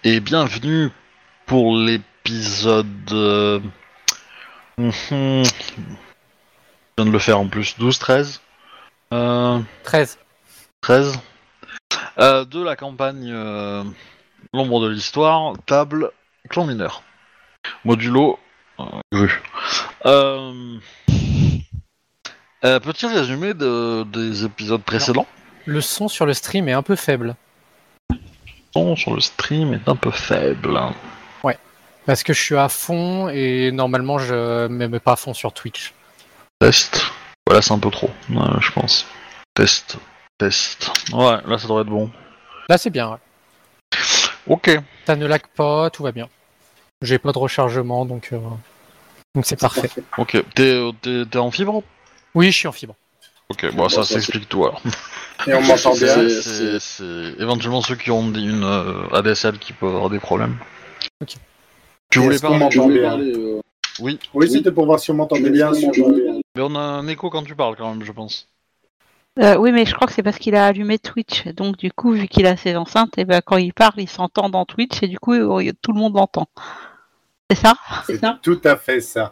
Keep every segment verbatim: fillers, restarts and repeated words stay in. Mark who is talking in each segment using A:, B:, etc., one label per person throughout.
A: et bienvenue pour l'épisode... Euh... je viens de le faire en plus, douze, treize euh...
B: treize.
A: treize euh, de la campagne euh... L'ombre de l'histoire, table, clan mineur. Modulo, euh, grue. Euh... Euh, petit résumé de, des épisodes précédents.
B: Le son sur le stream est un peu faible.
A: Le son sur le stream est un peu faible.
B: Ouais, parce que je suis à fond et normalement je me mets pas à fond sur Twitch.
A: Test. Voilà, c'est un peu trop, euh, je pense. Test. Test. Ouais, là ça devrait être bon.
B: Là c'est bien, ouais.
A: Ok.
B: Ça ne lag pas, tout va bien. J'ai pas de rechargement, donc euh... donc c'est parfait.
A: Ok. T'es, t'es, t'es en fibre ?
B: Oui, je suis en fibre.
A: Ok, bon, ça s'explique tout alors.
C: Et on m'entend bien.
A: C'est, c'est, c'est éventuellement ceux qui ont une euh, A D S L qui peuvent avoir des problèmes.
B: Ok.
A: Tu voulais
C: Est-ce qu'on
A: parler,
C: m'entend bien
A: parler, euh... Oui.
C: Oui, c'était pour voir si on m'entendait bien. Sur...
A: Mais on a un écho quand tu parles quand même, je pense.
D: Euh, oui, mais je crois que c'est parce qu'il a allumé Twitch. Donc, du coup, vu qu'il a ses enceintes, et ben, quand il parle, il s'entend dans Twitch et du coup, tout le monde l'entend. C'est ça ?
C: C'est ça ? Tout à fait ça.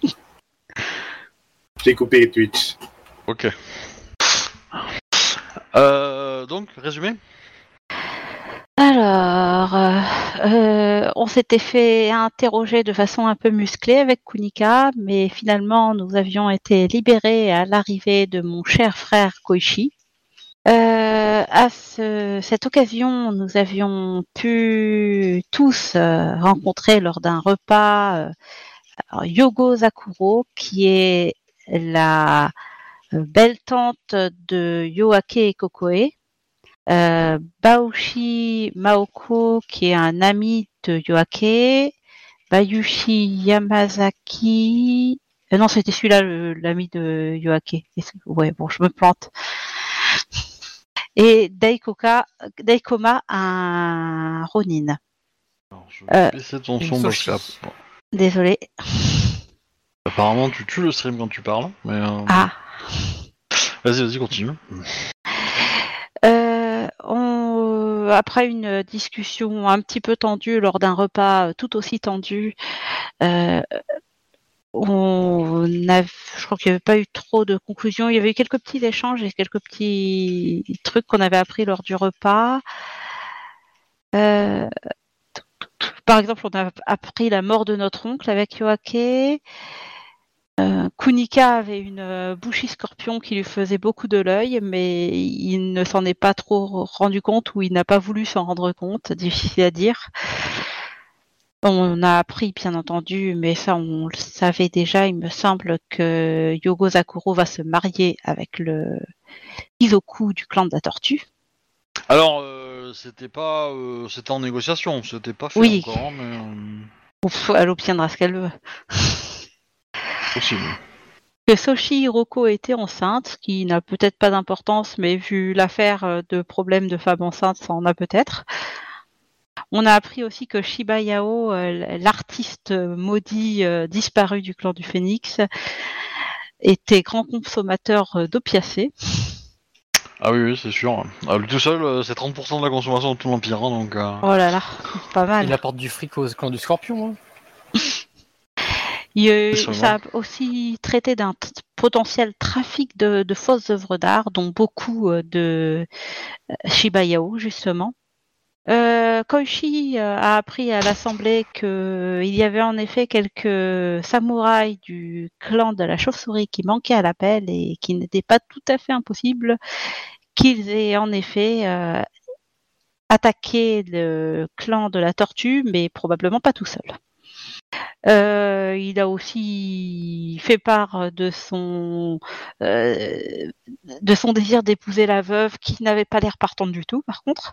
C: J'ai coupé Twitch.
A: Ok. Euh, donc, résumé ?
D: Alors, euh, euh, on s'était fait interroger de façon un peu musclée avec Kunika, mais finalement, nous avions été libérés à l'arrivée de mon cher frère Koichi. Euh, à ce, cette occasion, nous avions pu tous euh, rencontrer lors d'un repas euh, alors, Yogo Zakuro, qui est la euh, belle tante de Yoake et Kokoe, euh, Baoshi Maoko, qui est un ami de Yoake, Bayushi Yamazaki, euh, non, c'était celui-là, le, l'ami de Yoake. Ouais, bon, je me plante. Et Daikoka, Daikoma, un Ronin.
A: Alors, je vais euh, baisser ton son parce que...
D: Désolée.
A: Apparemment, tu tues le stream quand tu parles, mais... Euh...
D: Ah.
A: Vas-y, vas-y, continue.
D: Euh, on... Après une discussion un petit peu tendue lors d'un repas tout aussi tendu, euh, on a... je crois qu'il n'y avait pas eu trop de conclusions. Il y avait eu quelques petits échanges et quelques petits trucs qu'on avait appris lors du repas. Euh... Par exemple, on a appris la mort de notre oncle avec Yoake. Euh, Kunika avait une euh, bouchie scorpion qui lui faisait beaucoup de l'œil, mais il ne s'en est pas trop rendu compte ou il n'a pas voulu s'en rendre compte, difficile à dire. On a appris, bien entendu, mais ça on le savait déjà, il me semble que Yogo Zakuro va se marier avec le Izoku du clan de la tortue.
A: Alors, euh, c'était pas... Euh, c'était en négociation, c'était pas fait
D: oui.
A: encore, mais... Euh...
D: Ouf, elle obtiendra ce qu'elle veut.
A: Possible.
D: Que Soshi Hiroko était enceinte, ce qui n'a peut-être pas d'importance, mais vu l'affaire de problèmes de femmes enceintes, ça en a peut-être. On a appris aussi que Shiba Yao, euh, l'artiste maudit euh, disparu du clan du Phénix, était grand consommateur d'opiacés.
A: Ah oui, oui, c'est sûr. Ah, lui tout seul, euh, c'est trente pour cent de la consommation de tout l'Empire, hein, donc... Euh...
D: Oh là là, pas mal.
B: Il apporte du fric au clan du Scorpion, hein.
D: Il, ça a aussi traité d'un t- potentiel trafic de, de fausses œuvres d'art, dont beaucoup de Shiba Yao, justement. Euh, Koichi a appris à l'Assemblée qu'il y avait en effet quelques samouraïs du clan de la chauve-souris qui manquaient à l'appel et qui n'était pas tout à fait impossible qu'ils aient en effet euh, attaqué le clan de la tortue, mais probablement pas tout seul. Euh, il a aussi fait part de son euh, de son désir d'épouser la veuve, qui n'avait pas l'air partante du tout, par contre.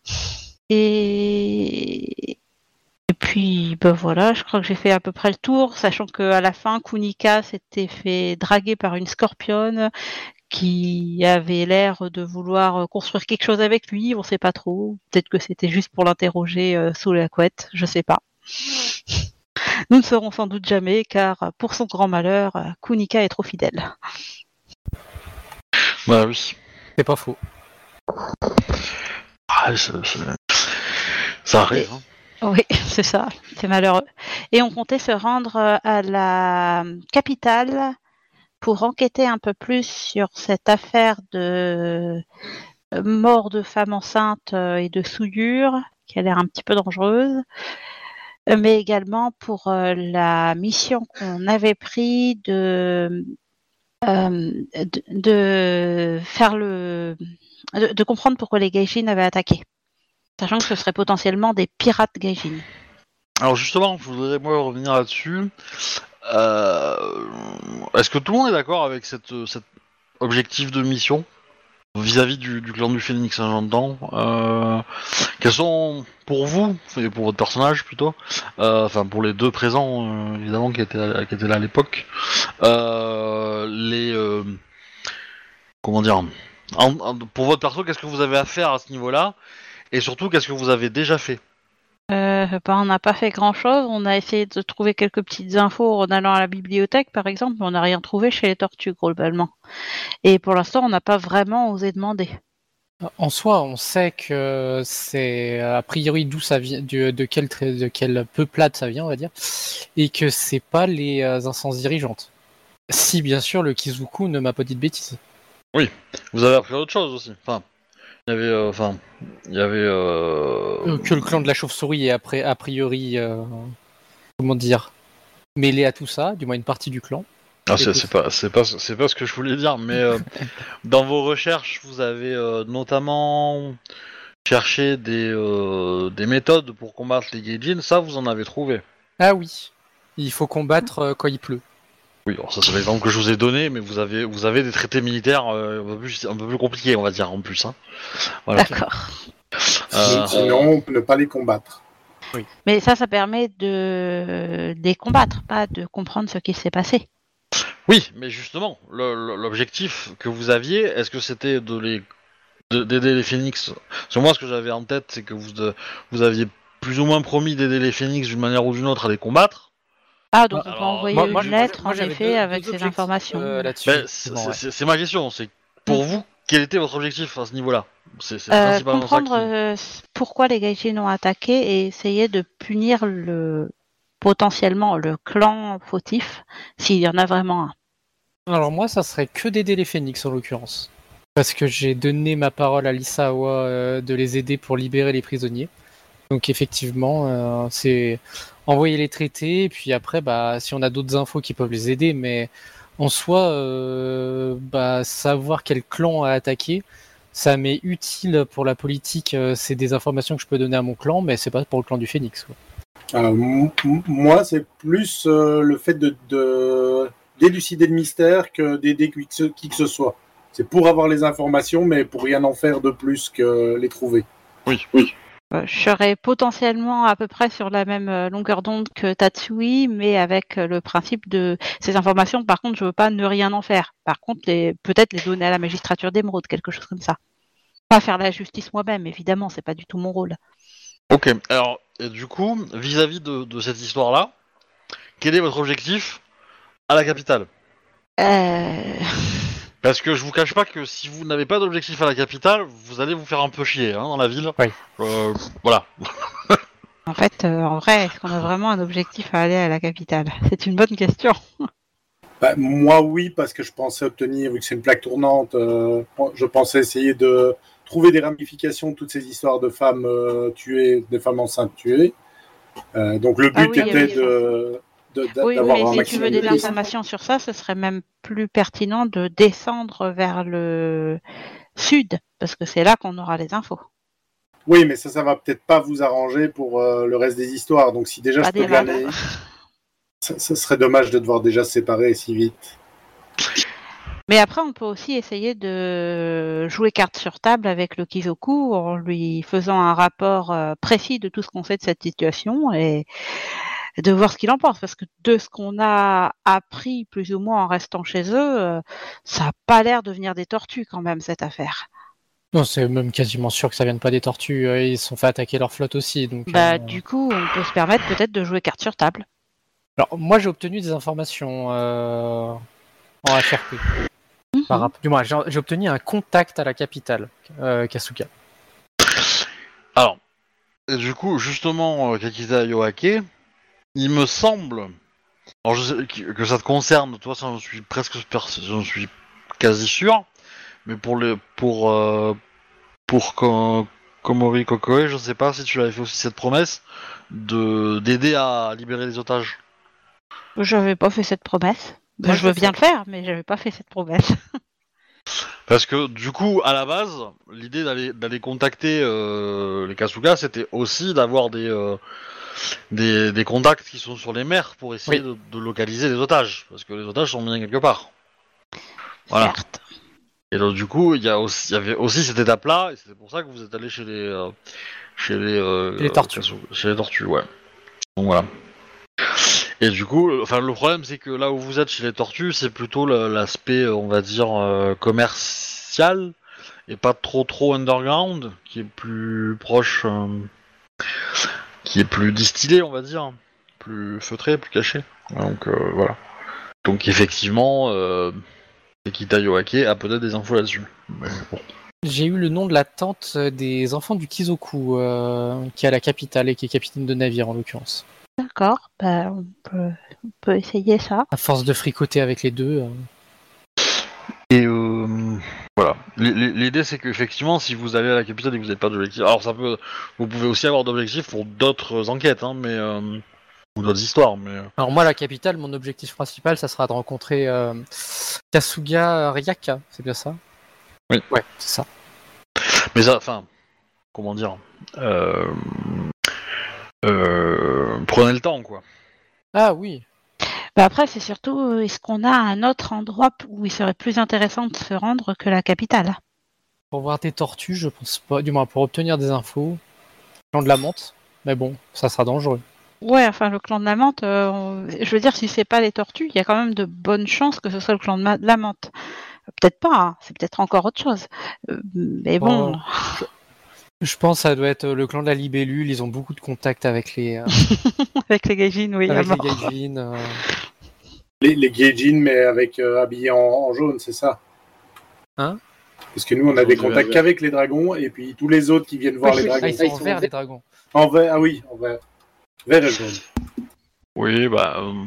D: Et, et puis, ben voilà, je crois que j'ai fait à peu près le tour, sachant qu'à la fin, Kunika s'était fait draguer par une scorpionne qui avait l'air de vouloir construire quelque chose avec lui. On sait pas trop. Peut-être que c'était juste pour l'interroger euh, sous la couette, je sais pas. Nous ne saurons sans doute jamais, car pour son grand malheur, Kunika est trop fidèle.
A: Bah oui.
B: C'est pas faux.
A: Ah, c'est, c'est... Ça arrive.
D: Et,
A: hein.
D: Oui, c'est ça, c'est malheureux. Et on comptait se rendre euh, à la capitale pour enquêter un peu plus sur cette affaire de euh, mort de femme enceinte euh, et de souillure qui a l'air un petit peu dangereuse, euh, mais également pour euh, la mission qu'on avait pris de, euh, de, de faire le de, de comprendre pourquoi les Gaijin avaient attaqué, sachant que ce seraient potentiellement des pirates Gaijin.
A: Alors justement, je voudrais moi revenir là-dessus. Euh, Est-ce que tout le monde est d'accord avec cette, cet objectif de mission vis-à-vis du, du clan du Phénix, hein, j'entends. Euh, quels sont pour vous, et pour votre personnage plutôt, euh, enfin pour les deux présents euh, évidemment qui étaient, qui étaient là à l'époque, euh, les euh, comment dire, en, en, pour votre perso, qu'est-ce que vous avez à faire à ce niveau-là, et surtout qu'est-ce que vous avez déjà fait?
D: Euh, bah, on n'a pas fait grand-chose. On a essayé de trouver quelques petites infos en allant à la bibliothèque, par exemple, mais on n'a rien trouvé chez les tortues, globalement. Et pour l'instant, on n'a pas vraiment osé demander.
B: En soi, on sait que c'est a priori d'où ça vient, de, de quelle de quelle peuplade ça vient, on va dire, et que c'est pas les euh, instances dirigeantes. Si bien sûr le Kizuku ne m'a pas dit de bêtises.
A: Oui, vous avez appris autre chose aussi. Enfin, il y avait, euh, enfin, il y avait. Euh...
B: Euh, que le clan de la chauve-souris est après a priori, euh, comment dire, mêlé à tout ça, du moins une partie du clan.
A: Ah, c'est, c'est pas, c'est pas, c'est pas ce que je voulais dire, mais euh, dans vos recherches, vous avez euh, notamment cherché des, euh, des méthodes pour combattre les Gaijin. Ça, vous en avez trouvé.
B: Ah oui, il faut combattre euh, quand il pleut.
A: Oui, alors ça c'est l'exemple que je vous ai donné, mais vous avez, vous avez des traités militaires euh, un, peu plus, un peu plus compliqués, on va dire, en plus. Hein. Voilà.
D: D'accord.
A: Euh,
C: Sinon, ne pas les combattre.
B: Oui.
D: Mais ça, ça permet de les combattre, pas de comprendre ce qui s'est passé.
A: Oui, mais justement, le, le, l'objectif que vous aviez, est-ce que c'était de les de, d'aider les Phoenix? Parce que moi, ce que j'avais en tête, c'est que vous, de, vous aviez plus ou moins promis d'aider les Phoenix d'une manière ou d'une autre à les combattre.
D: Ah, donc on
A: Alors,
D: peut envoyer
B: moi-
D: une
B: moi,
D: lettre,
B: moi,
D: en
B: j'avais
D: effet,
B: deux-
D: avec
B: deux
D: ces
B: objectifs,
D: informations.
B: euh, là-dessus.
A: Ben, c'est,
B: Bon, ouais.
A: c'est, c'est ma question, c'est pour vous, quel était votre objectif à ce niveau-là? C'est, c'est
D: Euh,
A: principalement
D: comprendre
A: ça qui...
D: euh, pourquoi les Gaijin ont attaqué et essayer de punir le potentiellement le clan fautif, s'il y en a vraiment un.
B: Alors moi, ça serait que d'aider les Phoenix en l'occurrence. Parce que j'ai donné ma parole à Lisawa euh, de les aider pour libérer les prisonniers. Donc effectivement, euh, c'est envoyer les traités, et puis après, bah, si on a d'autres infos qui peuvent les aider, mais en soi, euh, bah, savoir quel clan a attaqué, ça m'est utile pour la politique, euh, c'est des informations que je peux donner à mon clan, mais c'est pas pour le clan du Phénix. Quoi.
C: Euh, m- m- moi, c'est plus euh, le fait de, de d'élucider le mystère que d'aider qui que ce, qui que ce soit. C'est pour avoir les informations, mais pour rien en faire de plus que les trouver.
A: Oui,
C: oui.
D: Euh, je serais potentiellement à peu près sur la même euh, longueur d'onde que Tatsui, mais avec euh, le principe de ces informations. Par contre, je veux pas ne rien en faire. Par contre, les... peut-être les donner à la magistrature d'émeraude, quelque chose comme ça. Pas faire la justice moi-même, évidemment, c'est pas du tout mon rôle.
A: Ok, alors, et du coup, vis-à-vis de, de cette histoire-là, quel est votre objectif à la capitale?
D: Euh...
A: Parce que je vous cache pas que si vous n'avez pas d'objectif à la capitale, vous allez vous faire un peu chier hein, dans la ville.
B: Oui.
A: Euh, voilà.
D: En fait, euh, en vrai, est-ce qu'on a vraiment un objectif à aller à la capitale? C'est une bonne question.
C: Bah, moi, oui, parce que je pensais obtenir, vu que c'est une plaque tournante, euh, je pensais essayer de trouver des ramifications de toutes ces histoires de femmes euh, tuées, de femmes enceintes tuées. Euh, donc le but
D: Ah oui,
C: était
D: oui,
C: de, de, de,
D: Oui,
C: d'avoir
D: oui,
C: un
D: mais si tu veux
C: maximum de
D: des
C: pistes.
D: informations sur ça, ce serait même plus pertinent de descendre vers le sud, parce que c'est là qu'on aura les infos.
C: Oui, mais ça, ça va peut-être pas vous arranger pour euh, le reste des histoires. Donc si déjà
D: Pas
C: je peux
D: des vannes.
C: gagner, ça, ça serait dommage de devoir déjà se séparer si vite.
D: Mais après, on peut aussi essayer de jouer carte sur table avec le Kizoku en lui faisant un rapport euh, précis de tout ce qu'on sait de cette situation et de voir ce qu'il en pense. Parce que de ce qu'on a appris plus ou moins en restant chez eux, euh, ça n'a pas l'air de venir des tortues quand même, cette affaire.
B: Non, c'est même quasiment sûr que ça vienne pas des tortues. euh, Ils se sont fait attaquer leur flotte aussi. Donc,
D: Bah,
B: euh,
D: du coup, on peut se permettre peut-être de jouer carte sur table.
B: Alors, moi, j'ai obtenu des informations euh, en H R P. Par
D: Mhm.
B: rapport- Du moins, j'ai j'ai obtenu un contact à la capitale, euh, Kasuga.
A: Alors, et du coup, justement, euh, Kakita Yoake, il me semble, alors je sais que que ça te concerne, toi, ça, j'en suis presque, per- j'en suis quasi sûr, mais pour les, pour, euh, pour Ko- Komori Kokoe, je sais pas si tu avais fait aussi cette promesse de d'aider à libérer les otages.
D: J'avais pas fait cette promesse.
B: Moi,
D: Je
B: je
D: veux
B: l'ai
D: bien
B: fait.
D: le faire, mais j'avais pas fait cette promesse.
A: Parce que du coup, à la base, l'idée d'aller d'aller contacter euh, les Kasuga, c'était aussi d'avoir des, euh, des des contacts qui sont sur les mers pour essayer
B: Oui.
A: de, de localiser les otages, parce que les otages sont bien quelque part. Voilà.
D: Certes.
A: Et donc du coup, il y a aussi, il y avait aussi cette étape-là, et c'est pour ça que vous êtes allé chez les euh, chez les euh,
B: Chez les tortues.
A: Kasu- chez les tortues, ouais. Donc voilà. Et du coup, euh, enfin le problème c'est que là où vous êtes chez les tortues, c'est plutôt le- l'aspect, euh, on va dire, euh, commercial et pas trop trop underground, qui est plus proche, euh, qui est plus distillé, on va dire, plus feutré, plus caché. Donc euh, voilà. Donc effectivement, euh, Kita Yoake a peut-être des infos là-dessus. Mais bon.
B: J'ai eu le nom de la tante des enfants du Kizoku, euh, qui est à la capitale et qui est capitaine de navire en l'occurrence.
D: D'accord. Bah, on peut, on peut essayer ça.
B: À force de fricoter avec les deux. euh,
A: Et euh, voilà. L- l- L'idée c'est qu'effectivement, si vous allez à la capitale et que vous n'avez pas d'objectif, alors ça peut, vous pouvez aussi avoir d'objectifs pour d'autres enquêtes, hein, mais euh, ou d'autres histoires, mais. euh,
B: Alors moi, la capitale, mon objectif principal, ça sera de rencontrer euh, Kasuga Ryaka, c'est bien ça?
A: Oui.
B: Ouais, c'est ça.
A: Mais ça, enfin, comment dire, euh, euh, prenez le temps, quoi.
B: Ah oui.
D: Bah après, c'est surtout, euh, est-ce qu'on a un autre endroit p- où il serait plus intéressant de se rendre que la capitale?
B: Pour voir des tortues, je pense pas. Du moins, pour obtenir des infos. Plan de la menthe. Mais bon, ça sera dangereux.
D: Ouais, enfin, le clan de la menthe, euh, on- je veux dire, si c'est pas les tortues, il y a quand même de bonnes chances que ce soit le clan de ma- de la menthe. Euh, Peut-être pas, hein, c'est peut-être encore autre chose. Euh, mais bon,
B: Oh. Je pense que ça doit être euh, le clan de la libellule. Ils ont beaucoup de contacts avec les, euh,
D: avec les gaijins, oui, à
B: avec les
D: mort.
B: gaijins. euh.
C: Les, les gaijins, mais avec euh, habillés en, en jaune, c'est ça?
B: Hein?
C: Parce que nous, on a des contacts qu'avec les dragons, et puis tous les autres qui viennent voir
D: Oui,
C: les
B: Ah,
C: dragons.
B: ils sont en vert, les dragons.
C: En vert, ah oui, en vert. Vert et jaune.
A: Oui, bah. euh,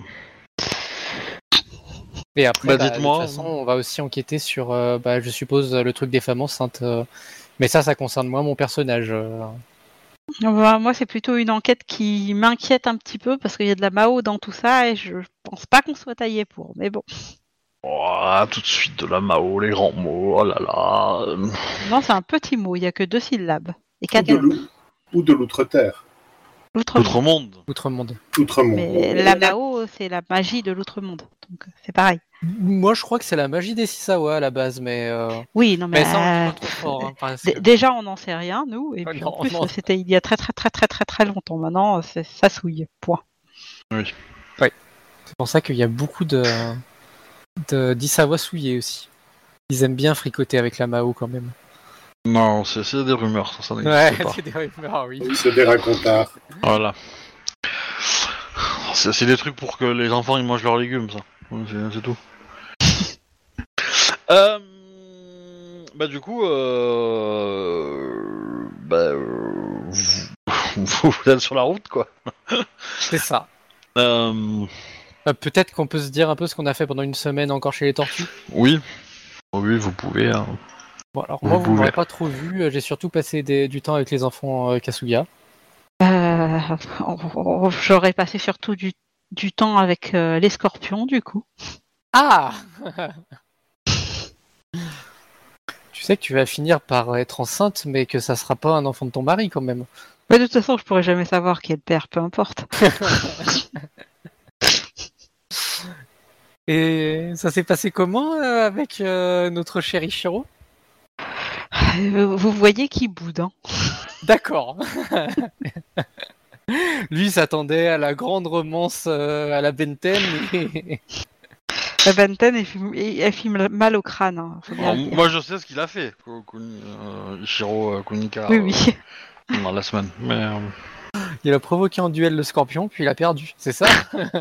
B: Et après,
A: Bah,
B: bah, de
A: dites-moi.
B: toute façon, on va aussi enquêter sur, euh, bah, je suppose, le truc des femmes enceintes. euh. Mais ça, ça concerne moins mon personnage. euh.
D: Bah, moi, c'est plutôt une enquête qui m'inquiète un petit peu parce qu'il y a de la Mao dans tout ça et je pense pas qu'on soit taillé pour. Mais bon,
A: Oh, tout de suite de la Mao, les grands mots, oh là là. euh,
D: non, c'est un petit mot, il y a que deux syllabes et
C: Ou
D: quatre
C: de,
D: lettres.
C: l'ou- ou de l'outre-terre.
D: L'outre-monde.
A: Outre-monde.
B: Outre-monde.
C: Outre-monde.
D: Mais la Mao, c'est la magie de l'outre-monde, donc euh, c'est pareil.
B: Moi, je crois que c'est la magie des Sisawa à la base, mais. euh,
D: Oui, non, mais,
B: Mais ça, on
D: euh,
B: dit pas trop fort. Hein, parce
D: d-
B: que-
D: déjà, on n'en sait rien, nous, et
B: Ah
D: puis
B: non,
D: en plus,
B: non.
D: c'était il y a très très très très très très longtemps. Maintenant, euh, c'est- ça souille. Point.
B: C'est pour ça qu'il y a beaucoup de, de d'Isawa souillés aussi. Ils aiment bien fricoter avec la Mao quand même.
A: Non, c'est c'est des rumeurs, ça, ça n'existe
B: Ouais,
A: pas.
B: c'est des rumeurs, oui.
C: Oui, c'est des racontards.
A: Voilà. C'est c'est des trucs pour que les enfants ils mangent leurs légumes, ça. C'est c'est tout. euh, bah du coup, euh, bah, euh, vous, vous êtes sur la route, quoi.
B: C'est ça.
A: Euh,
B: Euh, Peut-être qu'on peut se dire un peu ce qu'on a fait pendant une semaine encore chez les tortues.
A: oui, oui, vous pouvez. Hein.
B: Bon, alors
A: Vous
B: moi, vous
A: pouvez.
B: m'aurez pas trop vu. euh, J'ai surtout passé des- du temps avec les enfants euh, Kasuga.
D: Euh, on- on- J'aurais passé surtout du, du temps avec euh, les scorpions, du coup.
B: Ah Tu sais que tu vas finir par être enceinte, mais que ça sera pas un enfant de ton mari quand même.
D: Mais de toute façon, je pourrais jamais savoir qui est le père, peu importe.
B: Et ça s'est passé comment euh, avec euh, notre chéri Shiro?
D: Euh, Vous voyez qui boude, hein.
B: D'accord. Lui s'attendait à la grande romance euh, à la Benten. Et...
D: La Benten, elle, fume- elle filme mal au crâne. Hein, faut bien
A: Alors,
D: le dire.
A: moi, je sais ce qu'il a fait, Ko- Kuni- euh, Ichiro euh, Kunika,
D: Oui, oui.
A: euh, pendant la semaine. Mais euh,
B: Il a provoqué en duel le scorpion, puis il a perdu. C'est ça?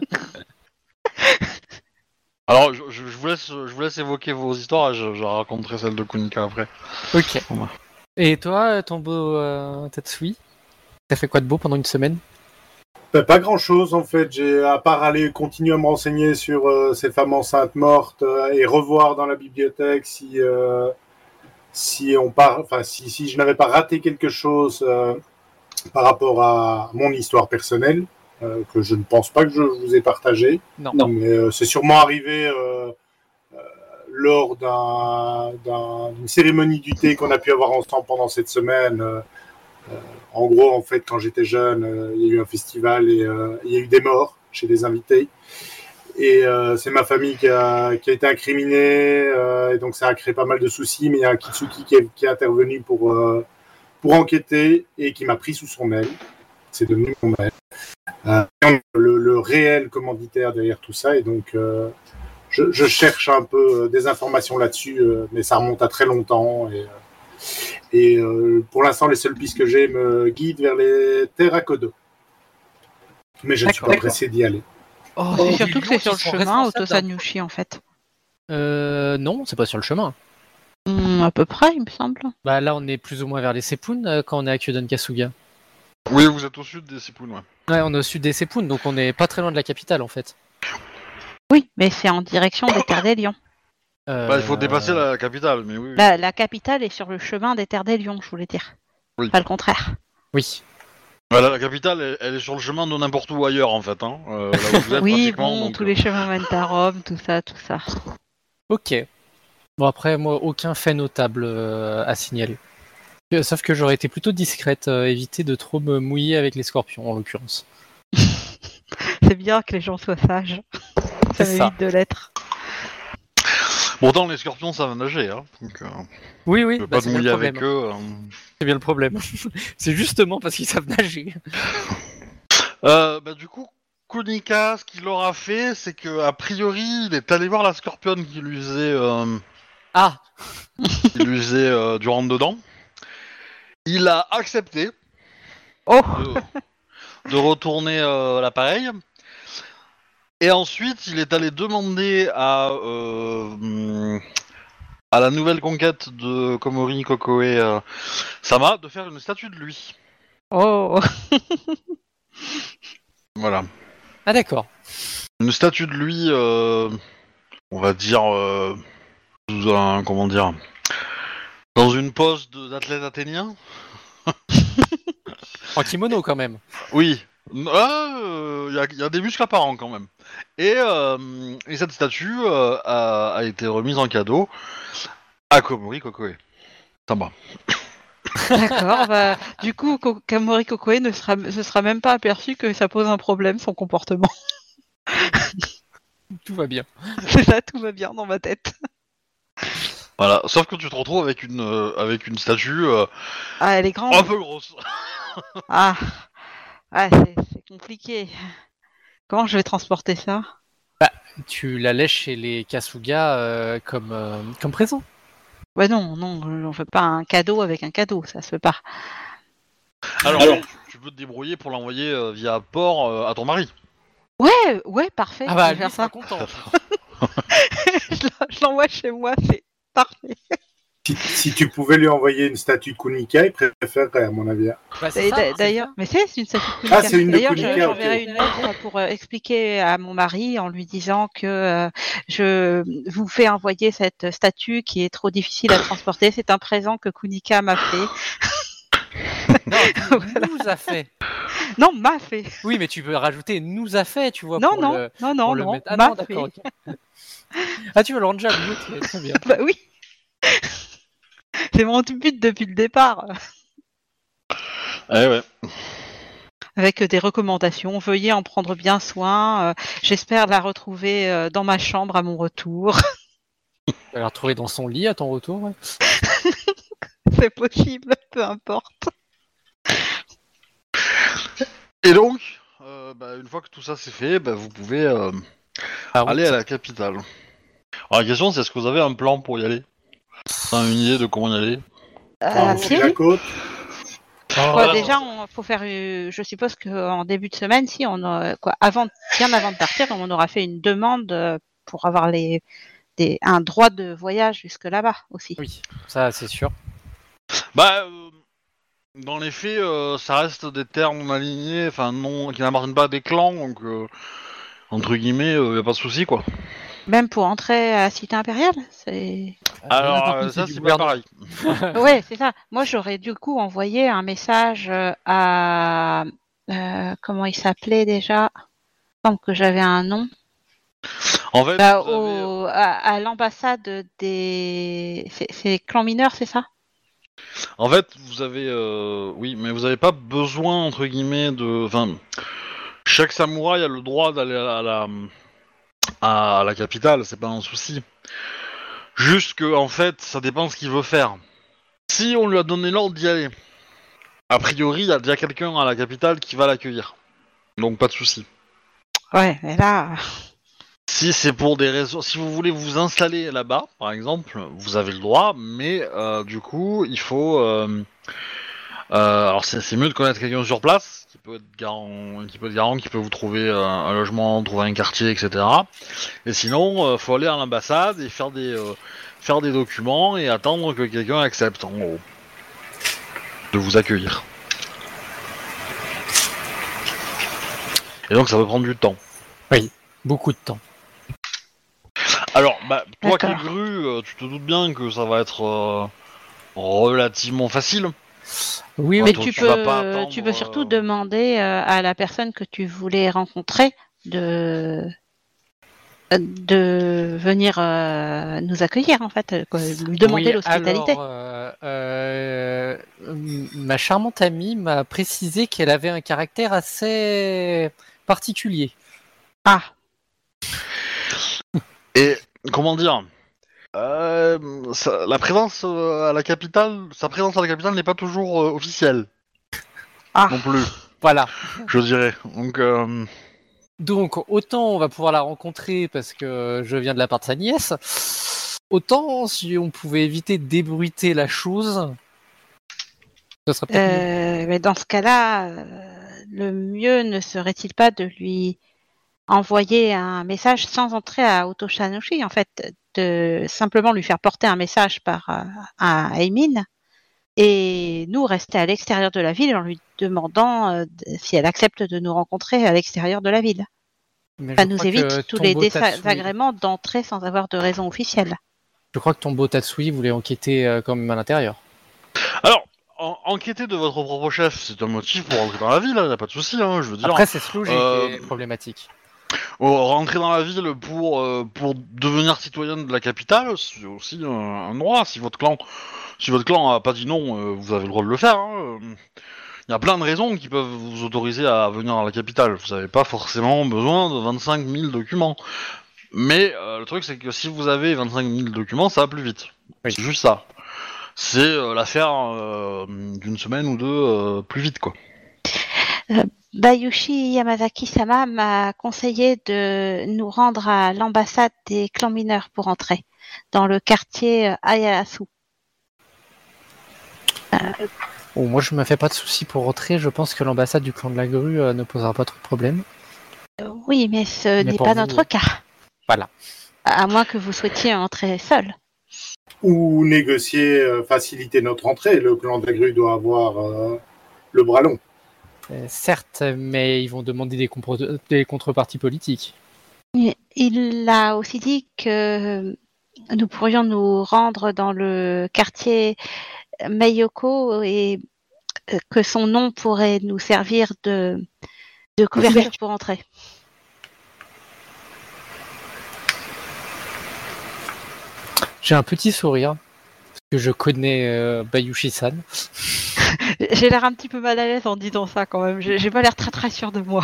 A: alors, je, je- je vous laisse, je vous laisse évoquer vos histoires et je, je raconterai celle de Kunika après.
B: Ok.
A: Bon, bah.
B: Et toi, ton beau euh, Tatsui? T'as fait quoi de beau pendant une semaine?
C: Ben, pas grand-chose en fait, j'ai à part aller continuer à me renseigner sur euh, ces femmes enceintes mortes euh, et revoir dans la bibliothèque si euh, si on part, enfin si, si je n'avais pas raté quelque chose euh, par rapport à mon histoire personnelle euh, que je ne pense pas que je vous ai partagé.
B: Non.
C: Mais euh, c'est sûrement arrivé euh, euh, lors d'un, d'un, d'une cérémonie du thé qu'on a pu avoir ensemble pendant cette semaine. Euh, euh, en gros, en fait, quand j'étais jeune, euh, il y a eu un festival et euh, il y a eu des morts chez des invités. Et euh, c'est ma famille qui a, qui a été incriminée. Euh, et donc, ça a créé pas mal de soucis. Mais il y a un Kitsuki qui est, qui est intervenu pour, euh, pour enquêter et qui m'a pris sous son aile. C'est devenu mon aile. Euh, le, le réel commanditaire derrière tout ça. Et donc, euh, je, je cherche un peu euh, des informations là-dessus. Euh, mais ça remonte à très longtemps. Et, euh, Et euh, pour l'instant, les seules pistes que j'ai me guident vers les terres à Kodo. Mais je ne suis pas pressé d'y aller.
B: Oh,
D: C'est surtout que c'est sur le chemin, Otosanyushi, en fait.
B: Euh, non, c'est pas sur le chemin.
D: Mmh, à peu près, il me semble.
B: Bah là, on est plus ou moins vers les Seppun euh, quand on est à Kyodon Kasuga.
A: Oui, vous êtes au sud des Seppun, ouais.
B: Ouais, on est au sud des Seppun, donc on est pas très loin de la capitale en fait.
D: Oui, mais c'est en direction des terres des lions.
B: Euh...
A: Bah, il faut dépasser la capitale, mais oui. oui.
D: La, la capitale est sur le chemin des terres des lions, je voulais dire.
A: Oui.
D: Pas le contraire.
B: Oui.
A: Voilà, la capitale, elle, elle est sur le chemin de n'importe où ailleurs, en fait. Hein. Euh, là où vous êtes,
D: Oui,
A: pratiquement,
D: bon,
A: donc,
D: tous
A: euh...
D: les chemins mènent à Rome, tout ça, tout ça.
B: Ok. Bon après, moi, aucun fait notable euh, à signaler. Euh, Sauf que j'aurais été plutôt discrète, euh, éviter de trop me mouiller avec les scorpions en l'occurrence.
D: C'est bien que les gens soient sages. Ça
B: C'est ça.
D: m'évite de l'être.
A: Pourtant, les scorpions savent nager, hein. Donc, euh,
B: Oui, oui,
A: je vais
B: bah,
A: pas
B: c'est
A: te
B: bien le
A: mouiller
B: problème.
A: avec eux. euh.
B: C'est bien le problème. C'est justement parce qu'ils savent nager.
A: Euh, bah, du coup, Kunika, ce qu'il aura fait, c'est que a priori, il est allé voir la scorpionne qui lui faisait, euh,
B: Ah.
A: qui lui faisait euh, du rentre-dedans. Il a accepté
D: Oh
A: de, de retourner euh, l'appareil. Et ensuite, il est allé demander à, euh, à la nouvelle conquête de Komori Kokoe euh, Sama de faire une statue de lui.
D: Oh
A: Voilà.
B: Ah d'accord.
A: Une statue de lui, euh, on va dire, euh, sous un, comment dire, dans une pose de- d'athlète athénien.
B: En kimono quand même.
A: Oui. Il euh, y, a, y a des muscles apparents quand même. Et, euh, et cette statue euh, a, a été remise en cadeau à Komori Kokoe Sama.
D: D'accord, bah, du coup, Ko- Kamori Kokoe ne sera, se sera même pas aperçu que ça pose un problème, son comportement.
B: Tout va bien.
D: C'est ça, tout va bien dans ma tête.
A: Voilà. Sauf que tu te retrouves avec une, euh, avec une statue euh,
D: Ah, elle est grande.
A: un peu grosse.
D: Ah, ah c'est, c'est compliqué. Comment je vais transporter ça?
B: Tu la laisses chez les Kasuga euh, comme, euh, comme présent.
D: Ouais, non, non, on fait pas un cadeau avec un cadeau, ça se fait pas.
A: Alors,
C: Alors.
A: tu, tu peux te débrouiller pour l'envoyer euh, via port euh, à ton mari.
D: Ouais, ouais, parfait.
B: Ah bah
D: je vais
B: lui
D: faire
B: sera
D: ça.
B: content.
D: je, l'en- je l'envoie chez moi, c'est parfait.
C: Si, si tu pouvais lui envoyer une statue de Kunika, il préférerait, à mon avis.
B: Bah, c'est
D: Et
B: ça,
D: d'a-
B: c'est
D: D'ailleurs,
B: ça.
D: mais c'est c'est une statue de Kunika.
C: Ah, c'est une de
D: D'ailleurs, je-
C: Kunika,
D: j'enverrai
C: ok.
D: une lettre pour euh, expliquer à mon mari en lui disant que euh, je vous fais envoyer cette statue qui est trop difficile à transporter. C'est un présent que Kunika m'a fait.
B: Non,
D: Voilà.
B: nous a fait.
D: Non, m'a fait.
B: Oui, mais tu peux rajouter nous a fait, tu vois.
D: Non,
B: pour
D: non,
B: le,
D: non, non,
B: pour le
D: non,
B: mettre. Ah
D: m'a
B: non,
D: fait.
B: d'accord. ok. Ah, tu veux le rendre jaloux, ok, très bien.
D: Bah oui. C'est mon but depuis le départ.
A: Eh ouais.
D: Avec des recommandations. Veuillez en prendre bien soin. Euh, J'espère la retrouver euh, dans ma chambre à mon retour.
B: Tu vas la retrouver dans son lit à ton retour. Ouais.
D: C'est possible, peu importe.
A: Et donc, euh, bah, une fois que tout ça c'est fait, bah, vous pouvez euh,
B: Ah, oui.
A: aller à la capitale. Alors la question c'est est-ce que vous avez un plan pour y aller? Enfin, une idée de comment y aller?
D: Euh,
C: Enfin,
D: à
C: on suit
D: pied,
C: la
D: oui.
C: côte.
B: Oh,
D: Ouais,
A: alors-
D: déjà, on faut faire. euh, je suppose qu'en début de semaine, si on a, quoi, avant, bien avant de partir, on aura fait une demande euh, pour avoir les, des, un droit de voyage jusque là-bas aussi.
B: Oui, ça c'est sûr.
A: Bah, euh, dans les faits, euh, ça reste des terres non alignés, enfin non, qui n'appartiennent pas à des clans, donc euh, entre guillemets, il y a pas de souci quoi.
D: Même pour entrer à la cité impériale, c'est.
A: Alors
B: Là, par contre,
A: euh, ça
B: du
A: c'est pas
B: gouvernement.
A: pareil.
D: Ouais, c'est ça. Moi, j'aurais du coup envoyé un message euh, à euh, comment il s'appelait déjà. Il me semble que j'avais un nom.
A: En fait,
D: Bah,
A: vous avez,
D: au, à, à l'ambassade des. C'est, c'est clan mineur, c'est ça?
A: en fait, vous avez, euh, oui, mais vous avez pas besoin entre guillemets de, enfin, chaque samouraï a le droit d'aller à la, à la capitale, c'est pas un souci. Juste que en fait, ça dépend de ce qu'il veut faire. Si on lui a donné l'ordre d'y aller, a priori, il y a déjà quelqu'un à la capitale qui va l'accueillir. Donc pas de souci.
D: Ouais, mais là.
A: Si c'est pour des raisons, si vous voulez vous installer là-bas, par exemple, vous avez le droit, mais euh, du coup, il faut. Euh, euh, alors c'est, c'est mieux de connaître quelqu'un sur place, qui peut être garant, qui peut être garant, qui peut vous trouver euh, un logement, trouver un quartier, et cetera. Et sinon, euh, faut aller à l'ambassade et faire des, euh, faire des documents et attendre que quelqu'un accepte, en gros, de vous accueillir. Et donc ça peut prendre du temps.
B: Beaucoup de temps.
A: Alors, bah, toi qui es
D: D'accord.
A: Gru, euh, tu te doutes bien que ça va être euh, relativement facile.
B: Oui,
A: Ouais,
D: Mais
B: oui.
A: toi,
D: tu
A: tu vas pas
D: peux,
A: attendre.
D: tu peux surtout
A: euh,
D: demander euh, à la personne que tu voulais rencontrer de de venir euh, nous accueillir en fait, quoi, lui demander
B: Oui,
D: l'hospitalité.
B: alors, euh, euh, m- ma charmante amie m'a précisé qu'elle avait un caractère assez particulier.
D: Ah,
A: Et comment dire euh, ça- La présence euh, à la capitale, sa présence à la capitale n'est pas toujours euh, officielle
D: ah,
A: non plus,
B: Voilà.
A: je dirais. Donc, euh,
B: Donc, autant on va pouvoir la rencontrer parce que je viens de la part de sa nièce, autant si on pouvait éviter de débruiter la chose, ce serait peut-être mieux.
D: euh, mais dans ce cas-là, euh, le mieux ne serait-il pas de lui envoyer un message sans entrer à Otoshanoshi, en fait, de simplement lui faire porter un message par euh, à Aimin et nous rester à l'extérieur de la ville en lui demandant euh, de- si elle accepte de nous rencontrer à l'extérieur de la ville.
B: Mais
D: Ça
B: je
D: nous
B: crois que
D: évite tous les
B: Tombo Tatsui,
D: désagréments d'entrer sans avoir de raison officielle.
B: je crois que Tombo Tatsui voulait enquêter euh, quand même à l'intérieur.
A: alors, en- enquêter de votre propre chef, c'est un motif pour rentrer dans la ville, y a pas de souci. Hein, je veux dire.
B: Après, c'est ce logique qui
A: Euh,
B: est problématique.
A: Oh, rentrer dans la ville pour euh, pour devenir citoyen de la capitale, c'est aussi un, un droit. Si votre clan, si votre clan a pas dit non, euh, vous avez le droit de le faire. Hein. Il y a plein de raisons qui peuvent vous autoriser à venir à la capitale. Vous n'avez pas forcément besoin de vingt-cinq mille documents. Mais euh, le truc, c'est que si vous avez vingt-cinq mille documents, ça va plus vite.
B: Oui.
A: C'est juste ça. C'est euh, l'affaire euh, d'une semaine ou deux euh, plus vite, quoi.
D: Euh, Bayushi Yamazaki-sama m'a conseillé de nous rendre à l'ambassade des clans mineurs pour entrer, dans le quartier euh, Ayasu.
B: Bon, moi, je me fais pas de soucis pour rentrer. Je pense que l'ambassade du clan de la grue euh, ne posera pas trop de problèmes.
D: Euh, Oui, mais ce
B: Mais
D: n'est
B: pour
D: pas
B: vous,
D: notre
B: euh,
D: cas.
B: Voilà.
D: À moins que vous souhaitiez entrer seul.
C: Ou négocier, euh, faciliter notre entrée. Le clan de la grue doit avoir euh, le bras long.
B: Euh, certes, mais ils vont demander des, compro- des contreparties politiques.
D: Il a aussi dit que nous pourrions nous rendre dans le quartier Meiyoko et euh, que son nom pourrait nous servir de, de couverture pour entrer.
B: J'ai un petit sourire, parce que je connais euh, Bayushi-san.
D: J'ai l'air un petit peu mal à l'aise en disant ça quand même. J'ai j'ai pas l'air très très sûr de moi.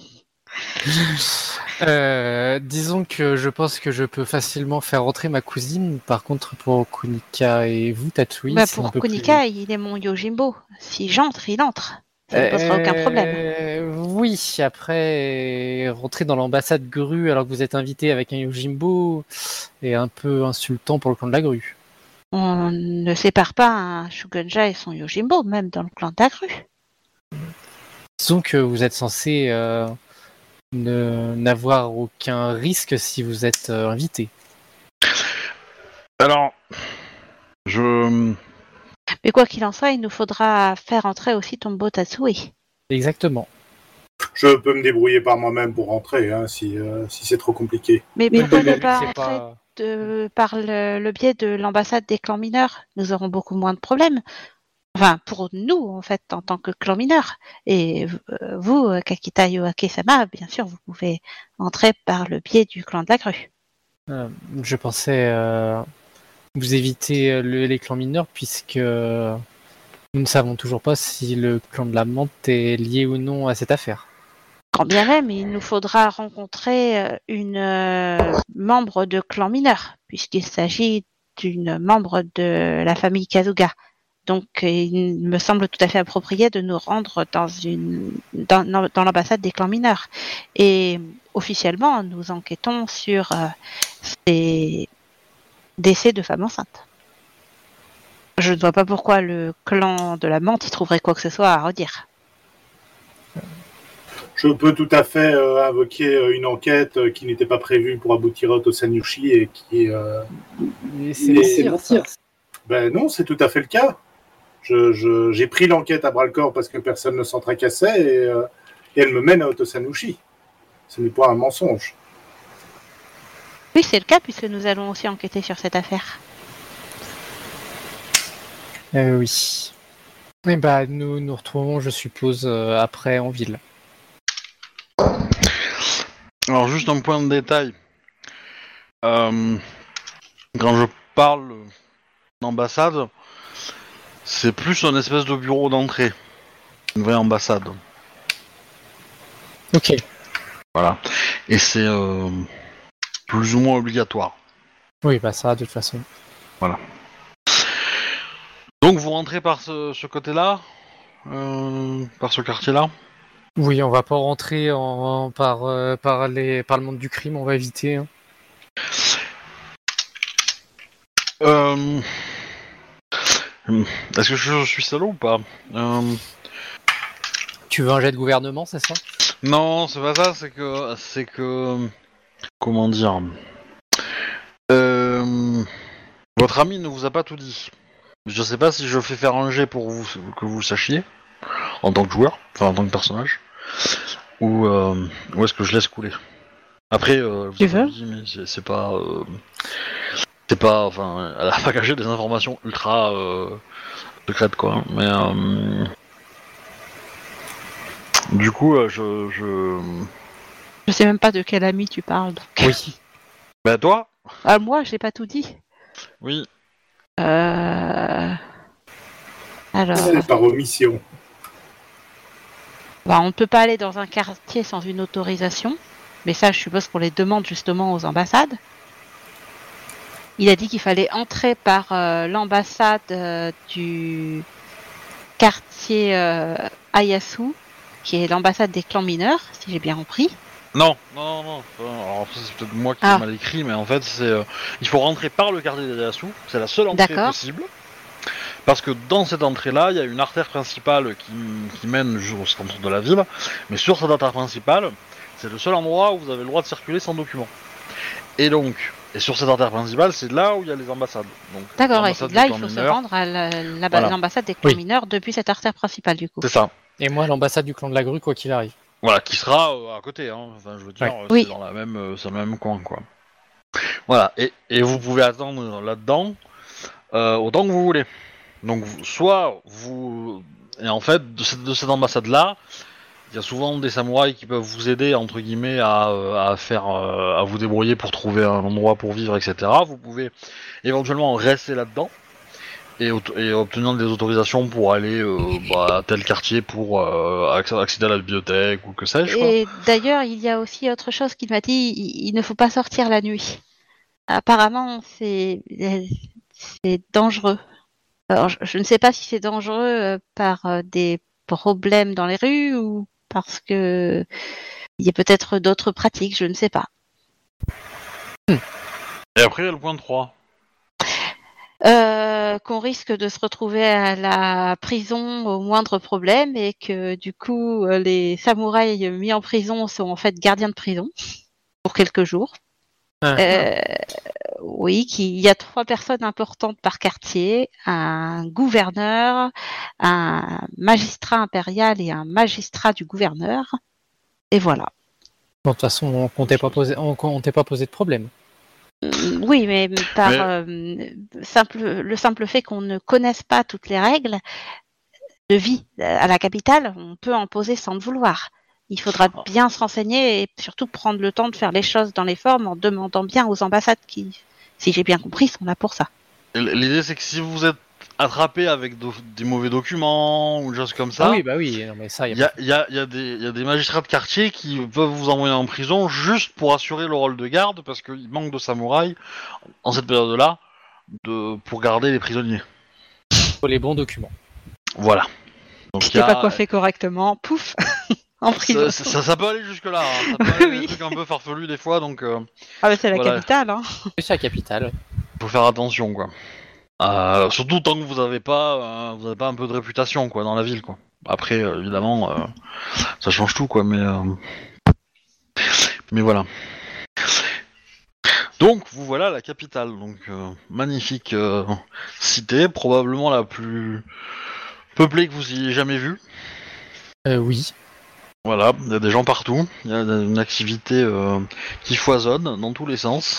B: Euh, disons que je pense que je peux facilement faire rentrer ma cousine. Par contre, pour Kunika et vous, Tatsui,
D: Bah,
B: c'est un
D: pour
B: peu
D: Kunika, il est mon Yojimbo. Si j'entre, il entre. Ça ne
B: plus...
D: posera aucun problème.
B: Euh, Oui, après, rentrer dans l'ambassade grue alors que vous êtes invité avec un Yojimbo est un peu insultant pour le clan de la grue.
D: On ne sépare pas un Shugenja et son Yojimbo, même dans le clan de la grue.
B: Disons que vous êtes censé euh, ne- n'avoir aucun risque si vous êtes euh, invité.
A: Alors, je
D: Mais quoi qu'il en soit, il nous faudra faire entrer aussi Tombo Tatsui.
B: Exactement.
C: Je peux me débrouiller par moi-même pour rentrer, hein, si, euh, si c'est trop compliqué.
D: Mais
B: Oui,
D: pourquoi
B: mais
D: ne
B: le but,
D: pas
B: c'est
D: entrer
B: pas-
D: de, par le, le biais de l'ambassade des clans mineurs? Nous aurons beaucoup moins de problèmes. Enfin, pour nous, en fait, en tant que clan mineur. Et euh, vous, Kakita Yoake-sama, bien sûr, vous pouvez entrer par le biais du clan de la grue.
B: Euh, je pensais euh, vous éviter euh, le- les clans mineurs puisque euh, nous ne savons toujours pas si le clan de la menthe est lié ou non à cette affaire.
D: Quand bien même, il nous faudra rencontrer euh, une euh, membre de clan mineur, puisqu'il s'agit d'une membre de la famille Kazuga. Donc, euh, il me semble tout à fait approprié de nous rendre dans une dans, dans- dans l'ambassade des clans mineurs. Et officiellement, nous enquêtons sur euh, ces décès de femmes enceintes. Je ne vois pas pourquoi le clan de la menthe y trouverait quoi que ce soit à redire.
C: Je peux tout à fait euh, invoquer euh, une enquête euh, qui n'était pas prévue pour aboutir à Otosanushi et qui... Euh...
B: Mais c'est
C: Mais
B: mentir, ça.
C: Ben non, c'est tout à fait le cas. Je, je, j'ai pris l'enquête à bras-le-corps parce que personne ne s'en tracassait et, euh, et elle me mène à Otosanushi. Ce n'est pas un mensonge.
D: Oui, c'est le cas, puisque nous allons aussi enquêter sur cette affaire.
B: Euh, oui. Et bah, nous nous retrouvons, je suppose, euh, après en ville.
A: Alors, juste un point de détail. Euh, quand je parle d'ambassade, c'est plus un espèce de bureau d'entrée. Une vraie ambassade.
B: Ok.
A: Voilà. Et c'est euh, plus ou moins obligatoire.
B: Oui, bah ça, de toute façon.
A: Donc, vous rentrez par ce, ce côté-là euh, Par ce quartier-là
B: Oui, on va pas rentrer en, par, euh, par, les, par le monde du crime, on va éviter. Hein.
A: euh... Est-ce que je suis salaud ou pas euh...
B: Tu veux un jet de gouvernement, c'est ça?
A: Non, c'est pas ça, c'est que... C'est que... Comment dire euh... Votre ami ne vous a pas tout dit. Je sais pas si je fais faire un jet pour vous, que vous le sachiez, en tant que joueur, enfin en tant que personnage, ou, euh... ou est-ce que je laisse couler. Après, euh, vous
D: Tu
A: avez pas
D: veux
A: tout dit, mais c'est, c'est pas... Euh... C'est pas... Enfin, elle a pas caché des informations ultra euh... secrètes, quoi. Mais... Euh... Du coup, euh, je... je...
D: Je sais même pas de quel ami tu parles. Donc.
B: Oui.
A: Bah toi
D: Ah, moi, j'ai pas tout dit.
A: Oui.
D: Euh... Alors,
C: Par omission.
D: bah, on ne peut pas aller dans un quartier sans une autorisation. Mais ça, je suppose qu'on les demande justement aux ambassades. Il a dit qu'il fallait entrer par euh, l'ambassade euh, du quartier euh, Ayasu, qui est l'ambassade des clans mineurs, si j'ai bien compris.
A: Non, non, non, non. Alors c'est peut-être moi qui
D: Ah.
A: ai mal écrit, mais en fait, c'est, euh, il faut rentrer par le quartier des Yasu. C'est la seule entrée
D: D'accord.
A: possible. Parce que dans cette entrée-là, il y a une artère principale qui, qui mène jusqu'au centre de la ville. Mais sur cette artère principale, c'est le seul endroit où vous avez le droit de circuler sans document. Et donc, et sur cette artère principale, c'est là où il y a les ambassades. Donc,
D: D'accord, et
A: l'ambassade
D: c'est là
A: des
D: il
A: clans
D: faut se
A: mineurs,
D: rendre à la- la-
A: Voilà.
D: l'ambassade des clans
B: Oui.
D: mineurs depuis cette artère principale du coup.
A: c'est ça.
B: Et moi, l'ambassade du clan de la grue, quoi qu'il arrive.
A: Voilà, qui sera euh, à côté. Hein. Enfin, je veux dire,
B: Ouais.
A: euh,
D: Oui.
A: c'est dans la même, euh, c'est le même coin, quoi. Voilà, et, et vous pouvez attendre là-dedans euh, autant que vous voulez. Donc, vous- soit vous... Et en fait, de cette, de cette ambassade-là, il y a souvent des samouraïs qui peuvent vous aider, entre guillemets, à, euh, à faire... euh, à vous débrouiller pour trouver un endroit pour vivre, et cetera. Vous pouvez éventuellement rester là-dedans et, auto- et obtenir des autorisations pour aller euh, bah, à tel quartier pour euh, acc- accéder à la bibliothèque ou que sais-je, quoi.
D: Et d'ailleurs, il y a aussi autre chose qu'il m'a dit, il, il ne faut pas sortir la nuit. Apparemment, c'est c'est dangereux. Alors, je, je ne sais pas si c'est dangereux euh, par euh, des problèmes dans les rues ou parce que il y a peut-être d'autres pratiques, je ne sais pas.
A: Et après, il y a le point trois.
D: Euh, qu'on risque de se retrouver à la prison au moindre problème et que du coup euh, les samouraïs mis en prison sont en fait gardiens de prison pour quelques jours.
B: Ah.
D: Euh, oui, qu'il y a trois personnes importantes par quartier, un gouverneur, un magistrat impérial et un magistrat du gouverneur. Et voilà.
B: Bon, de toute façon, on comptait pas poser, on comptait pas poser de problème.
D: Mm, Oui, mais par
A: Mais-
D: euh, simple, le simple fait qu'on ne connaisse pas toutes les règles de vie à la capitale, on peut en poser sans le vouloir. Il faudra bien se renseigner et surtout prendre le temps de faire les choses dans les formes en demandant bien aux ambassades qui, si j'ai bien compris, sont là pour ça.
A: L'idée, c'est que si vous êtes attrapé avec do- des mauvais documents ou des choses comme ça,
B: Ah oui, bah oui, non mais ça, y a
A: il y a, y a- y a des y a des magistrats de quartier qui peuvent vous envoyer en prison juste pour assurer le rôle de garde parce qu'il manque de samouraïs en cette période-là de pour garder les prisonniers.
B: pas les bons documents.
A: Voilà. Donc
D: Si
A: il y
D: t'es
A: a-
D: pas coiffé correctement, pouf, en prison.
A: ça, ça, ça peut aller jusque là. Hein. Ça peut aller
D: Oui.
A: des trucs un peu farfelus des fois, donc euh,
D: Ah bah c'est la
A: Voilà.
D: capitale, hein.
B: C'est la capitale.
A: faut faire attention quoi. Euh, surtout tant que vous avez pas euh, vous avez pas un peu de réputation quoi dans la ville quoi. Après euh, évidemment euh, ça change tout quoi, mais euh, mais voilà. Donc vous voilà à la capitale, donc euh, magnifique euh, cité, probablement la plus peuplée que vous ayez jamais vue.
B: Euh, oui.
A: Voilà, il y a des gens partout, il y a une activité euh, qui foisonne dans tous les sens.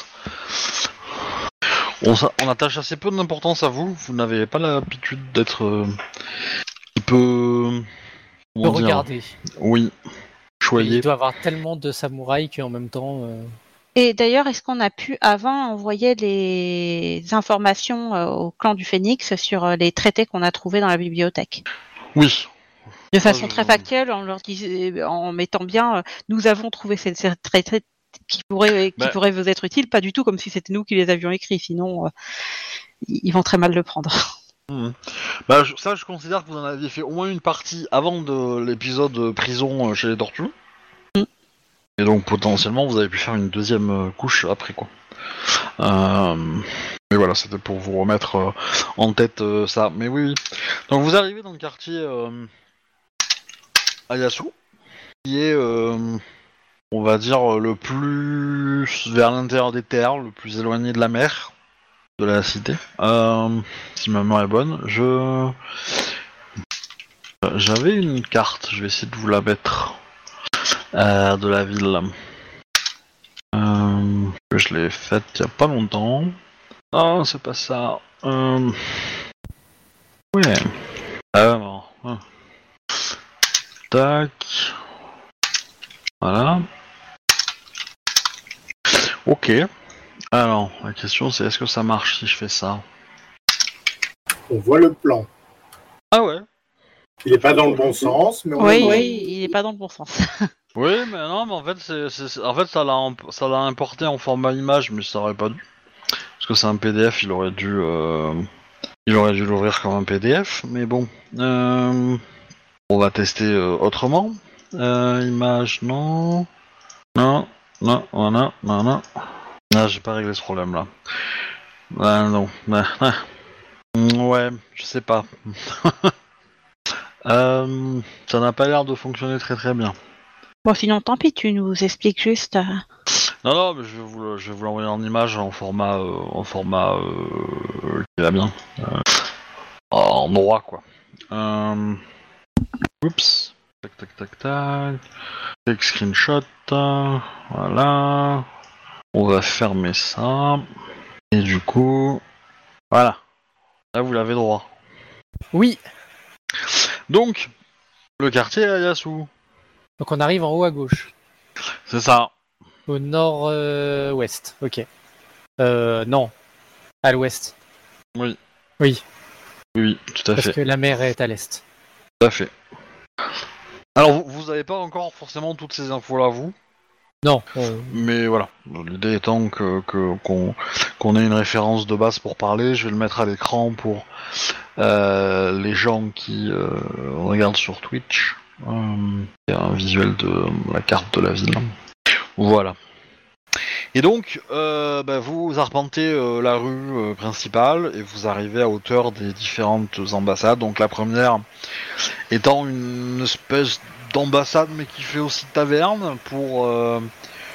A: On, s'a- on attache assez peu d'importance à vous, vous n'avez pas l'habitude d'être euh, un peu...
B: De
A: comment dire,
B: regarder.
A: Oui, choyé.
B: Il doit y avoir tellement de samouraïs qu'en même temps. euh,
D: Et d'ailleurs, est-ce qu'on a pu avant envoyer les informations euh, au clan du Phénix sur euh, les traités qu'on a trouvés dans la bibliothèque?
A: Oui,
D: De façon
A: je-
D: très factuelle, en leur disait, en mettant bien, euh, nous avons trouvé ces, ces traités qui pourraient, qui
A: Bah.
D: pourraient vous être utiles, pas du tout comme si c'était nous qui les avions écrits, sinon euh, ils ils vont très mal le prendre.
A: Mhm. Bah, je- ça, je considère que vous en aviez fait au moins une partie avant de l'épisode euh, prison euh, chez les tortues.
D: Mm.
A: Et donc, potentiellement, vous avez pu faire une deuxième euh, couche après, quoi. Euh, Mais voilà, c'était pour vous remettre euh, en tête euh, ça. Mais oui, oui. Donc, vous arrivez dans le quartier euh, Ayasu, qui est, euh, on va dire, le plus vers l'intérieur des terres, le plus éloigné de la mer, de la cité. Euh, si ma mémoire est bonne, je... J'avais une carte, je vais essayer de vous la mettre, euh, de la ville. Euh, je l'ai faite il y a pas longtemps. Ah, c'est pas ça. Euh... Ouais. Alors. hein. Tac. Voilà. Ok. Alors, la question c'est est-ce que ça marche si je fais ça?
C: On voit le plan.
A: Ah ouais.
C: Il n'est pas dans le bon sens, mais on
D: Oui,
C: le voit.
D: oui, il n'est pas dans le bon sens.
A: Oui, mais non, mais en fait, c'est, c'est- c'est- en fait, ça l'a, imp- ça l'a importé en format image, mais ça aurait pas dû, parce que c'est un P D F, il aurait dû, euh, il aurait dû l'ouvrir comme un P D F, mais bon, euh, on va tester euh, autrement. Euh, image, non, non, non, voilà, non, non. Ah, j'ai pas réglé ce problème-là. Ah non, ah, ah. Ouais, je sais pas. euh, ça n'a pas l'air de fonctionner très très bien.
D: Bon, sinon, tant pis, tu nous expliques juste. euh,
A: Non, non, mais je vais vous, le- je vais vous l'envoyer en image en format, euh, en format euh, qui va bien, euh, en droit quoi. Euh, oups, tac tac tac tac, take screenshot, euh, voilà. On va fermer ça et du coup, voilà. Là vous l'avez droit.
B: Oui.
A: Donc, le quartier Ayasu,
B: Donc on arrive en haut à gauche.
A: c'est ça.
B: Au nord-ouest. ok. Euh, non. À l'ouest.
A: Oui.
B: Oui.
A: Oui, tout à
B: Parce
A: fait,
B: que la mer est à l'est.
A: tout à fait. Alors vous, vous avez pas encore forcément toutes ces infos là vous.
B: Non. on-
A: Mais voilà, l'idée étant que que- qu'on qu'on ait une référence de base pour parler, je vais le mettre à l'écran pour euh, les gens qui euh, regardent sur Twitch. Euh, Il y a un visuel de la carte de la ville. Voilà. Et donc, euh, bah, vous arpentez euh, la rue euh, principale et vous arrivez à hauteur des différentes ambassades. Donc la première étant une espèce d'ambassade mais qui fait aussi taverne pour... euh,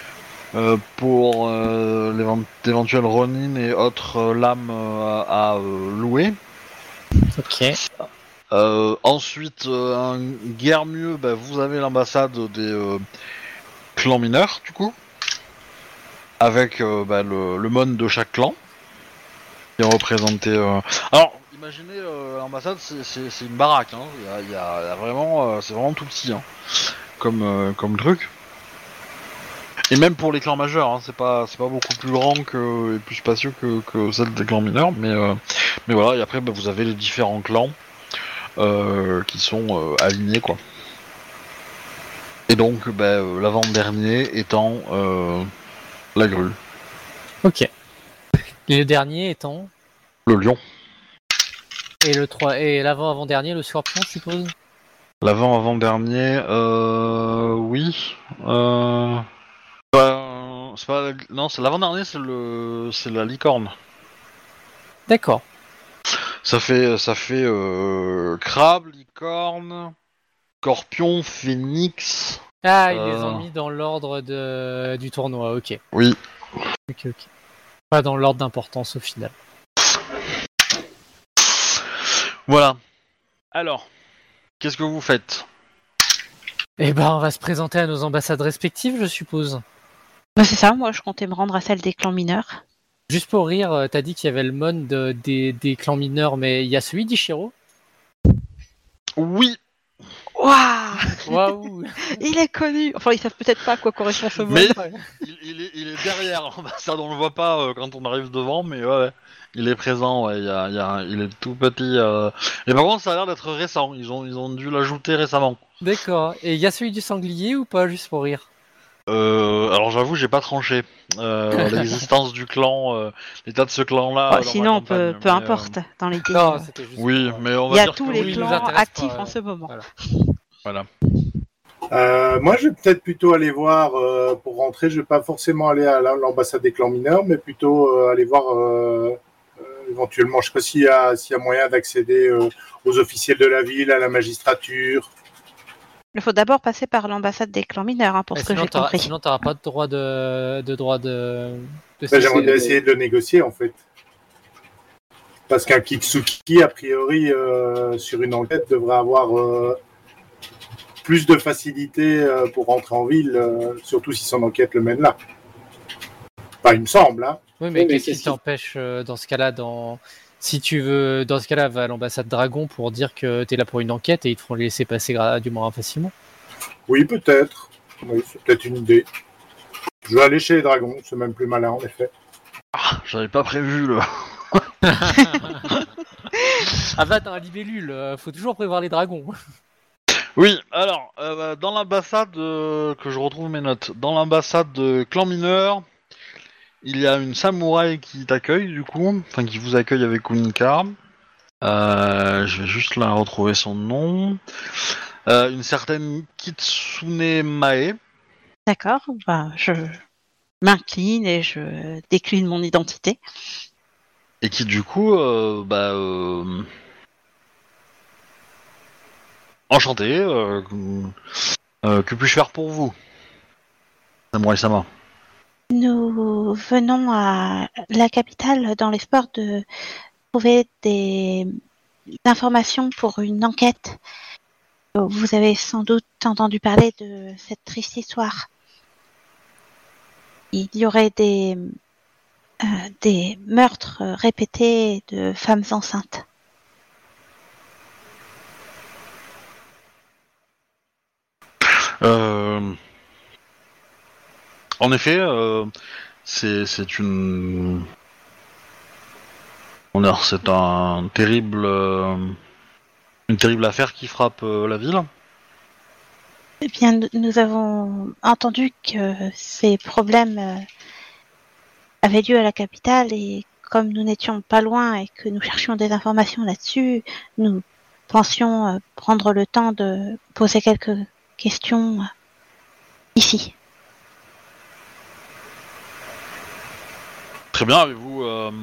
A: euh, pour euh, l'évent- d'éventuels Ronin et autres euh, lames euh, à, à, euh, louer.
B: Ok.
A: Euh, ensuite, euh, un guère mieux, bah, vous avez l'ambassade des euh, clans mineurs, du coup, avec euh, bah, le, le mon de chaque clan qui est représenté. Euh... Alors, imaginez euh, l'ambassade, c'est, c'est, c'est une baraque. Hein. Il y a, il y a- il y a vraiment, euh, c'est vraiment tout petit, hein, comme euh, comme truc. Et même pour les clans majeurs, hein, c'est pas c'est pas beaucoup plus grand que et plus spacieux que, que celle des clans mineurs, mais euh, mais voilà. Et après, bah, vous avez les différents clans euh, qui sont euh, alignés, quoi. Et donc, bah, euh, l'avant-dernier étant euh, la grue,
B: Ok. Et le dernier étant
A: le lion.
B: et le trois et l'avant avant dernier le scorpion, je suppose.
A: L'avant-avant-dernier, euh, oui. Euh, pas- c'est pas, la- non, c'est l'avant-dernier, c'est le, c'est la licorne.
B: D'accord.
A: Ça fait, ça fait euh, crabe, licorne, scorpion, phénix.
B: Ah, ils les ont
A: Euh,
B: mis dans l'ordre de du tournoi. Ok.
A: oui.
B: Ok, ok. Pas dans l'ordre d'importance au final.
A: Voilà. Alors, qu'est-ce que vous faites?
B: Eh ben, on va se présenter à nos ambassades respectives, je suppose.
D: Bah, c'est ça, moi je comptais me rendre à celle des clans mineurs.
B: Juste pour rire, euh, t'as dit qu'il y avait le mon de- des, des clans mineurs, mais il y a celui d'Ichiro.
A: Oui.
D: Waouh,
B: Waouh.
D: il est connu. Enfin, ils savent peut-être pas à quoi correspond ce mot.
A: Mais il, il est, il est derrière l'ambassade, on le voit pas euh, quand on arrive devant, mais ouais, ouais. Il est présent, ouais, il, y a, il, y a, il est tout petit. Euh... Et par contre, ça a l'air d'être récent, ils ont, ils ont dû l'ajouter récemment.
B: D'accord. Et il y a celui du sanglier ou pas, juste pour rire?
A: Euh, alors j'avoue, j'ai pas tranché euh, l'existence du clan, euh, l'état de ce clan-là
D: Bon,
A: euh, dans ma
D: sinon, peu,
A: campagne.
D: peu
A: mais,
D: importe, dans l'idée.
B: Non,
D: euh,
B: c'était juste.
A: euh, Oui,
B: pour, euh,
A: mais on
D: Il
A: va
D: y a
A: dire
D: tous
A: que
D: les
A: oui.
B: nous
D: clans
B: intéresse
D: actifs
B: pas,
D: en ce moment.
B: voilà.
A: Voilà.
C: Euh, moi, je vais peut-être plutôt aller voir, euh, pour rentrer, je vais pas forcément aller à la- l'ambassade des clans mineurs, mais plutôt euh, aller voir euh, euh, éventuellement, je sais pas s'il y a, s'il y a moyen d'accéder euh, aux officiels de la ville, à la magistrature.
D: Il faut d'abord passer par l'ambassade des clans mineurs, hein, pour
B: Et
D: ce que
B: sinon,
D: j'ai
B: t'auras,
D: compris.
B: sinon, t'auras pas de droit de, de droit de. de
C: Ben, j'aimerais bien
B: cesser.
C: essayer de le négocier, en fait. Parce qu'un Kitsuki, a priori, euh, sur une enquête, devrait avoir euh, plus de facilité euh, pour rentrer en ville, euh, surtout si son enquête le mène là. Enfin, il me semble, hein.
B: Oui, mais qu'est-ce qui t'empêche euh, dans ce cas-là dans... Si tu veux, dans ce cas-là, va à l'ambassade Dragon pour dire que t'es là pour une enquête et ils te feront les laisser passer gra- du moins facilement.
C: Oui, peut-être. Oui, c'est peut-être une idée. Je vais aller chez les dragons, c'est même plus malin, en effet.
A: Ah, j'avais pas prévu le.
B: Ah bah t'as un libellule, euh, faut toujours prévoir les dragons.
A: Oui, alors, euh, bah, dans l'ambassade, euh, que je retrouve mes notes, dans l'ambassade de clan mineur, il y a une samouraï qui t'accueille, du coup, enfin qui vous accueille avec Kunika. Euh, je vais juste la retrouver son nom. Euh, une certaine Kitsune Mae.
D: D'accord, bah, je m'incline et je décline mon identité.
A: Et qui, du coup, euh, bah. Euh... Enchanté. Euh... euh, que puis-je faire pour vous, Samurai-sama?
D: Nous venons à la capitale dans l'espoir de trouver des informations pour une enquête. Vous avez sans doute entendu parler de cette triste histoire. Il y aurait des, euh, des meurtres répétés de femmes enceintes.
A: Euh... En effet, euh, c'est c'est une. Alors, c'est un terrible, euh, une terrible affaire qui frappe euh, la ville.
D: Eh bien, nous- nous avons entendu que ces problèmes euh, avaient lieu à la capitale et comme nous n'étions pas loin et que nous cherchions des informations là-dessus, nous pensions euh, prendre le temps de poser quelques questions euh, ici.
A: Très bien, avez-vous. Euh...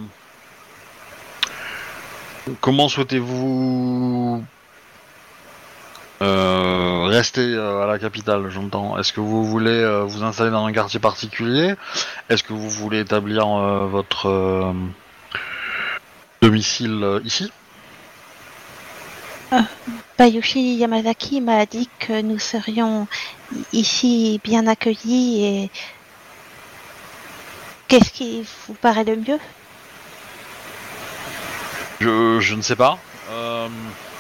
A: Comment souhaitez-vous euh, rester euh, à la capitale, j'entends. Est-ce que vous voulez euh, vous installer dans un quartier particulier? Est-ce que vous voulez établir euh, votre euh, domicile euh, ici?
D: Bayushi Yamazaki m'a dit que nous serions ici bien accueillis et qu'est-ce qui vous paraît le mieux?
A: Je, je ne sais pas. Euh...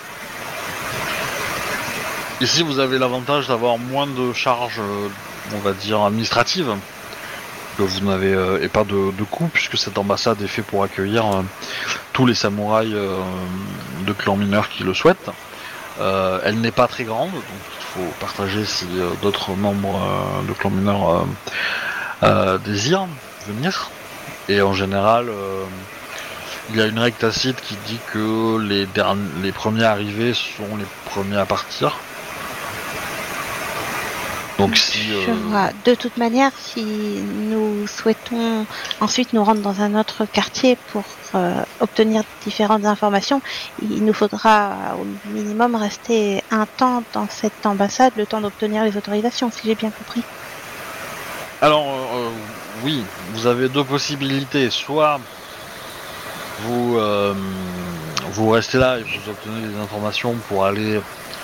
A: Ici, vous avez l'avantage d'avoir moins de charges, euh, on va dire, administratives. Que vous n'avez euh, et pas de, de coûts, puisque cette ambassade est faite pour accueillir euh, tous les samouraïs euh, de clans mineurs qui le souhaitent. Euh, elle n'est pas très grande, donc il faut partager si euh, d'autres membres euh, de clans mineurs euh, euh, désirent venir. Et en général, euh, il y a une règle tacite qui dit que les, derniers, les premiers arrivés sont les premiers à partir. Donc si, euh...
D: Je vois. De toute manière, si nous souhaitons ensuite nous rendre dans un autre quartier pour euh, obtenir différentes informations, il nous faudra au minimum rester un temps dans cette ambassade, le temps d'obtenir les autorisations, si j'ai bien compris.
A: Alors, euh, oui, vous avez deux possibilités. Soit vous, euh, vous restez là et vous obtenez des informations pour aller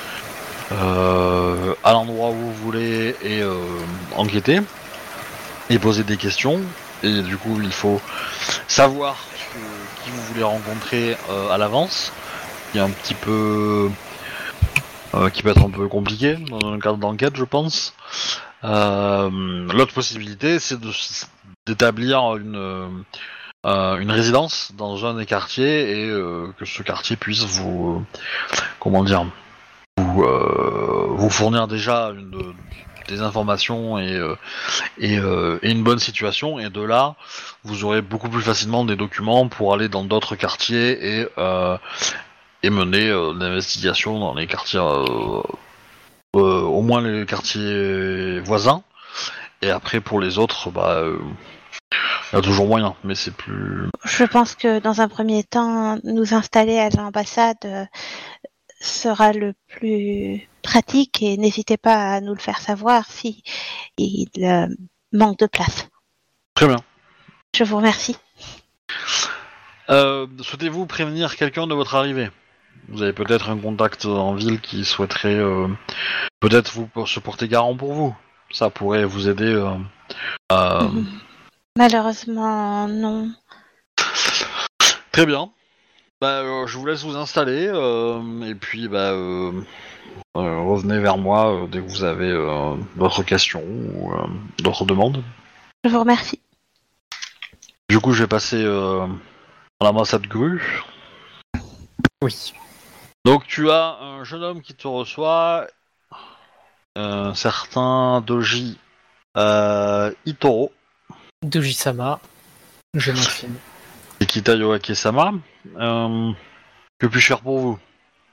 A: Euh, à l'endroit où vous voulez et euh, enquêter et poser des questions, et du coup il faut savoir que, qui vous voulez rencontrer euh, à l'avance, qui est un petit peu euh, qui peut être un peu compliqué dans un cadre d'enquête, je pense. Euh, l'autre possibilité, c'est de, d'établir une euh, une résidence dans un des quartiers et euh, que ce quartier puisse vous euh, comment dire Vous, euh, vous fournir déjà une, des informations et, euh, et, euh, et une bonne situation, et de là vous aurez beaucoup plus facilement des documents pour aller dans d'autres quartiers et, euh, et mener euh, l'investigation dans les quartiers, euh, euh, au moins les quartiers voisins, et après pour les autres, bah, euh, il y a toujours moyen, mais c'est plus...
D: Je pense que dans un premier temps, nous installer à l'ambassade euh, sera le plus pratique, et n'hésitez pas à nous le faire savoir si il euh, manque de place.
A: Très bien.
D: Je vous remercie.
A: Euh, souhaitez-vous prévenir quelqu'un de votre arrivée? Vous avez peut-être un contact en ville qui souhaiterait euh, peut-être vous se porter garant pour vous. Ça pourrait vous aider. Euh, à...
D: Mmh. Malheureusement, non.
A: Très bien. Bah, euh, je vous laisse vous installer euh, et puis bah, euh, euh, revenez vers moi euh, dès que vous avez euh, d'autres questions ou euh, d'autres demandes.
D: Je vous remercie.
A: Du coup, je vais passer euh, à l'ambassade grue.
B: Oui.
A: Donc, tu as un jeune homme qui te reçoit, un certain Doji euh, Itoro.
B: Doji-sama, jeune infime.
A: Et Kita Yoake-sama. Euh, que puis-je faire pour vous?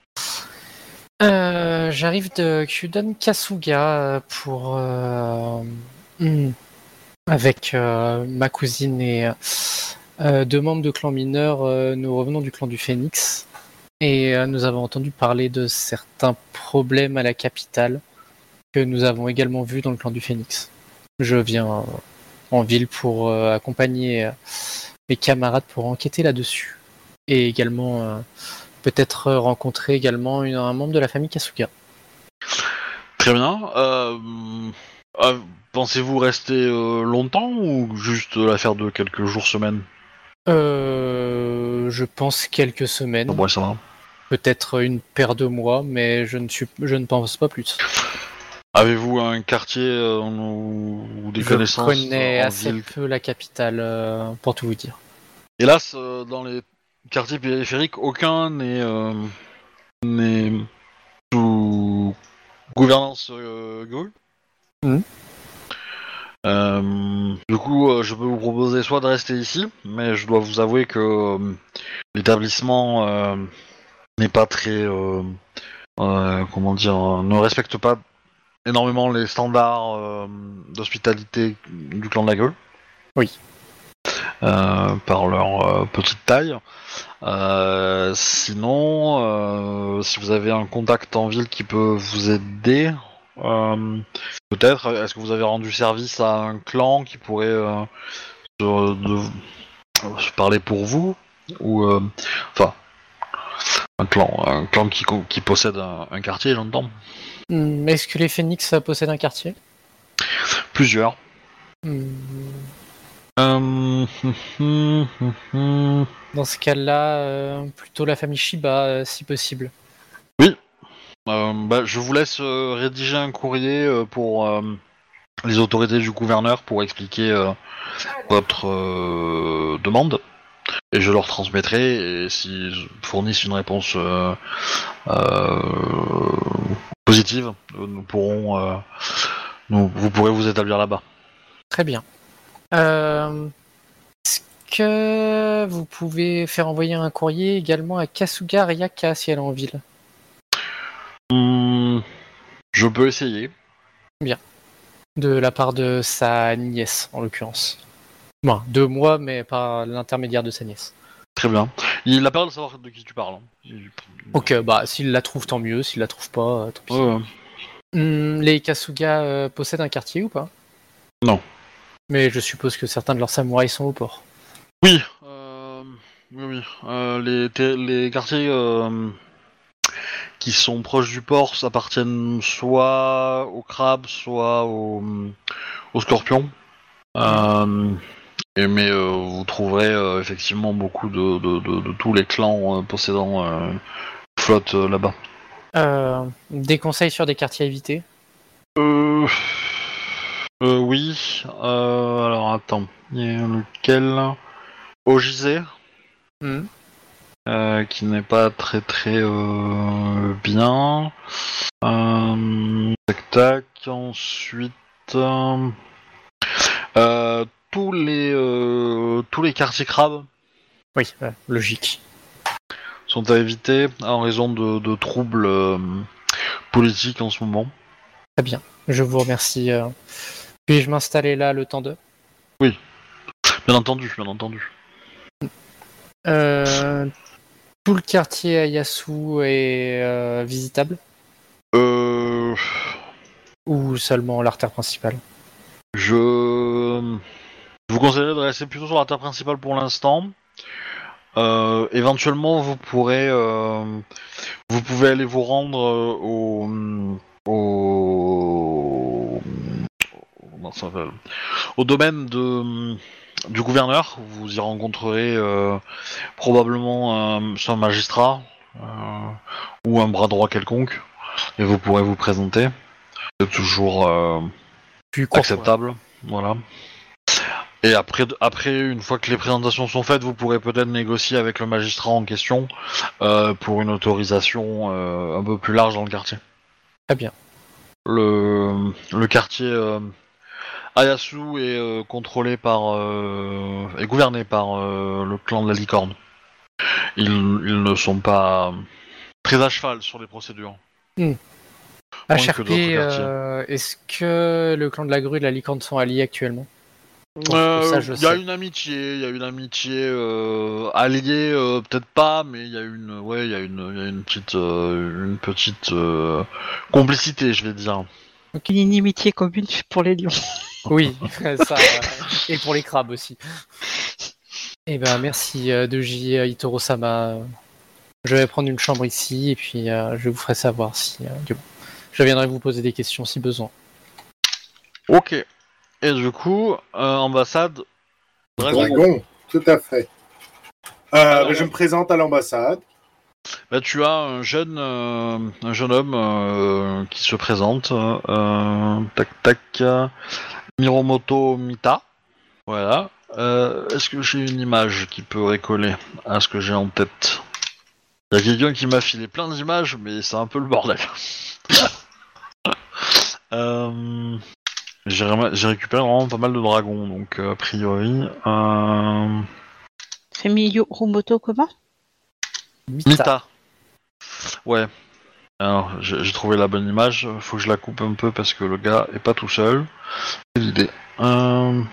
B: Euh, j'arrive de Kyudon Kasuga pour euh, hmm, avec euh, ma cousine et euh, deux membres de clan mineur. Euh, nous revenons du clan du Phénix et euh, nous avons entendu parler de certains problèmes à la capitale que nous avons également vus dans le clan du Phénix. Je viens euh, en ville pour euh, accompagner euh, mes camarades pour enquêter là-dessus et également euh, peut-être rencontrer également une, un membre de la famille Kasuga.
A: Très bien. Euh, euh, pensez-vous rester euh, longtemps ou juste l'affaire de quelques jours, semaines?
B: Euh, je pense quelques semaines.
A: Ah, ouais, ça va.
B: Peut-être une paire de mois, mais je ne suis, je ne pense pas plus.
A: Avez-vous un quartier euh, ou, ou des
B: je
A: connaissances
B: connais
A: en
B: assez
A: ville?
B: peu la capitale, euh, pour tout vous dire.
A: Hélas, euh, dans les quartiers périphériques, aucun n'est, euh, n'est sous gouvernance euh, grue.
B: Mmh.
A: Euh, du coup, euh, je peux vous proposer soit de rester ici, mais je dois vous avouer que euh, l'établissement euh, n'est pas très, euh, euh, comment dire, euh, ne respecte pas énormément les standards euh, d'hospitalité du clan de la Gueule.
B: Oui.
A: Euh, par leur euh, petite taille. Euh, sinon, euh, si vous avez un contact en ville qui peut vous aider, Euh, peut-être, est-ce que vous avez rendu service à un clan qui pourrait euh, se, de- se parler pour vous? Ou, euh, enfin, un clan, un clan qui, qui possède un, un quartier, j'entends.
B: Hmm, Est-ce que les Phoenix possèdent un quartier?
A: Plusieurs.
B: Hmm,
A: Euh, hum, hum, hum.
B: Dans ce cas-là, euh, plutôt la famille Shiba, euh, si possible.
A: Oui. Euh, bah, je vous laisse euh, rédiger un courrier euh, pour euh, les autorités du gouverneur pour expliquer euh, votre euh, demande. Et je leur transmettrai, et s'ils fournissent une réponse euh, euh, positive, nous pourrons, euh, nous, vous pourrez vous établir là-bas.
B: Très bien. Euh, Est-ce que vous pouvez faire envoyer un courrier également à Kasuga Ryaka si elle est en ville?
A: Hum, je peux essayer.
B: De la part de sa nièce, en l'occurrence. Bon, de moi, mais par l'intermédiaire de sa nièce.
A: Très bien. Il a pas l'air de savoir de qui tu parles. Hein. Il-
B: Ok, bah s'il la trouve, tant mieux. S'il la trouve pas, euh, tant pis.
A: Ouais, ouais.
B: Hmm, les Kasuga euh, possèdent un quartier ou pas?
A: Non.
B: Mais je suppose que certains de leurs samouraïs sont au port.
A: Oui. Euh, oui, oui. Euh, les, ter- les quartiers euh, qui sont proches du port appartiennent soit aux crabes, soit aux, aux scorpions. Euh, et, mais euh, vous trouverez euh, effectivement beaucoup de, de, de, de tous les clans euh, possédant euh, une flotte euh, là-bas.
B: Euh, des conseils sur des quartiers à éviter?
A: Euh... euh oui. Euh, alors attends. Il y a lequel? Ogizé,
B: Hmm.
A: euh, qui n'est pas très très euh, bien. Euh, tac tac. Ensuite, euh, euh, tous les euh, tous les quartiers crabes
B: Oui, ouais, logique.
A: sont à éviter en raison de, de troubles euh, politiques en ce moment.
B: Très bien. Je vous remercie. euh. Puis-je m'installer là le temps de...
A: Oui, bien entendu, bien entendu.
B: Euh, Tout le quartier à Yasu est euh, visitable?
A: Euh,
B: Ou seulement l'artère principale?
A: je... je vous conseillerais de rester plutôt sur la terre principale pour l'instant. Euh, éventuellement, vous pourrez, euh, vous pouvez aller vous rendre euh, au, au, comment ça s'appelle, au domaine de du gouverneur. Vous y rencontrerez euh, probablement un, soit un magistrat euh, ou un bras droit quelconque, et vous pourrez vous présenter. C'est toujours euh,
B: Plus court,
A: acceptable, voilà. Et après, après, une fois que les présentations sont faites, vous pourrez peut-être négocier avec le magistrat en question euh, pour une autorisation euh, un peu plus large dans le quartier.
B: Très bien.
A: Le, le quartier euh, Ayasu est euh, contrôlé par, euh, est gouverné par euh, le clan de la licorne. Ils, ils ne sont pas très à cheval sur les procédures.
B: Hmm.
A: Moins
B: H
A: que
B: R
A: d'autres
B: P,
A: quartiers.
B: euh, est-ce que le clan de la grue et de la licorne sont alliés actuellement? Bon,
A: Euh,
B: ça, je
A: Il y a
B: sais.
A: une amitié, il y a une amitié euh, alliée, euh, peut-être pas, mais il y a une, ouais, il y a une, il y a une petite, euh, une petite euh, complicité, je vais dire.
D: Une inimitié commune pour les lions.
B: Oui, ça. euh, Et pour les crabes aussi. Eh ben, merci euh, de J. Itoro-sama. Je vais prendre une chambre ici et puis euh, je vous ferai savoir si. euh, du- Je viendrai vous poser des questions si besoin.
A: Ok. Et du coup, euh, ambassade Dragon.
C: Dragon, tout à fait. Euh,
A: Alors,
C: ben, je me présente à l'ambassade.
A: Là, tu as un jeune, euh, un jeune homme euh, qui se présente. Euh, tac tac. euh, Miromoto Mita. Voilà. Euh, Est-ce que j'ai une image qui peut recoller à ce que j'ai en tête? Il y a quelqu'un qui m'a filé plein d'images, mais c'est un peu le bordel. euh, j'ai, rem- j'ai récupéré vraiment pas mal de dragons, donc euh, a priori. Euh...
D: C'est Miyu Rumoto comment?
B: Mita.
A: Mita. Ouais. Alors, j'ai, j'ai trouvé la bonne image. Faut que je la coupe un peu parce que le gars est pas tout seul. C'est l'idée. Euh...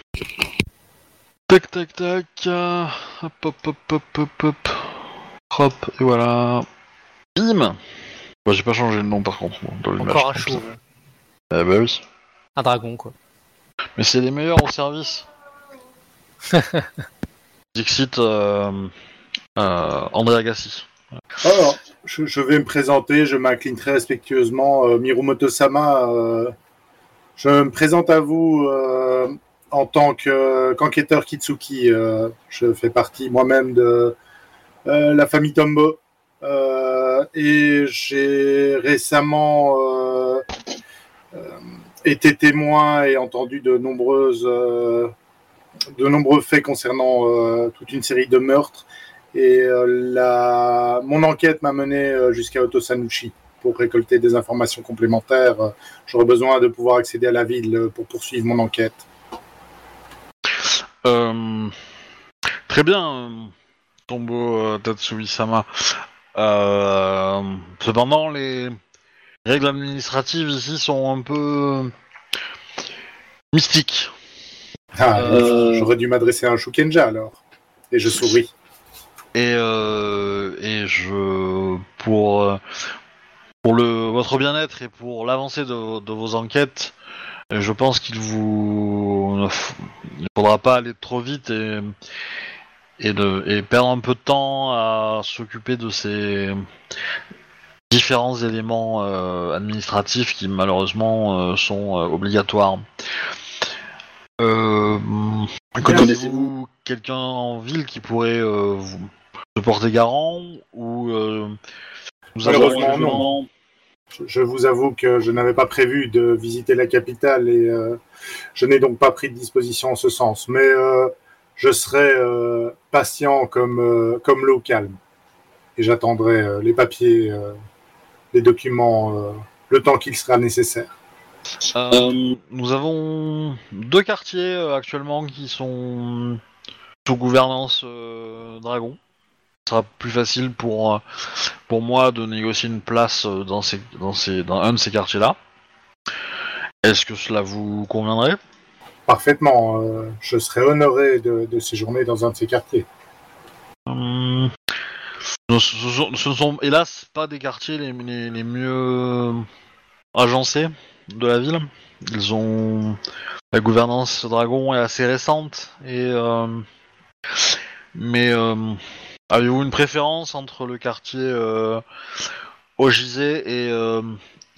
A: Tac tac tac. euh, Hop hop hop hop hop hop. Hop, et voilà. Bim. Bah, j'ai pas changé le nom par contre. Bon, dans l'image,
B: Encore un
A: comme ça.
B: chauve.
A: Eh bah oui.
B: Un dragon, quoi.
A: Mais c'est les meilleurs au service. Dixit euh, euh, André Agassi.
C: Alors, je, je vais me présenter, je m'incline très respectueusement. Euh, Mirumoto-sama, euh, je me présente à vous euh, en tant que, qu'enquêteur Kitsuki. Euh, je fais partie moi-même de euh, la famille Tombo. Euh, et j'ai récemment euh, euh, été témoin et entendu de nombreuses, euh, de nombreux faits concernant euh, toute une série de meurtres. Et euh, la... mon enquête m'a mené euh, jusqu'à Otosanushi pour récolter des informations complémentaires. Euh, j'aurais besoin de pouvoir accéder à la ville euh, pour poursuivre mon enquête.
A: Euh, très bien, euh, Tombo euh, Tatsui-sama. Euh, cependant, les règles administratives ici sont un peu mystiques.
C: Ah,
A: Euh,
C: J'aurais dû m'adresser à un Shukenja alors. Et je souris.
A: Et, euh, et je pour euh, pour le votre bien-être et pour l'avancée de, de vos enquêtes, je pense qu'il vous il faudra pas aller trop vite et et, de, et perdre un peu de temps à s'occuper de ces différents éléments euh, administratifs qui malheureusement euh, sont euh, obligatoires. Euh, Connaissez-vous quelqu'un en ville qui pourrait euh, vous se porter garant ou euh, nous
C: Malheureusement,
A: avons
C: non. Je, je vous avoue que je n'avais pas prévu de visiter la capitale et euh, je n'ai donc pas pris de disposition en ce sens. Mais euh, je serai euh, patient comme, euh, comme l'eau calme. Et j'attendrai euh, les papiers, euh, les documents, euh, le temps qu'il sera nécessaire.
A: Euh, nous avons deux quartiers euh, actuellement qui sont sous gouvernance euh, Dragon. Ce sera plus facile pour, euh, pour moi de négocier une place euh, dans, ces, dans, ces, dans un de ces quartiers-là. Est-ce que cela vous conviendrait ?
C: Parfaitement. Euh, je serai honoré de, de séjourner dans un de ces quartiers.
A: Hum, ce, ce- ce ne sont hélas pas des quartiers les, les, les mieux agencés de la ville. Ils ont la gouvernance Dragon est assez récente et euh, mais euh, avez-vous une préférence entre le quartier euh, Ojize et euh, Injaku ?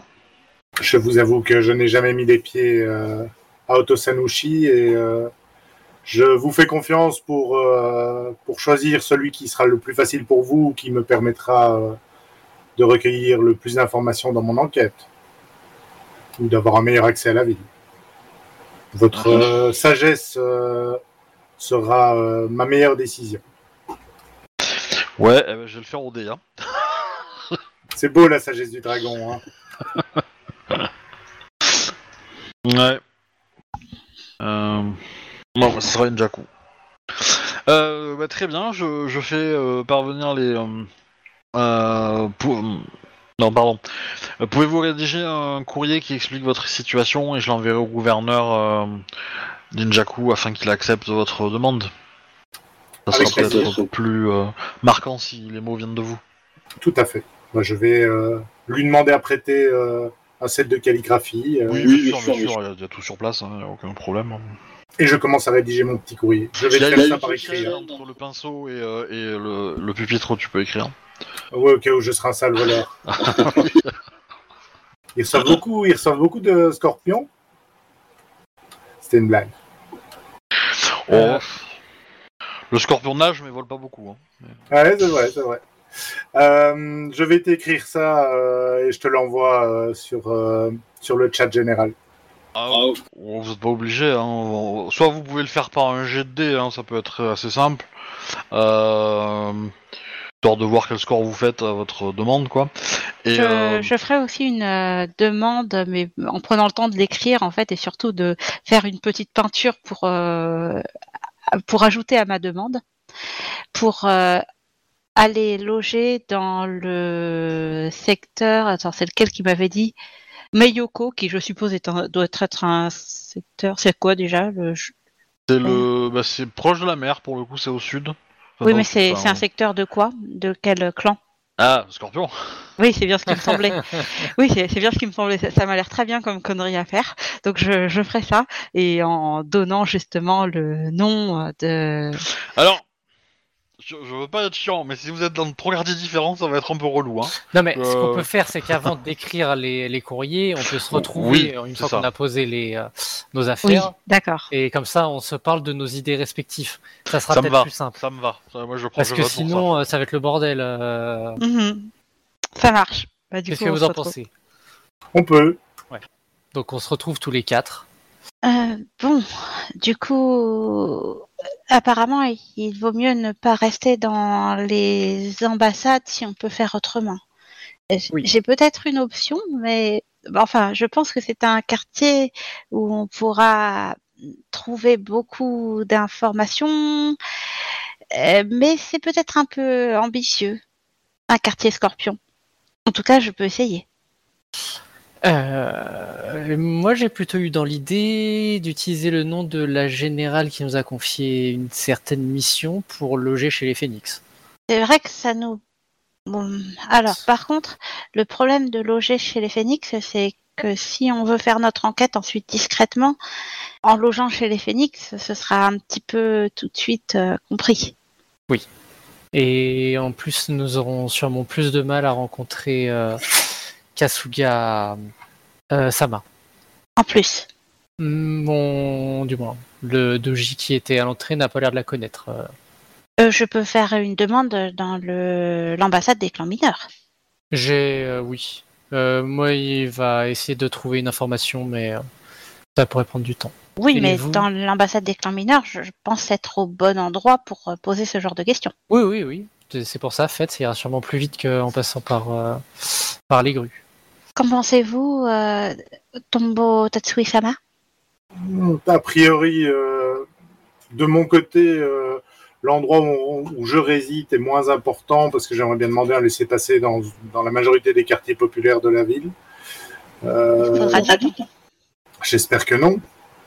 C: Je vous avoue que je n'ai jamais mis les pieds euh, à Otosanushi et euh, je vous fais confiance pour, euh, pour choisir celui qui sera le plus facile pour vous, qui me permettra euh, de recueillir le plus d'informations dans mon enquête ou d'avoir un meilleur accès à la ville. Votre euh, sagesse euh, sera euh, ma meilleure décision.
A: Ouais, eh ben, je vais le faire au dé. Hein.
C: C'est beau la sagesse du dragon. Hein.
A: Ouais. Euh... Non, ça sera Injaku. Euh, bah, très bien, je, je fais euh, parvenir les... Euh, euh, pour... Non, pardon. Euh, Pouvez-vous rédiger un courrier qui explique votre situation et je l'enverrai au gouverneur euh, d'Injaku afin qu'il accepte votre demande. Ça
C: Avec
A: sera peut-être
C: plaisir.
A: plus euh, marquant si les mots viennent de vous.
C: Tout à fait. Moi, je vais euh, lui demander à prêter euh, un set de calligraphie euh,
A: Oui,
C: oui,
A: bien sûr, bien sûr, il y, a- y a tout sur place, hein, y a aucun problème.
C: et je commence à rédiger mon petit courrier. Je vais
A: Il y a,
C: faire
A: il y a
C: ça
A: une
C: par
A: petite
C: écrit.
A: chaîne
C: Hein.
A: entre le pinceau et, euh, et le, le pupitre où tu peux écrire.
C: Ouais, au cas où je serai un sale voleur. Ils reçoivent beaucoup, ils reçoivent beaucoup de scorpions. C'était une blague.
A: Oh.
C: Euh.
A: Le scorpion nage mais vole pas beaucoup. Hein.
C: Ouais, c'est vrai, c'est vrai. Euh, je vais t'écrire ça euh, et je te l'envoie euh, sur, euh, sur le chat général.
A: Ah, oh, vous n'êtes pas obligé. Hein. Soit vous pouvez le faire par un jet de dés, hein, ça peut être assez simple. Euh... Histoire de voir quel score vous faites à votre demande, quoi. Et,
D: je,
A: euh...
D: je ferai aussi une euh, demande, mais en prenant le temps de l'écrire, en fait, et surtout de faire une petite peinture pour, euh, pour ajouter à ma demande, pour euh, aller loger dans le secteur. Attends, c'est lequel qui m'avait dit Meiyoko, qui je suppose est un, doit être un secteur. C'est quoi déjà le...
A: C'est le, bah, c'est proche de la mer pour le coup, c'est au sud. Enfin,
D: Oui,
A: pas
D: mais
A: au sud,
D: c'est
A: enfin,
D: c'est un secteur de quoi? De quel clan?
A: Ah, Scorpion.
D: Oui, c'est bien ce qui me semblait. Oui, c'est, c'est bien ce qui me semblait. Ça, ça m'a l'air très bien comme connerie à faire. Donc je, je ferai ça et en donnant justement le nom de.
A: Alors, je, je veux pas être chiant, mais si vous êtes dans trois quartiers différents, ça va être un peu relou, hein.
B: Non, mais
A: Euh,
B: ce qu'on peut faire, c'est qu'avant d'écrire les, les courriers, on peut se
A: Oui,
B: retrouver une
A: c'est
B: fois
A: ça.
B: qu'on a posé les, euh, nos
D: Oui,
B: affaires.
D: d'accord.
B: Et comme ça, on se parle de nos idées respectives. Ça sera
A: Ça me
B: peut-être
A: va.
B: plus simple.
A: Ça me va. Ça, moi, je prends.
B: Parce
A: Je
B: que
A: vote pour ça.
B: sinon, euh, ça va être le bordel. euh.
D: Mhm. Ça marche. Bah, du
B: Qu'est-ce
D: coup,
B: que
D: on
B: vous
D: se
B: en
D: retrouve.
B: pensez?
C: On peut.
B: Donc, on se retrouve tous les quatre.
D: Euh, bon, du coup, apparemment, il vaut mieux ne pas rester dans les ambassades si on peut faire autrement. J-
B: Oui.
D: J'ai peut-être une option, mais bah, enfin, je pense que c'est un quartier où on pourra trouver beaucoup d'informations, euh, mais c'est peut-être un peu ambitieux, un quartier Scorpion. En tout cas, je peux essayer.
B: Euh, moi, j'ai plutôt eu dans l'idée d'utiliser le nom de la générale qui nous a confié une certaine mission pour loger chez les Phénix.
D: C'est vrai que ça nous... Bon, alors, par contre, le problème de loger chez les Phénix, c'est que si on veut faire notre enquête ensuite discrètement, en logeant chez les Phénix, ce sera un petit peu tout de suite euh, compris.
B: Et en plus, nous aurons sûrement plus de mal à rencontrer euh, Kasuga euh, Sama.
D: En plus.
B: Mon, du moins, le doji qui était à l'entrée n'a pas l'air de la connaître. euh.
D: Euh, je peux faire une demande dans le l'ambassade des clans mineurs.
B: J'ai, euh, oui. Euh, moi, il va essayer de trouver une information, mais euh, ça pourrait prendre du temps.
D: Oui,
B: Et
D: mais
B: vous
D: dans l'ambassade des clans mineurs, je, je pense être au bon endroit pour euh, poser ce genre de questions.
B: Oui, oui, oui. C'est c'est pour ça, faites, ça ira sûrement plus vite qu'en passant par, euh, par les grues.
D: Qu'en pensez-vous, euh, Tombo Tatsui-sama?
C: A priori, euh, de mon côté, euh, l'endroit où, où je réside est moins important parce que j'aimerais bien demander un laisser-passer dans, dans la majorité des quartiers populaires de la ville. Euh,
D: Il faudra du temps.
C: J'espère que non.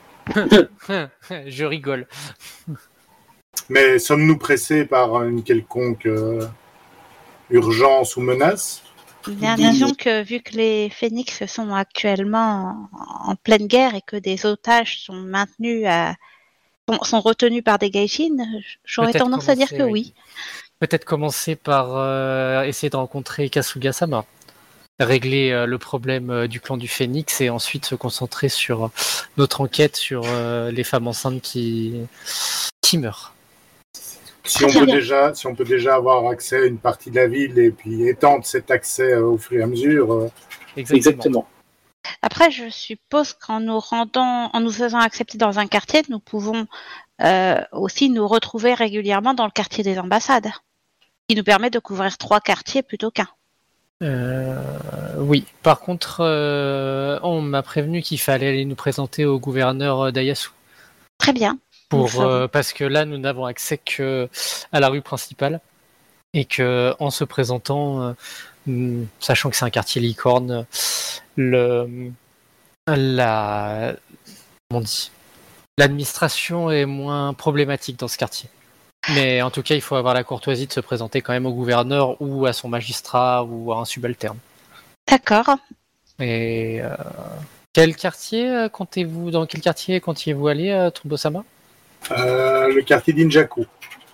B: Je rigole.
C: Mais sommes-nous pressés par une quelconque euh, urgence ou menace?
D: Bien, disons que vu que les Phénix sont actuellement en, en pleine guerre et que des otages sont maintenus à sont, sont retenus par des gaijins, j'aurais
B: Peut-être
D: tendance à dire
B: commencer,
D: que
B: oui.
D: oui.
B: Peut-être commencer par euh, essayer de rencontrer Kasuga-sama, régler euh, le problème euh, du clan du Phénix et ensuite se concentrer sur euh, notre enquête sur euh, les femmes enceintes qui, qui meurent.
C: Si on, peut déjà, si on peut déjà avoir accès à une partie de la ville et puis étendre cet accès euh, au fur et à mesure. Euh...
B: Exactement.
E: Exactement.
D: Après, je suppose qu'en nous rendant, en nous faisant accepter dans un quartier, nous pouvons euh, aussi nous retrouver régulièrement dans le quartier des ambassades, qui nous permet de couvrir trois quartiers plutôt qu'un.
B: Euh, oui. Par contre, euh, on m'a prévenu qu'il fallait aller nous présenter au gouverneur d'Ayasu.
D: Très bien.
B: Pour, euh, parce que là, nous n'avons accès que à la rue principale et que en se présentant, euh, sachant que c'est un quartier licorne, le la comment on dit, l'administration est moins problématique dans ce quartier. Mais en tout cas, il faut avoir la courtoisie de se présenter quand même au gouverneur ou à son magistrat ou à un subalterne.
D: D'accord.
B: Et euh, quel quartier comptez-vous dans quel quartier comptiez-vous aller, euh, Tombo-sama?
C: Euh, le quartier d'Injaku.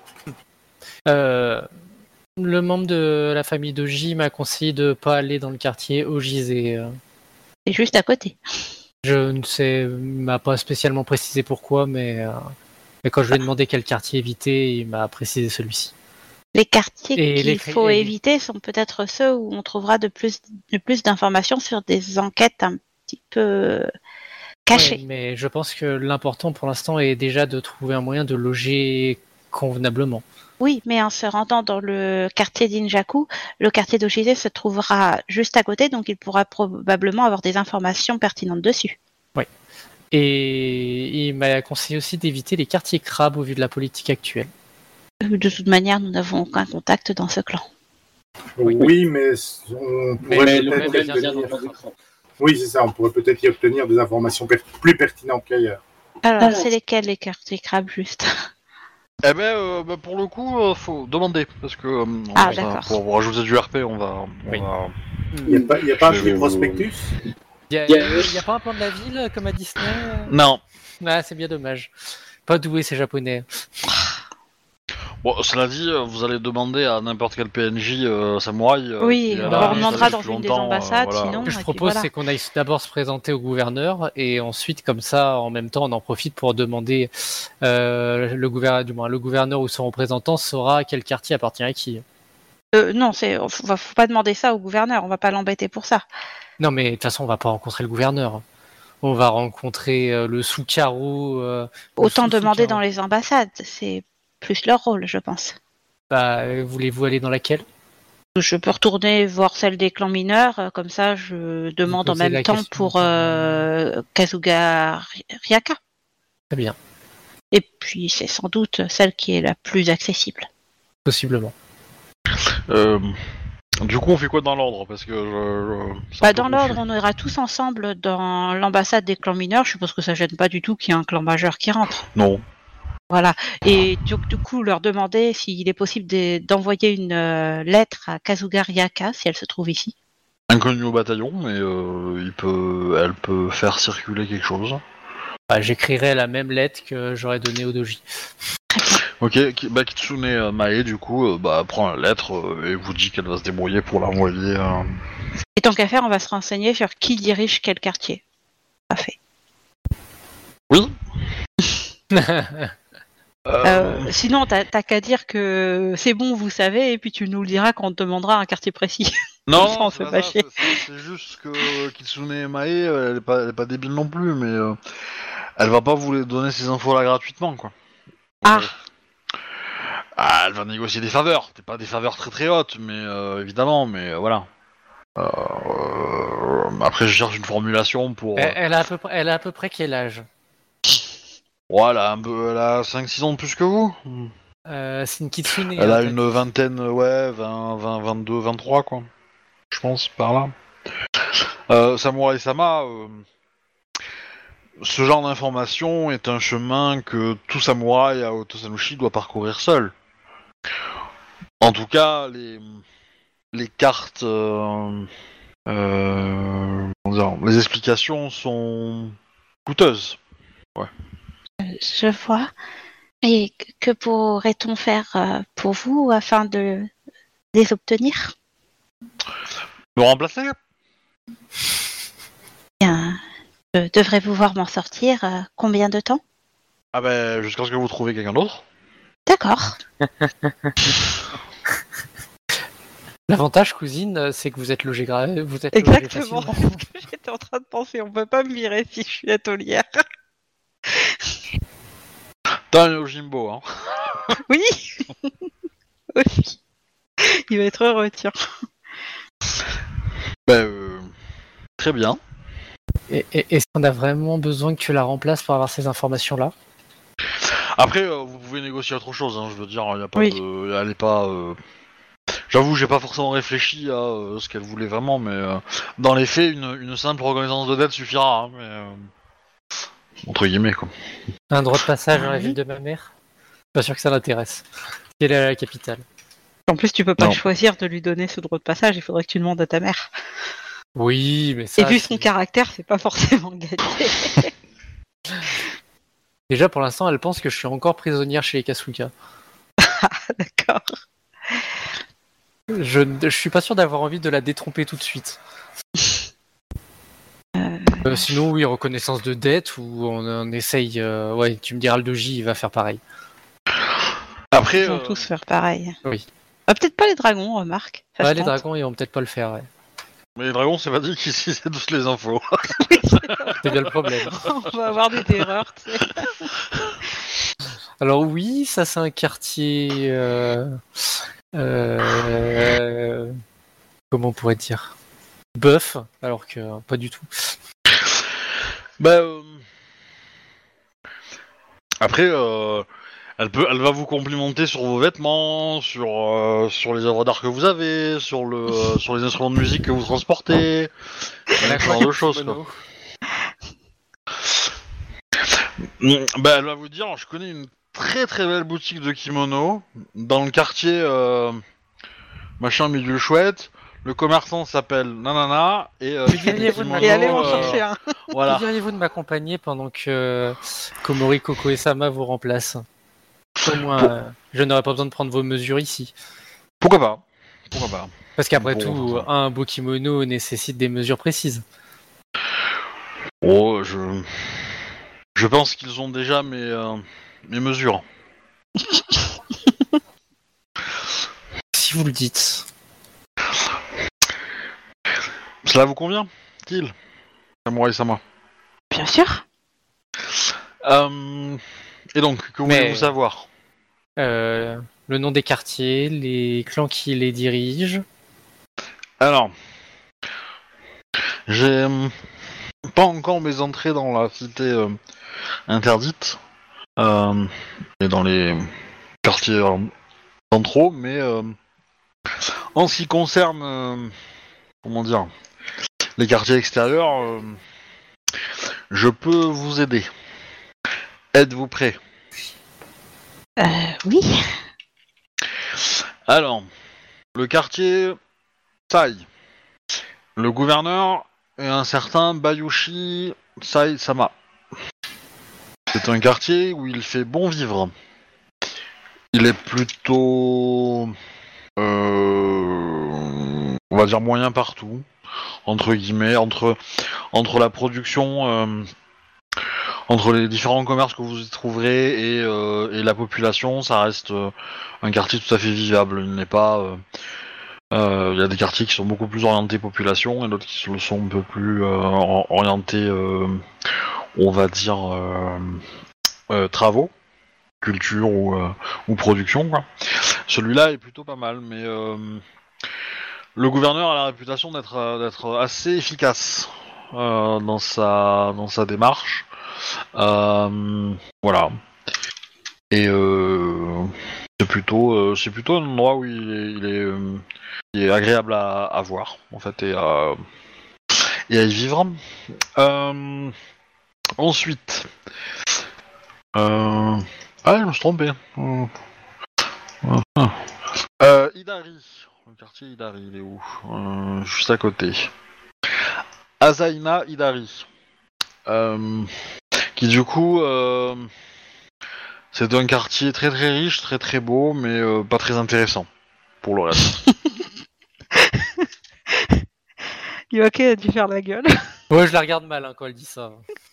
B: Euh, le membre de la famille Doji m'a conseillé de ne pas aller dans le quartier Ojize.
D: C'est juste à côté.
B: Je ne sais, il m'a pas spécialement précisé pourquoi, mais, euh, mais quand je lui ai demandé quel quartier éviter, il m'a précisé celui-ci.
D: Les quartiers
B: Et
D: qu'il
B: les-
D: faut
B: et-
D: éviter sont peut-être ceux où on trouvera de plus, de plus d'informations sur des enquêtes un petit peu cachées.
B: Ouais, mais je pense que l'important pour l'instant est déjà de trouver un moyen de loger convenablement.
D: Oui, mais en se rendant dans le quartier d'Injaku, le quartier d'Oshise se trouvera juste à côté, donc il pourra probablement avoir des informations pertinentes dessus.
B: Et il m'a conseillé aussi d'éviter les quartiers crabes au vu de la politique actuelle.
D: De toute manière, nous n'avons aucun contact dans ce clan.
C: Oui, oui, mais on pourrait
B: Mais le
C: peut-être
B: problème
C: y
B: vient
C: obtenir...
B: dans le crâne.
C: Oui, c'est ça, on pourrait peut-être y obtenir des informations per- plus pertinentes qu'ailleurs.
D: Alors,
E: Alors.
D: c'est lesquels les quartiers crabes juste?
A: Eh ben, euh, bah, pour le coup, euh, faut demander parce que euh, on
D: Ah,
A: va-
D: d'accord.
A: pour rajouter du R P, on va, on
B: Oui.
A: va...
C: Il n'y a pas, il y a pas un
A: Je
C: petit
A: vais vous-
C: prospectus?
B: Il y a, y a pas un plan de la ville comme à Disney euh
A: Non.
B: Ah, c'est bien dommage. Pas doué ces japonais.
A: Bon, cela dit, euh, vous allez demander à n'importe quel P N J euh, samouraï. euh,
D: Oui,
A: qui
D: on
A: a-
B: leur
D: on
A: qui
D: demandera
A: reste
D: dans
A: depuis
D: une des
A: longtemps, euh,
D: ambassades,
A: voilà.
D: sinon.
B: Ce que je
D: et puis
B: propose,
D: voilà.
B: c'est qu'on aille d'abord se présenter au gouverneur et ensuite, comme ça, en même temps, on en profite pour demander euh, le gouverneur, du moins le gouverneur ou son représentant saura quel quartier appartient à qui.
D: Euh, non, c'est, faut, faut pas demander ça au gouverneur, on va pas l'embêter pour ça.
B: Non, mais de toute façon, on va pas rencontrer le gouverneur. On va rencontrer euh, le sous-carreau. euh, le
D: Autant
B: sous-
D: demander
B: sous-carreau.
D: dans les ambassades, c'est plus leur rôle, je pense.
B: Bah, euh, voulez-vous aller dans laquelle?
D: Je peux retourner voir celle des clans mineurs, euh, comme ça je demande en
B: posez la
D: même temps
B: question
D: pour
B: pour,
D: euh, Kazuga Ryaka.
B: Très bien,
D: Et puis c'est sans doute celle qui est la plus accessible.
B: possiblement.
A: Euh, du coup, on fait quoi dans l'ordre? Parce que je, je- c'est un
D: Bah,
A: peu
D: dans l'ordre,
A: confus.
D: on ira tous ensemble dans l'ambassade des clans mineurs. Je suppose que ça gêne pas du tout qu'il y ait un clan majeur qui rentre.
A: Non.
D: Voilà. Et du, du coup, leur demander s'il est possible de- d'envoyer une euh, lettre à Kazuga Ryaka, si elle se trouve ici.
A: Inconnu au bataillon, mais euh, il peut, elle peut faire circuler quelque chose.
B: Bah, j'écrirai la même lettre que j'aurais donnée au doji.
A: Ok, ki- bah Kitsune euh, Mae, du coup, euh, bah, prend la lettre euh, et vous dit qu'elle va se débrouiller pour l'envoyer. euh.
D: Et tant qu'à faire, on va se renseigner sur qui dirige quel quartier. Parfait.
A: Oui.
D: Euh, sinon, t'as t'as qu'à dire que c'est bon, vous savez, et puis tu nous le diras quand on te demandera un quartier précis.
A: Non,
D: Comme ça, on
A: non,
D: se
A: c'est
D: fait
A: pas
D: pas
A: ça,
D: chier.
A: c'est- c'est c'est juste que Kitsune Mae, euh, elle est pas, elle est pas débile non plus, mais euh, elle va pas vous les donner ces infos-là gratuitement, quoi.
D: Ah.
A: Euh, ah, elle va négocier des faveurs. C'est pas des faveurs très très hautes, mais euh, évidemment, mais euh, voilà. Euh, euh, après, je cherche une formulation pour.
B: elle, elle a à peu près, elle a à peu près quel âge?
A: Ouais, elle a, un peu, elle a cinq six ans de plus que vous.
B: euh, C'est une kitsune.
A: Elle
B: hein,
A: a
B: t'as
A: une
B: dit.
A: vingtaine, ouais, vingt, vingt, vingt-deux, vingt-trois, quoi. Je pense, par là. Euh, Samurai Sama, euh, ce genre d'information est un chemin que tout samouraï à Otosanushi doit parcourir seul. En tout cas, les, les cartes, euh, euh, comment dire, les explications sont coûteuses.
D: Je vois. Et que pourrait-on faire euh, pour vous afin de les obtenir?
A: Me remplacer?
D: Bien, je devrais pouvoir m'en sortir. euh, combien de temps?
A: Ah ben, jusqu'à ce que vous trouviez quelqu'un d'autre.
D: D'accord.
B: L'avantage, cousine, c'est que vous êtes logé grave. Vous êtes logé
D: Exactement.
B: facilement.
D: C'est ce que j'étais en train de penser. On peut pas me virer si je suis atelière.
A: T'as un Yojimbo, hein.
D: Oui. Aussi. Il va être heureux, tiens.
A: Ben, euh, très bien.
B: Et, et- Est-ce qu'on a vraiment besoin que tu la remplaces pour avoir ces informations-là?
A: Après, euh, vous pouvez négocier autre chose, hein, je veux dire, il y a pas
D: Oui.
A: de... Elle est pas... euh, J'avoue, j'ai pas forcément réfléchi à euh, ce qu'elle voulait vraiment, mais euh, dans les faits, une, une simple reconnaissance de dette suffira, hein, mais... euh, Entre guillemets, quoi.
B: Un droit de passage dans la
D: Oui.
B: ville de ma mère? Pas sûr que ça l'intéresse. Quelle est la capitale?
D: En plus, tu peux pas
A: Non.
D: choisir de lui donner ce droit de passage. Il faudrait que tu demandes à ta mère.
B: Oui, mais ça.
D: Et vu
B: c'est-
D: son caractère, c'est pas forcément gagné.
B: Déjà, pour l'instant, elle pense que je suis encore prisonnière chez les Kasuga.
D: D'accord.
B: Je, ne- je suis pas sûr d'avoir envie de la détromper tout de suite.
D: Euh,
B: Euh, sinon, oui, reconnaissance de dette ou on, on essaye. euh, ouais, tu me diras, le doji, il va faire pareil.
A: Après,
D: Ils vont
A: euh,
D: tous faire pareil.
B: Oui.
D: Ah, peut-être pas les dragons, remarque. Ça
B: Ouais,
D: se
B: les
D: tente.
B: dragons, ils vont peut-être pas le faire. Ouais.
A: mais les dragons, c'est pas dit qu'ils aient toutes les infos.
B: C'est bien le problème.
D: On va avoir des erreurs, tu sais.
B: Alors oui, ça c'est un quartier. euh, euh, comment on pourrait dire? Buff, alors que euh, pas du tout.
A: Bah, euh... Après, euh... elle peut, elle va vous complimenter sur vos vêtements, sur euh, sur les œuvres d'art que vous avez, sur le, euh, sur les instruments de musique que vous transportez, ce genre de choses, quoi. Mm, Bah, elle va vous dire, je connais une très très belle boutique de kimono dans le quartier euh, machin bidule chouette. Le commerçant s'appelle Nanana et euh,
B: Que
A: il fait des
B: diriez-vous de
A: kimonos,
D: Et allez en
A: euh,
D: chercher un.
A: Voilà.
B: Que diriez-vous de m'accompagner pendant que Komori, Koko et Sama vous remplacent? Au moins,
A: Pour-
B: euh, je n'aurai pas besoin de prendre vos mesures ici.
A: Pourquoi pas Pourquoi pas
B: Parce qu'après
A: Bon,
B: tout,
A: enfin.
B: un beau kimono nécessite des mesures précises.
A: Oh, je je pense qu'ils ont déjà mes euh, mes mesures.
B: Si vous le dites.
A: Cela vous convient, Kill Samurai Sama.
D: Bien sûr.
A: Euh, et donc, que
B: Mais-
A: voulez-vous savoir?
B: Euh, le nom des quartiers, les clans qui les dirigent.
A: Alors, j'ai euh, pas encore mes entrées dans la cité euh, interdite euh, et dans les quartiers euh, centraux, mais euh, en ce qui concerne, euh, comment dire, les quartiers extérieurs, euh, je peux vous aider. Êtes-vous prêts?
D: Euh, oui.
A: Alors, le quartier Tai. Le gouverneur est un certain Bayushi Sai-sama. C'est un quartier où il fait bon vivre. Il est plutôt... Euh, on va dire moyen partout, entre guillemets, entre, entre la production... Euh, entre les différents commerces que vous y trouverez et, euh, et la population, ça reste euh, un quartier tout à fait vivable. Il n'est pas... Euh, Euh, il y a des quartiers qui sont beaucoup plus orientés population et d'autres qui le sont un peu plus euh, orientés, euh, on va dire, euh, euh, travaux, culture ou, euh, ou production, quoi. Celui-là est plutôt pas mal, mais euh, le gouverneur a la réputation d'être d'être assez efficace euh, dans sa dans sa démarche. Euh, voilà. Et euh, c'est plutôt euh, c'est plutôt un endroit où il est, il est euh, qui est agréable à, à voir, en fait, et à, et à y vivre. Euh, ensuite, euh, ah, je me suis trompé. Euh, euh, Idari, le quartier Idari, il est où? euh, Juste à côté. Azaina Idari, euh, qui du coup, euh, c'est un quartier très très riche, très très beau, mais euh, pas très intéressant pour le reste.
D: Yoake a dû faire la gueule.
B: Ouais, je la regarde mal hein, quand elle dit ça.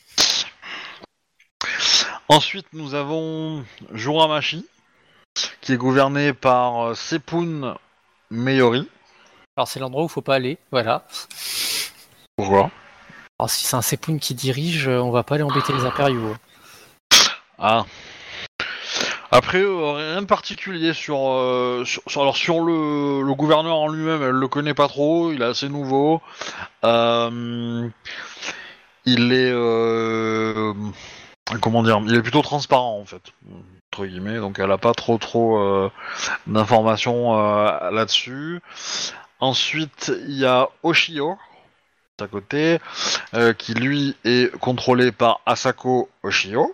A: Ensuite, nous avons Juramashi, qui est gouverné par euh, Sepun Meyori.
B: Alors c'est l'endroit où faut pas aller, voilà.
A: Pourquoi?
B: Alors si c'est un Sepun qui dirige, on va pas aller embêter les impériaux.
A: Ah. Après, euh, rien de particulier sur, euh, sur, sur- alors sur le, le gouverneur en lui-même, elle le connaît pas trop, il est assez nouveau. Euh, il est, euh, comment dire, il est plutôt transparent en fait, entre guillemets, donc elle a pas trop trop euh, d'informations euh, là-dessus. Ensuite, il y a Oshio, à côté, euh, qui lui est contrôlé par Asako Oshio.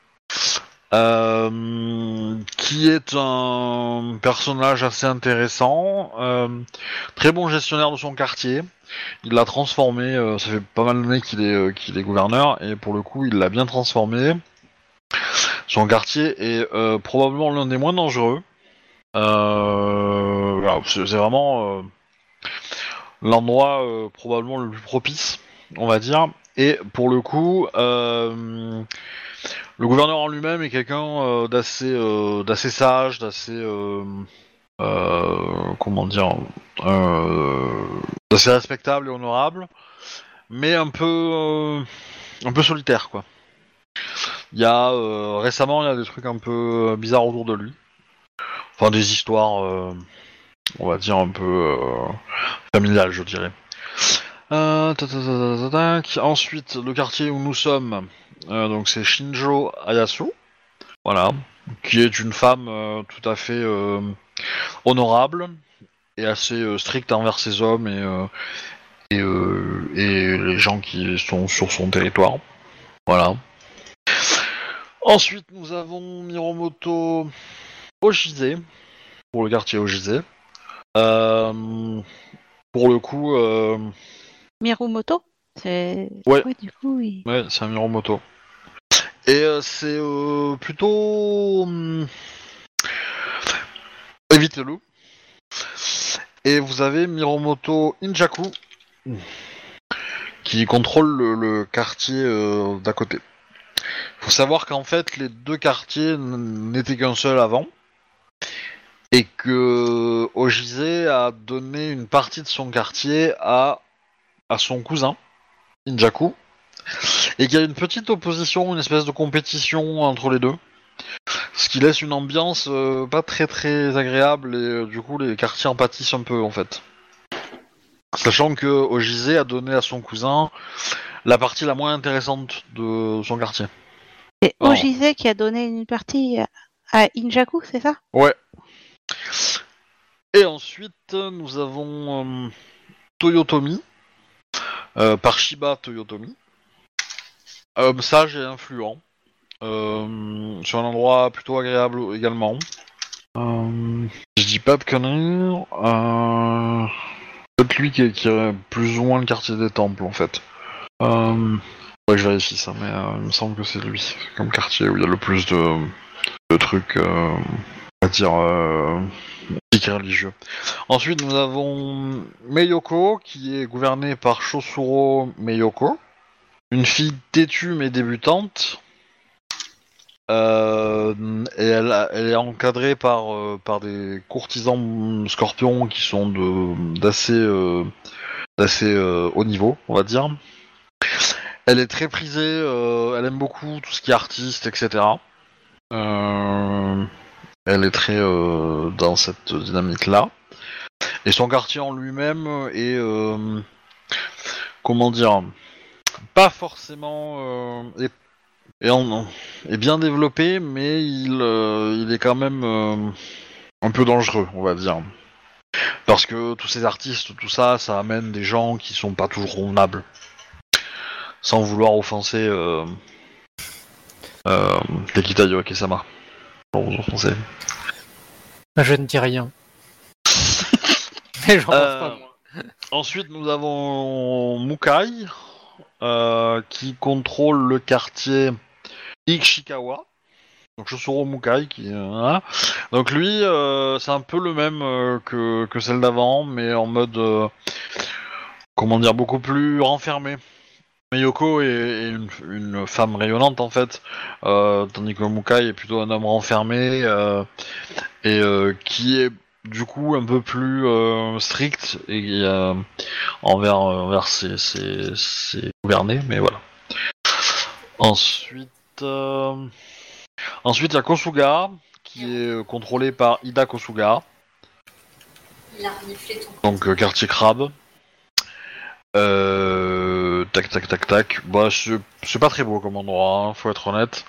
A: Euh, qui est un personnage assez intéressant, euh, très bon gestionnaire de son quartier. Il l'a transformé, euh, ça fait pas mal d'années qu'il est, euh, qu'il est gouverneur, et pour le coup, il l'a bien transformé. Son quartier est euh, probablement l'un des moins dangereux. Euh, voilà, c'est, c'est vraiment euh, l'endroit euh, probablement le plus propice, on va dire. Et pour le coup, euh, le gouverneur en lui-même est quelqu'un euh, d'assez, euh, d'assez sage, d'assez, euh, euh, comment dire, euh, d'assez respectable et honorable, mais un peu, euh, un peu solitaire, quoi. Il y a euh, récemment, il y a des trucs un peu bizarres autour de lui, enfin des histoires, euh, on va dire un peu euh, familiales, je dirais. Euh, ta, ta, ta, ta, ta, ta. Ensuite, le quartier où nous sommes, euh, donc c'est Shinjo Ayasu, voilà, qui est une femme euh, tout à fait euh, honorable et assez euh, stricte envers ses hommes et, euh, et, euh, et les gens qui sont sur son territoire, voilà. Ensuite, nous avons Miromoto Oshise, pour le quartier Oshise. Euh, pour le coup... Euh...
D: Mirumoto c'est...
A: Ouais.
D: ouais, du coup, oui.
A: Ouais, c'est un Miromoto. Et euh, c'est euh, plutôt... Hum, évitez-le. Et vous avez Miromoto Injaku, qui contrôle le, le quartier euh, d'à côté. Faut savoir qu'en fait, les deux quartiers n- n'étaient qu'un seul avant, et que Oshise a donné une partie de son quartier à, à son cousin, Injaku, et qu'il y a une petite opposition, une espèce de compétition entre les deux, ce qui laisse une ambiance euh, pas très très agréable, et euh, du coup les quartiers en pâtissent un peu en fait. Sachant que Oshise a donné à son cousin la partie la moins intéressante de son quartier.
D: C'est
A: Oh.
D: Oshise qui a donné une partie à Injaku, c'est ça?
A: Ouais. Et ensuite, nous avons euh, Toyotomi, euh, par Shiba Toyotomi. Homme sage et influent. Euh, sur un endroit plutôt agréable également. Euh, je dis pas de conneries. Euh, peut-être lui qui, qui est plus ou moins le quartier des temples en fait. Euh, ouais, je vérifie ça, mais euh, il me semble que c'est lui comme quartier où il y a le plus de, de trucs, euh, on va dire, euh, religieux. Ensuite, nous avons Meiyoko qui est gouvernée par Shosuro Meiyoko, une fille têtue mais débutante. Euh, et elle, elle est encadrée par, euh, par des courtisans scorpions qui sont de, d'assez, euh, d'assez euh, haut niveau, on va dire. Elle est très prisée, euh, elle aime beaucoup tout ce qui est artiste, et cetera. Euh, elle est très euh, dans cette dynamique-là. Et son quartier en lui-même est, euh, comment dire, pas forcément... Euh, est Et on est bien développé, mais il, euh, il est quand même euh, un peu dangereux, on va dire. Parce que tous ces artistes, tout ça, ça amène des gens qui sont pas toujours convenables. Sans vouloir offenser euh, euh, Tekita Yoake-sama. Pour vous offenser.
B: Je ne dis rien. Mais j'en pense
A: Euh,
B: pas, moi.
A: Ensuite, nous avons Mukai, euh, qui contrôle le quartier Ishikawa. Donc Shosuro Mukai qui euh, hein. Donc lui euh, c'est un peu le même euh, que, que celle d'avant mais en mode euh, comment dire beaucoup plus renfermé. Miyoko est, est une, une femme rayonnante en fait, euh, tandis que Mukai est plutôt un homme renfermé euh, et euh, qui est du coup un peu plus euh, strict et euh, envers envers ses, ses, ses gouvernés, mais voilà. Ensuite euh... Ensuite, il y a Kosuga, qui est contrôlé par Ida Kosuga.
E: Il a reniflé ton
A: Donc, euh, quartier crabe. Euh... Tac, tac, tac, tac. Bah, c'est, c'est pas très beau comme endroit, hein, faut être honnête.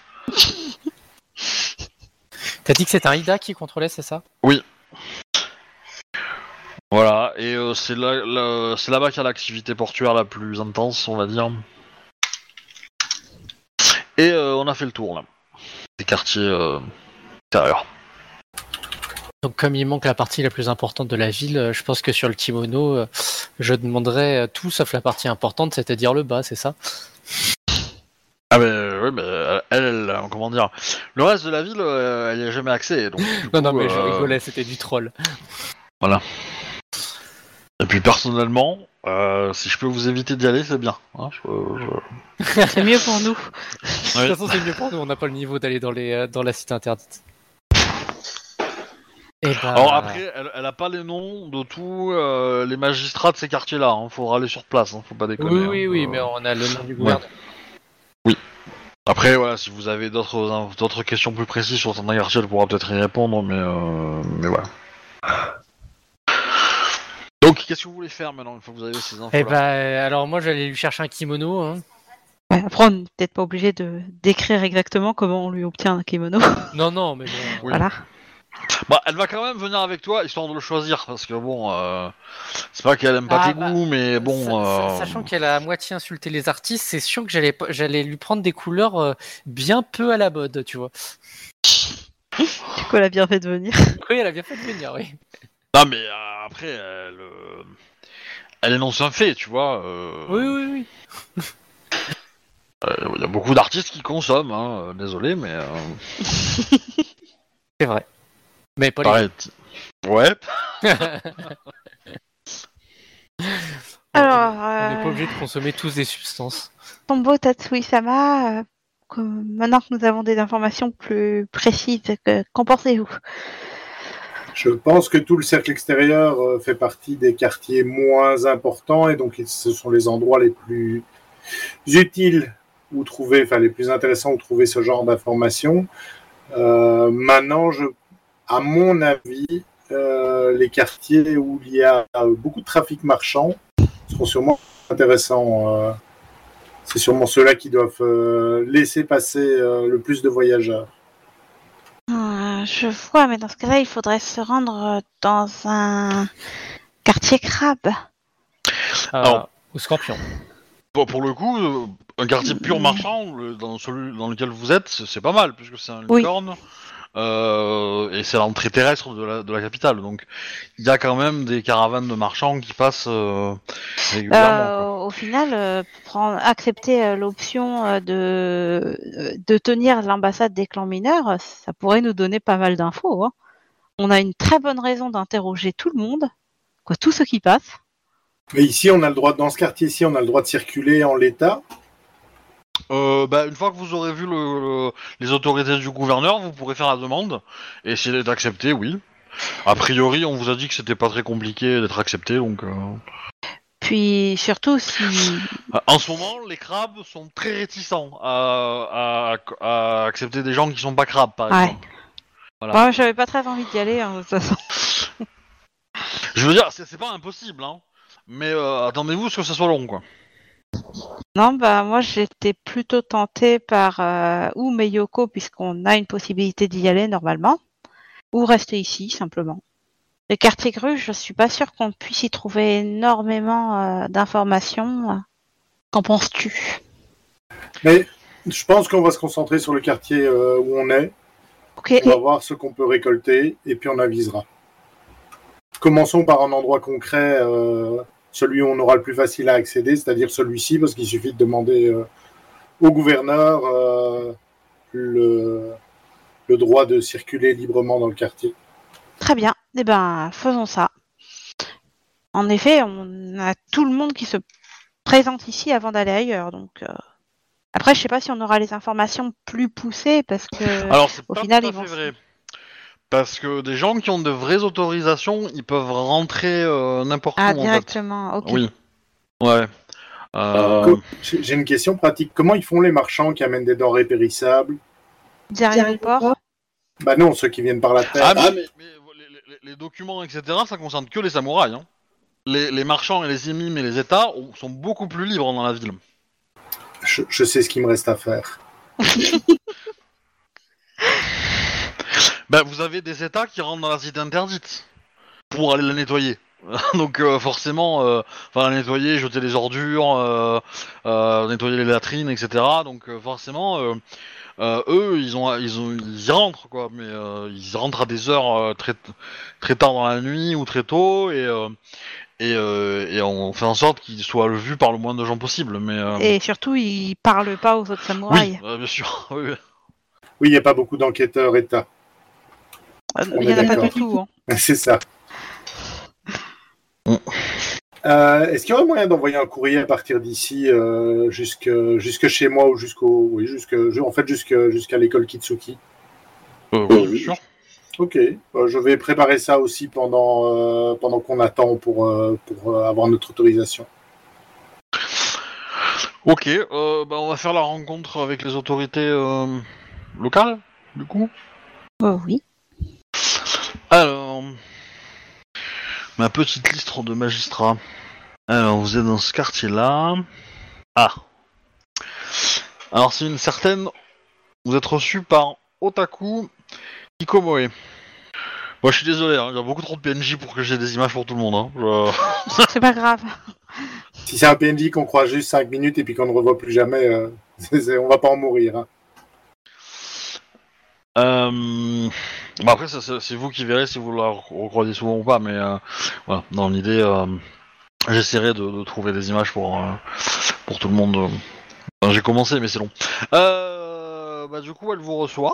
B: T'as dit que c'était un Ida qui contrôlait, c'est ça?
A: Oui. Voilà, et euh, c'est, là, là, c'est là-bas qu'il y a l'activité portuaire la plus intense, on va dire. Et euh, on a fait le tour, là. Des quartiers euh, extérieurs.
B: Donc comme il manque la partie la plus importante de la ville, euh, je pense que sur le kimono, euh, je demanderais euh, tout sauf la partie importante, c'est-à-dire le bas, c'est ça?
A: Ah mais oui, mais elle, elle, elle, comment dire, le reste de la ville, euh, elle n'y a jamais accès. Donc, du
B: Non,
A: coup,
B: non, mais je
A: euh,
B: rigolais, c'était du troll.
A: Voilà. Et puis personnellement, euh, si je peux vous éviter d'y aller, c'est bien. Hein, je, je...
D: C'est mieux pour nous.
B: De toute façon, c'est mieux pour nous, on n'a pas le niveau d'aller dans, les, euh, dans la cité interdite. Et bah...
A: Alors après, elle, elle a pas les noms de tous euh, les magistrats de ces quartiers-là. Hein. Faudra aller sur place, hein, faut pas déconner.
B: Oui, oui,
A: hein.
B: oui,
A: Euh,
B: mais on a le nom du gouverneur.
A: Oui. Après, voilà, si vous avez d'autres d'autres questions plus précises sur certains quartiers, elle pourra peut-être y répondre, mais euh, mais voilà. Donc, qu'est-ce que vous voulez faire maintenant une fois que vous avez ces infos-là?
B: Et bah, euh, alors moi, j'allais lui chercher un kimono. Hein.
D: Ouais, après, on n'est peut-être pas obligé de décrire exactement comment on lui obtient un kimono.
B: Non, non, mais bon...
A: Oui.
D: Voilà.
A: Bah, elle va quand même venir avec toi, histoire de le choisir, parce que bon, euh, c'est pas qu'elle aime pas
B: Ah,
A: tes
B: bah,
A: goûts, mais bon...
B: Sa- sa-
A: euh,
B: Sachant qu'elle a à moitié insulté les artistes, c'est sûr que j'allais, pas- j'allais lui prendre des couleurs euh, bien peu à la mode, tu vois.
D: Du coup, elle a bien fait de venir.
B: Oui, elle a bien fait de venir, oui.
A: Non, mais euh, après, elle, euh, elle énonce un fait, tu vois. euh,
B: Oui, oui, oui.
A: euh, Il y a beaucoup d'artistes qui consomment, hein, euh, désolé, mais... euh,
B: C'est vrai. Mais pas
A: pareil. t- Ouais.
B: les
D: Alors,
B: On n'est pas
D: euh,
B: obligé de consommer tous des substances.
D: Tombo Tatsui-sama, euh, comme- maintenant que nous avons des informations plus précises, que- qu'en pensez-vous?
C: Je pense que tout le cercle extérieur euh, fait partie des quartiers moins importants et donc ce sont les endroits les plus utiles où trouver, enfin les plus intéressants où trouver ce genre d'informations. Euh, maintenant, je, à mon avis, euh, les quartiers où il y a beaucoup de trafic marchand seront sûrement intéressants. Euh, c'est sûrement ceux-là qui doivent euh, laisser passer euh, le plus de voyageurs.
D: Euh, je vois, mais dans ce cas-là, il faudrait se rendre euh, dans un quartier crabe.
B: Ah,
A: Alors-
B: au scorpion.
A: Pour, pour le coup, euh, un quartier pur marchand, le- dans celui dans lequel vous êtes, c'est c'est pas mal, puisque c'est un
D: Oui.
A: licorne, euh, et c'est l'entrée terrestre de la, de la capitale. Donc, il y a quand même des caravanes de marchands qui passent euh, régulièrement.
D: Euh,
A: quoi.
D: au final, euh, prendre, accepter euh, l'option euh, de, euh, de tenir l'ambassade des clans mineurs, euh, ça pourrait nous donner pas mal d'infos. Hein. On a une très bonne raison d'interroger tout le monde, quoi, tout ce qui passe.
C: Mais ici, on a le droit, dans ce quartier-ci, on a le droit de circuler en l'état.
A: Euh, bah, une fois que vous aurez vu le, le- les autorités du gouverneur, vous pourrez faire la demande et essayer d'être accepté, oui. A priori, on vous a dit que c'était pas très compliqué d'être accepté, donc. euh,
D: Puis surtout, si.
A: En ce moment, les crabes sont très réticents à, à- à accepter des gens qui sont pas crabes, par
D: Ouais.
A: exemple. Voilà.
D: Moi, j'avais pas très envie d'y aller, hein, de toute façon.
A: Je veux dire, c'est c'est pas impossible, hein. Mais euh, attendez-vous à ce que ça soit long, quoi.
D: Non, bah moi j'étais plutôt tentée par euh, ou Meyoko puisqu'on a une possibilité d'y aller normalement, ou rester ici simplement. Le quartier Gruge, je suis pas sûre qu'on puisse y trouver énormément euh, d'informations. Qu'en penses-tu?
C: Mais je pense qu'on va se concentrer sur le quartier euh, où on est.
D: Ok.
C: On va voir ce qu'on peut récolter et puis on avisera. Commençons par un endroit concret, euh, celui où on aura le plus facile à accéder, c'est-à-dire celui-ci, parce qu'il suffit de demander euh, au gouverneur euh, le, le droit de circuler librement dans le quartier.
D: Très bien. Eh ben, faisons ça. En effet, on a tout le monde qui se présente ici avant d'aller ailleurs, donc. Euh... Après, je sais pas si on aura les informations plus poussées parce que.
A: Alors, c'est
D: au
A: pas
D: final,
A: tout à
D: ils vont
A: fait
D: se-
A: vrai. Parce que des gens qui ont de vraies autorisations, ils peuvent rentrer euh, n'importe
D: Ah,
A: où, en fait.
D: directement, ok.
A: Oui. Ouais. Euh,
C: Co- J'ai j'ai une question pratique. Comment ils font les marchands qui amènent des denrées périssables?
D: Ils arrivent au port.
C: Bah non, ceux qui viennent par la terre.
A: Ah, mais, mais- mais les, les- les documents, et cetera, ça concerne que les samouraïs. Hein. Les, les marchands et les émimes et les États ont- sont beaucoup plus libres dans la ville.
C: Je, je sais ce qu'il me reste à faire.
A: Ben, vous avez des États qui rentrent dans la cité interdite pour aller la nettoyer. Donc euh, forcément, euh, enfin la nettoyer, jeter les ordures, euh, euh, nettoyer les latrines, et cetera. Donc euh, forcément, euh, euh, eux, ils ont, ils ont, ils y rentrent quoi, mais euh, ils rentrent à des heures euh, très, très tard dans la nuit ou très tôt et euh, et, euh, et on fait en sorte qu'ils soient vus par le moins de gens possible. Mais euh,
D: Et surtout, ils parlent pas aux autres samouraïs.
A: oui, euh, bien sûr. oui, oui.
C: Oui, il n'y a pas beaucoup d'enquêteurs État.
D: Euh,
C: On
D: Il y
C: est
D: en a pas
C: d'accord.
D: du tout. Hein.
C: C'est ça.
A: Mm.
C: Euh, Est-ce qu'il y aurait moyen d'envoyer un courrier à partir d'ici euh, jusque, jusque chez moi ou jusqu'au, oui, jusque, en fait jusque, jusqu'à l'école Kitsuki?
A: Euh, oui, bien sûr.
C: Ok, Euh, je vais préparer ça aussi pendant, euh, pendant qu'on attend pour, euh, pour euh, avoir notre autorisation.
A: Ok, euh, bah, on va faire la rencontre avec les autorités euh, locales, du coup.
D: Oh, oui.
A: Alors, ma petite liste de magistrats. Alors, vous êtes dans ce quartier-là. Ah. Alors, c'est une certaine. Vous êtes reçu par Otaku Hikomoe. Moi, je suis désolé, hein, il y a beaucoup trop de P N J pour que j'ai des images pour tout le monde. Hein. Je-
D: C'est pas grave.
C: Si c'est un P N J qu'on croit juste cinq minutes et puis qu'on ne revoit plus jamais, euh, c'est, c'est, on va pas en mourir. Hein.
A: Euh... Bah après, ça, c'est, c'est vous qui verrez si vous la recroisez souvent ou pas, mais euh, voilà, dans l'idée, euh, j'essaierai de, de trouver des images pour, euh, pour tout le monde. euh. Enfin, j'ai commencé, mais c'est long. Euh... Bah, du coup, elle vous reçoit.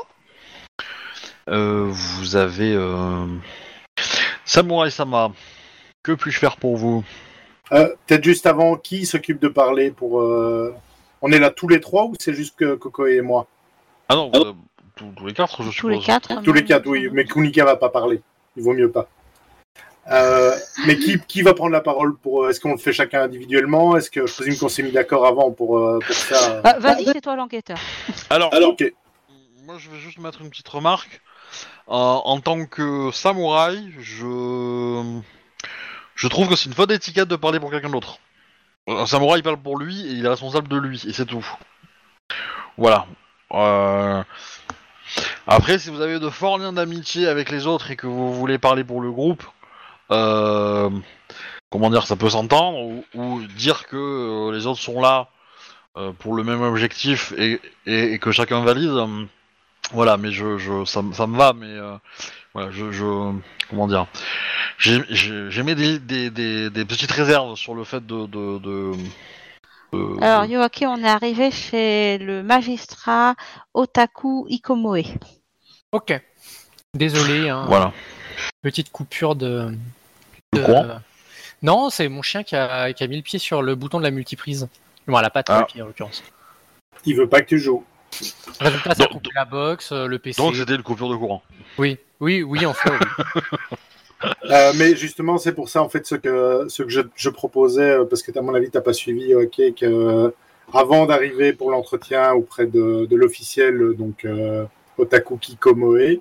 A: Euh, vous avez... Euh... Samurai Sama, que puis-je faire pour vous?
C: Euh, peut-être juste avant, qui s'occupe de parler pour... Euh... On est là tous les trois ou c'est juste que Coco et moi?
A: Ah non, euh, tous, tous les quatre, je
D: Tous
A: suppose.
D: les quatre.
C: Tous les quatre, oui, mais Kunika va pas parler. Il vaut mieux pas. Euh, mais qui, qui va prendre la parole pour... Est-ce qu'on le fait chacun individuellement? Est-ce que je présume qu'on s'est mis d'accord avant pour, euh, pour ça?
D: Ah, vas-y, c'est toi l'enquêteur.
A: Alors,
C: Alors, ok.
A: moi, je vais juste mettre une petite remarque. Euh, en tant que samouraï, je... Je trouve que c'est une faute d'étiquette de parler pour quelqu'un d'autre. Un samouraï parle pour lui et il est responsable de lui, et c'est tout. Voilà. Euh... Après, si vous avez de forts liens d'amitié avec les autres et que vous voulez parler pour le groupe, euh... comment dire, ça peut s'entendre, ou, ou dire que euh, les autres sont là euh, pour le même objectif et, et, et que chacun valide. Euh... Voilà, mais je, je, ça, ça me va, mais euh, voilà, je, je, comment dire, j'ai, j'ai, j'ai mis des, des, des, des petites réserves sur le fait de, de, de, de-
D: Alors,
A: de-
D: Yoaki, on est arrivé chez le magistrat Otaku Ikomoe.
B: Ok. Désolé, hein,
A: voilà.
B: petite coupure de.
A: Le
B: de-
A: courant
B: Non, c'est mon chien qui a, qui a mis le pied sur le bouton de la multiprise. Bon, la patte,
A: Ah.
B: le pied en l'occurrence.
C: Il veut pas que tu joues.
B: Résultat, ça a
A: Donc-
B: coupé la box, euh, le P C.
A: Donc c'était une coupure de courant.
B: Oui, oui, oui, en fait. Oui.
C: Euh, mais justement, c'est pour ça, en fait, ce que, ce que je, je proposais, euh, parce que, à mon avis, tu n'as pas suivi, ok, que, euh, avant d'arriver pour l'entretien auprès de, de l'officiel, donc euh, Otaku Kikomoe,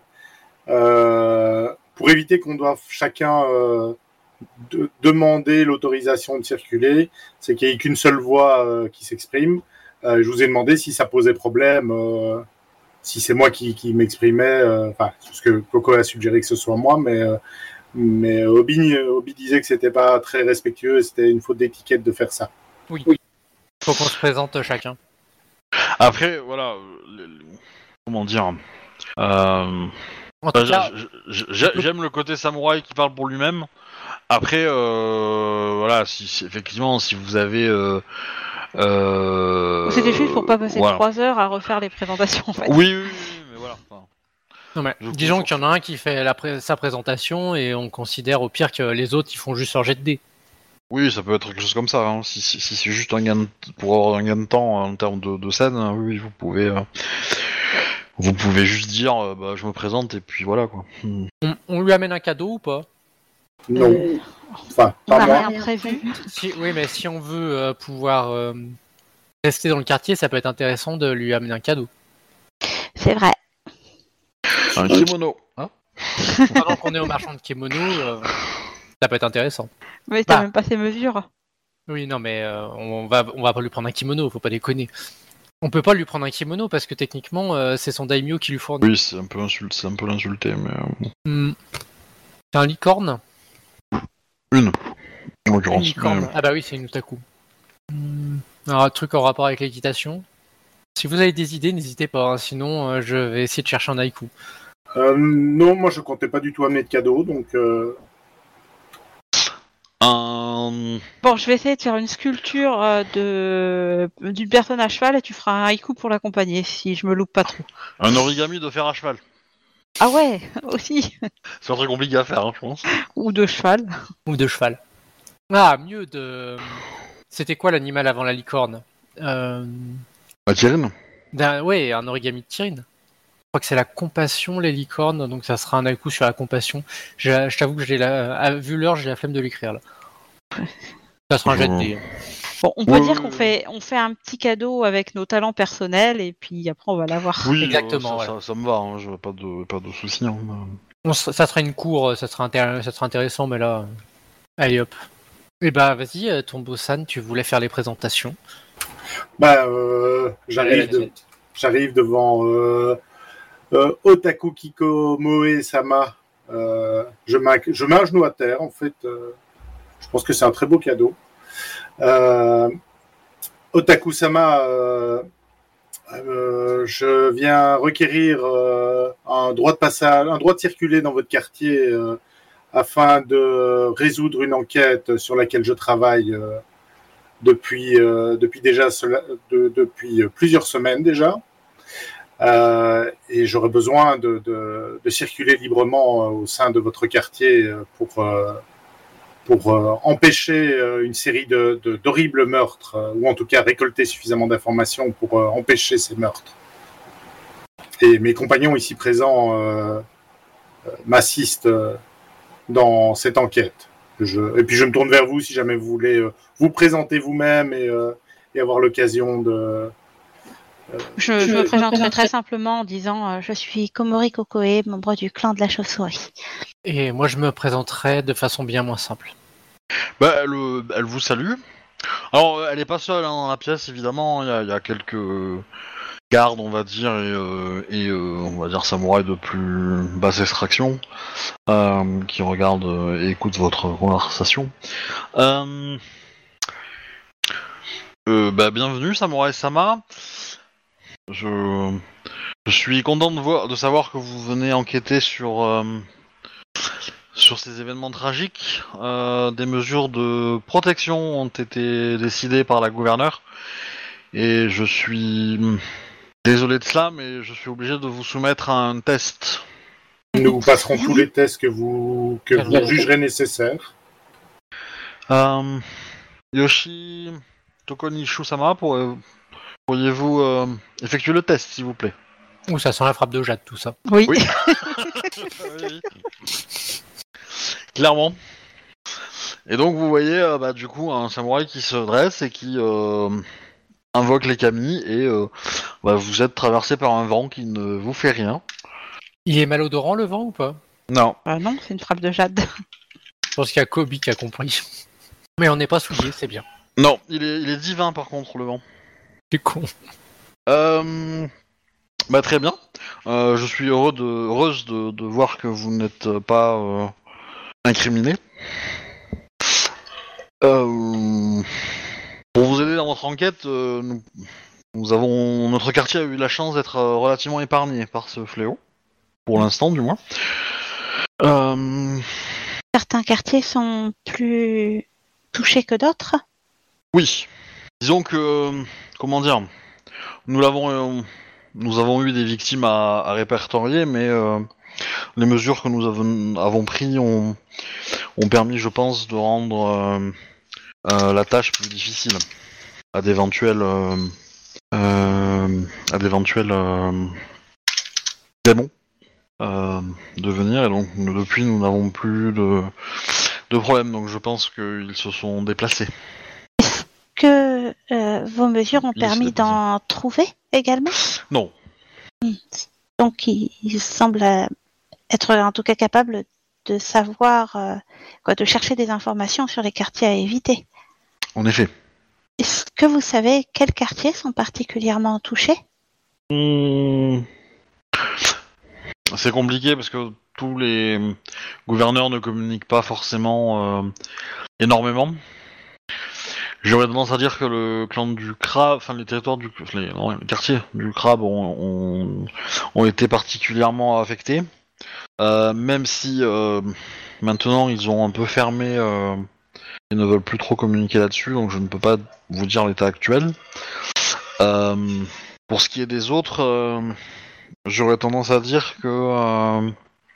C: euh, pour éviter qu'on doive chacun euh, de, demander l'autorisation de circuler, c'est qu'il n'y ait qu'une seule voix euh, qui s'exprime. Euh, je vous ai demandé si ça posait problème, euh, si c'est moi qui, qui m'exprimais, enfin, euh, ce que Coco a suggéré que ce soit moi, mais... Euh, Mais Obi, Obi disait que c'était pas très respectueux et c'était une faute d'étiquette de faire ça.
B: Oui. Faut qu'on se présente chacun.
A: Après, voilà, le- le- comment dire, euh,
B: En tout
A: bah,
B: cas,
A: j- j- j- j'aime le côté samouraï qui parle pour lui-même. Après, euh, voilà, si, si- effectivement, si vous avez, euh, euh,
D: C'était juste pour pas passer
A: voilà.
D: trois heures à refaire les présentations, en fait.
A: Oui, oui, oui, oui, mais voilà. Enfin,
B: non, mais
A: je
B: disons
A: comprends.
B: qu'il y en a un qui fait la pré- sa présentation et on considère au pire que les autres ils font juste leur jet de dés.
A: Oui, ça peut être quelque chose comme ça. Hein. Si, si, si c'est juste un gain de, pour avoir un gain de temps en termes de, de scène, hein, oui, vous pouvez, euh, vous pouvez juste dire, euh, bah, je me présente et puis voilà quoi. Hmm.
B: On, on lui amène un cadeau ou pas?
C: Non.
D: Euh,
C: Enfin,
D: on
C: pas
D: n'a
C: moi.
D: rien prévu.
B: Si, oui, mais si on veut euh, pouvoir euh, rester dans le quartier, ça peut être intéressant de lui amener un cadeau.
D: C'est vrai.
A: Un kimono. Hein
B: Pendant qu'on est au marchand de kimono, euh, ça peut être intéressant.
D: Mais t'as
B: Bah.
D: même pas ces mesures.
B: Oui, non, mais euh, on va on va pas lui prendre un kimono, faut pas déconner. On peut pas lui prendre un kimono parce que techniquement euh, c'est son daimyo qui lui fournit.
A: Oui, c'est un peu insulte, c'est un peu l'insulter, mais euh,
B: Hmm. C'est un licorne.
A: une. En
B: Une
A: l'occurrence.
B: licorne.
A: mais-
B: Ah bah oui, c'est une otaku. Hmm. Alors, un truc en rapport avec l'équitation. Si vous avez des idées, n'hésitez pas. Hein, sinon, euh, je vais essayer de chercher un haïku.
C: Euh, non, moi je comptais pas du tout amener de cadeau, donc euh,
A: Un...
D: Bon, je vais essayer de faire une sculpture euh, de d'une personne à cheval et tu feras un haïku pour l'accompagner si je me loupe pas trop.
A: un origami de fer à cheval.
D: Ah ouais, aussi.
A: C'est pas très compliqué à faire, hein, je pense.
D: Ou de cheval.
B: Ou de cheval. Ah, mieux de... C'était quoi l'animal avant la licorne euh...
A: La Tyrine.
B: d'un- Ouais, un origami de Tyrine. Je crois que c'est la compassion, les licornes, donc ça sera un haïku sur la compassion. Je, je t'avoue que j'ai la... à- vu l'heure, j'ai la flemme de l'écrire là. Ça sera un jet de dés.
D: Bon, on peut
A: Oui,
D: dire
A: oui,
D: qu'on
A: oui.
D: fait on fait un petit cadeau avec nos talents personnels et puis après on va l'avoir.
A: Oui,
B: Exactement,
A: euh, ça,
B: voilà.
A: ça, ça me va, hein, je pas de, pas de soucis. Hein.
B: On s- ça sera une cour, ça sera, intér- ça sera intéressant, mais là... euh, Allez hop. Et bah vas-y, euh, Tombo-san, tu voulais faire les présentations.
C: bah, euh, j'arrive, de- j'arrive devant euh, euh, Otaku Kikomoe Sama, Euh, je, mets, je mets un genou à terre, en fait. Euh, je pense que c'est un très beau cadeau. Euh, Otaku-sama, euh, euh, je viens requérir euh, un droit de passage, un droit de circuler dans votre quartier euh, afin de résoudre une enquête sur laquelle je travaille euh, depuis, euh, depuis déjà cela, de, depuis plusieurs semaines déjà. Euh, et j'aurais besoin de, de, de circuler librement au sein de votre quartier pour, euh, pour euh, empêcher euh, une série de, de, d'horribles meurtres, euh, ou en tout cas récolter suffisamment d'informations pour euh, empêcher ces meurtres. Et mes compagnons ici présents euh, euh, m'assistent euh, dans cette enquête. Je, et puis je me tourne vers vous si jamais vous voulez euh, vous présenter vous-même et, euh, et avoir l'occasion de...
D: Je, je me présenterai très simplement en disant euh, je suis Komori Kokoe, membre du clan de la chauve-souris.
B: Et moi, je me présenterai de façon bien moins simple.
A: Bah, elle, euh, elle vous salue. Alors, elle est pas seule hein, dans la pièce, évidemment. Il y a, il y a quelques gardes, on va dire, et, euh, et euh, on va dire samouraïs de plus basse extraction euh, qui regardent euh, et écoutent votre conversation. Euh, euh, bah, bienvenue, Samouraï Sama. Je, je suis content de, voir, de savoir que vous venez enquêter sur, euh, sur ces événements tragiques. Euh, des mesures de protection ont été décidées par la gouverneure. Et je suis désolé de cela, mais je suis obligé de vous soumettre à un test.
C: Nous passerons tous les tests que vous, que vous jugerez nécessaires.
A: Euh, Yoshi Tokonishu-sama, pour, euh, pourriez-vous euh, effectuer le test, s'il vous plaît?
B: Ouh, ça sent la frappe de Jade, tout ça.
D: Oui.
A: Oui. Oui. Clairement. Et donc vous voyez euh, bah, du coup un samouraï qui se dresse et qui euh, invoque les kami et euh, bah, vous êtes traversé par un vent qui ne vous fait rien.
B: Il est malodorant, le vent, ou pas?
A: Non.
D: Euh, non, c'est une frappe de Jade.
B: Je pense qu'il y a Kobe qui a compris. Mais on n'est pas souillé, c'est bien.
A: Non, il est, il est divin par contre le vent.
B: C'est con.
A: Euh... Bah très bien. Euh, je suis heureux de, heureuse de, de voir que vous n'êtes pas euh, incriminé. Euh... Pour vous aider dans votre enquête, euh, nous, nous avons notre quartier a eu la chance d'être euh, relativement épargné par ce fléau, pour l'instant du moins. Euh...
D: Certains quartiers sont plus touchés que d'autres.
A: Oui. Disons que euh, comment dire, nous l'avons, euh, nous avons eu des victimes à, à répertorier, mais euh, les mesures que nous avons, avons prises ont, ont permis, je pense, de rendre euh, euh, la tâche plus difficile à d'éventuels euh, euh, à d'éventuels euh, démons euh, de venir, et donc depuis nous n'avons plus de, de problème, donc je pense qu'ils se sont déplacés.
D: Que euh, vos mesures ont
A: Il
D: permis
A: se
D: d'en trouver également.
A: Non.
D: Donc il, il semble euh, être en tout cas capable de savoir, euh, quoi, de chercher des informations sur les quartiers à éviter.
A: En effet.
D: Est-ce que vous savez quels quartiers sont particulièrement touchés?
A: Mmh. C'est compliqué parce que tous les gouverneurs ne communiquent pas forcément euh, énormément. J'aurais tendance à dire que le clan du crabe, enfin les territoires du, les, non, les quartiers du crabe ont, ont, ont été particulièrement affectés, euh, même si euh, maintenant ils ont un peu fermé euh, et ne veulent plus trop communiquer là-dessus, donc je ne peux pas vous dire l'état actuel. Euh, pour ce qui est des autres, euh, j'aurais tendance à dire que euh,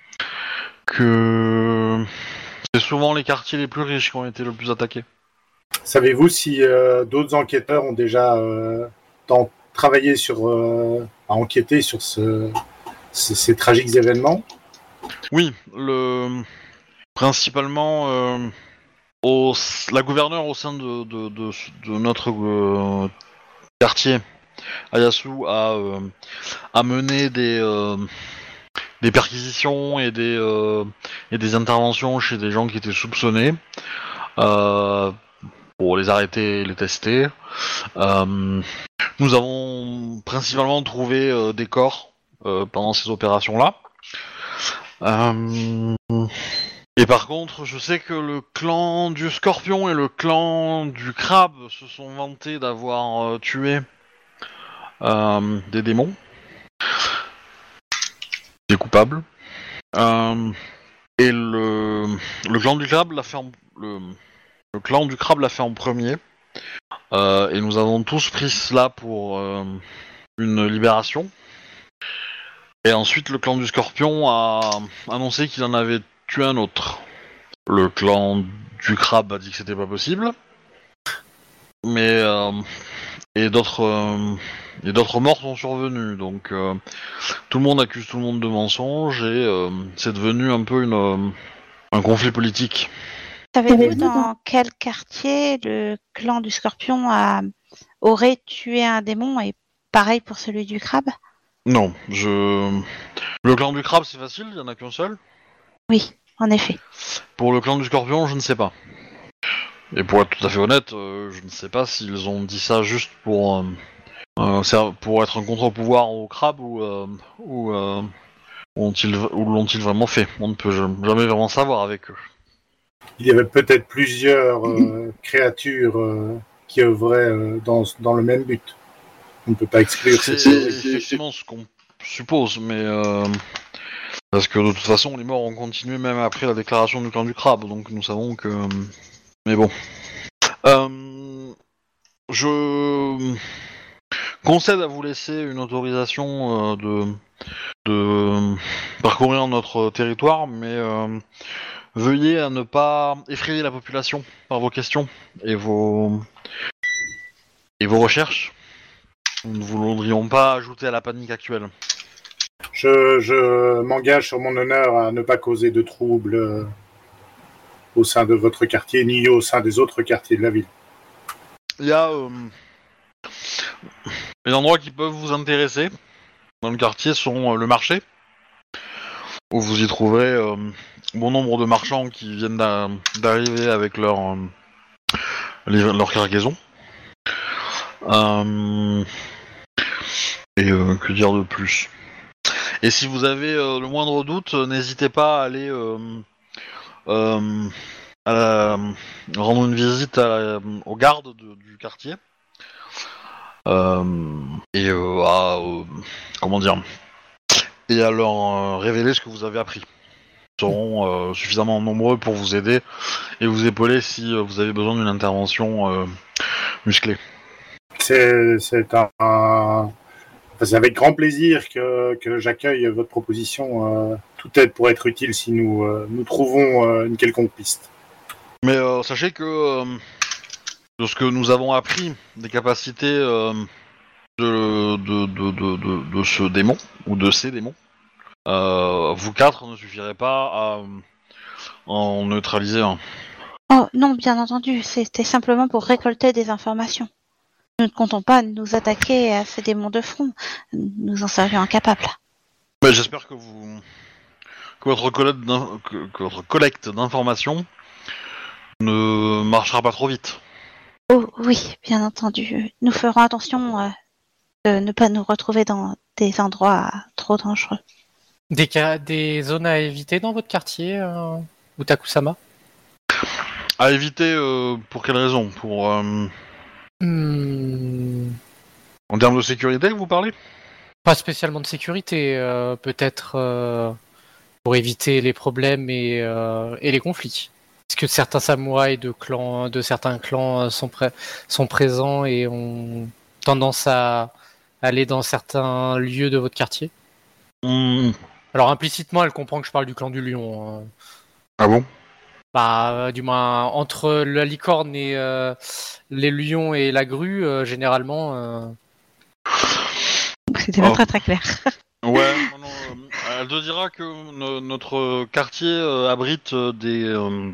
A: que c'est souvent les quartiers les plus riches qui ont été le plus attaqués.
C: Savez-vous si euh, d'autres enquêteurs ont déjà euh, tant travaillé sur, euh, à enquêter sur ce, ces, ces tragiques événements?
A: Oui, le principalement euh, au... la gouverneure au sein de, de, de, de notre euh, quartier, Ayasu, a, euh, a mené des, euh, des perquisitions et des, euh, et des interventions chez des gens qui étaient soupçonnés. Euh, pour les arrêter et les tester. Euh, nous avons principalement trouvé euh, des corps euh, pendant ces opérations-là. Euh... Et par contre, je sais que le clan du Scorpion et le clan du Crabe se sont vantés d'avoir euh, tué euh, des démons, des coupables. Euh... Et le... le clan du Crabe l'a fait en... le... le clan du Crabe l'a fait en premier. Euh, et nous avons tous pris cela pour euh, une libération. Et ensuite, le clan du Scorpion a annoncé qu'il en avait tué un autre. Le clan du Crabe a dit que c'était pas possible. Mais euh, et d'autres euh, et d'autres morts sont survenus. Donc euh, tout le monde accuse tout le monde de mensonges et euh, c'est devenu un peu une euh, un conflit politique.
D: Savez-vous dans quel quartier le clan du Scorpion a... aurait tué un démon et pareil pour celui du Crabe?
A: Non, je le clan du Crabe c'est facile, il y en a qu'un seul.
D: Oui, en effet.
A: Pour le clan du Scorpion, je ne sais pas. Et pour être tout à fait honnête, euh, je ne sais pas s'ils ont dit ça juste pour euh, euh, pour être un contre-pouvoir au crabe ou euh, ou, euh, ont-ils, ou l'ont-ils vraiment fait. On ne peut jamais vraiment savoir avec eux.
C: Il y avait peut-être plusieurs euh, créatures euh, qui œuvraient euh, dans, dans le même but. On ne peut pas exclure
A: c'est,
C: cette
A: c'est effectivement ce qu'on suppose, mais euh, parce que de toute façon les morts ont continué même après la déclaration du clan du crabe, donc nous savons que... Mais bon. Euh, je concède à vous laisser une autorisation euh, de, de parcourir notre territoire, mais euh, veuillez à ne pas effrayer la population par vos questions et vos, et vos recherches. Nous ne voudrions pas ajouter à la panique actuelle.
C: Je, je m'engage sur mon honneur à ne pas causer de troubles euh, au sein de votre quartier, ni au sein des autres quartiers de la ville.
A: Il y a euh, les endroits qui peuvent vous intéresser dans le quartier sont euh, le marché, où vous y trouverez euh, bon nombre de marchands qui viennent d'a- d'arriver avec leur, euh, les- leur cargaison. Euh, et euh, que dire de plus? Et si vous avez euh, le moindre doute, euh, n'hésitez pas à aller euh, euh, à la- rendre une visite à la- aux gardes de- du quartier. Euh, et euh, à euh, comment dire et à leur euh, révéler ce que vous avez appris. Ils seront euh, suffisamment nombreux pour vous aider et vous épauler si euh, vous avez besoin d'une intervention euh, musclée.
C: C'est, c'est un, un... Enfin, c'est avec grand plaisir que, que j'accueille votre proposition. Euh, tout aide pour être utile si nous, euh, nous trouvons euh, une quelconque piste.
A: Mais euh, sachez que euh, de ce que nous avons appris des capacités euh, de, de, de, de, de, de ce démon ou de ces démons, euh, vous quatre ne suffirez pas à en neutraliser un.
D: Oh non, bien entendu, c'était simplement pour récolter des informations. Nous ne comptons pas nous attaquer à ces démons de front. Nous en serions incapables.
A: Mais j'espère que vous que votre collecte, d'in... que, que votre collecte d'informations ne marchera pas trop vite.
D: Oh oui, bien entendu. Nous ferons attention euh, de ne pas nous retrouver dans des endroits trop dangereux.
B: Des, ca- des zones à éviter dans votre quartier, euh, Utakusama?
A: À éviter, euh, pour quelle raison? Pour euh,
B: Hmm,
A: en termes de sécurité, vous parlez?
B: Pas spécialement de sécurité, euh, peut-être euh, pour éviter les problèmes et, euh, et les conflits. Est-ce que certains samouraïs de clans, de certains clans euh, sont, pré- sont présents et ont tendance à aller dans certains lieux de votre quartier?
A: Mmh.
B: Alors implicitement, elle comprend que je parle du clan du lion. hein.
A: Ah bon?
B: Bah, euh, du moins, entre la licorne et euh, les lions et la grue, euh, généralement... euh,
D: C'était pas
A: Oh.
D: très très clair.
A: Ouais, non, non, euh, elle te dira que no- notre quartier euh, abrite euh, des... Euh,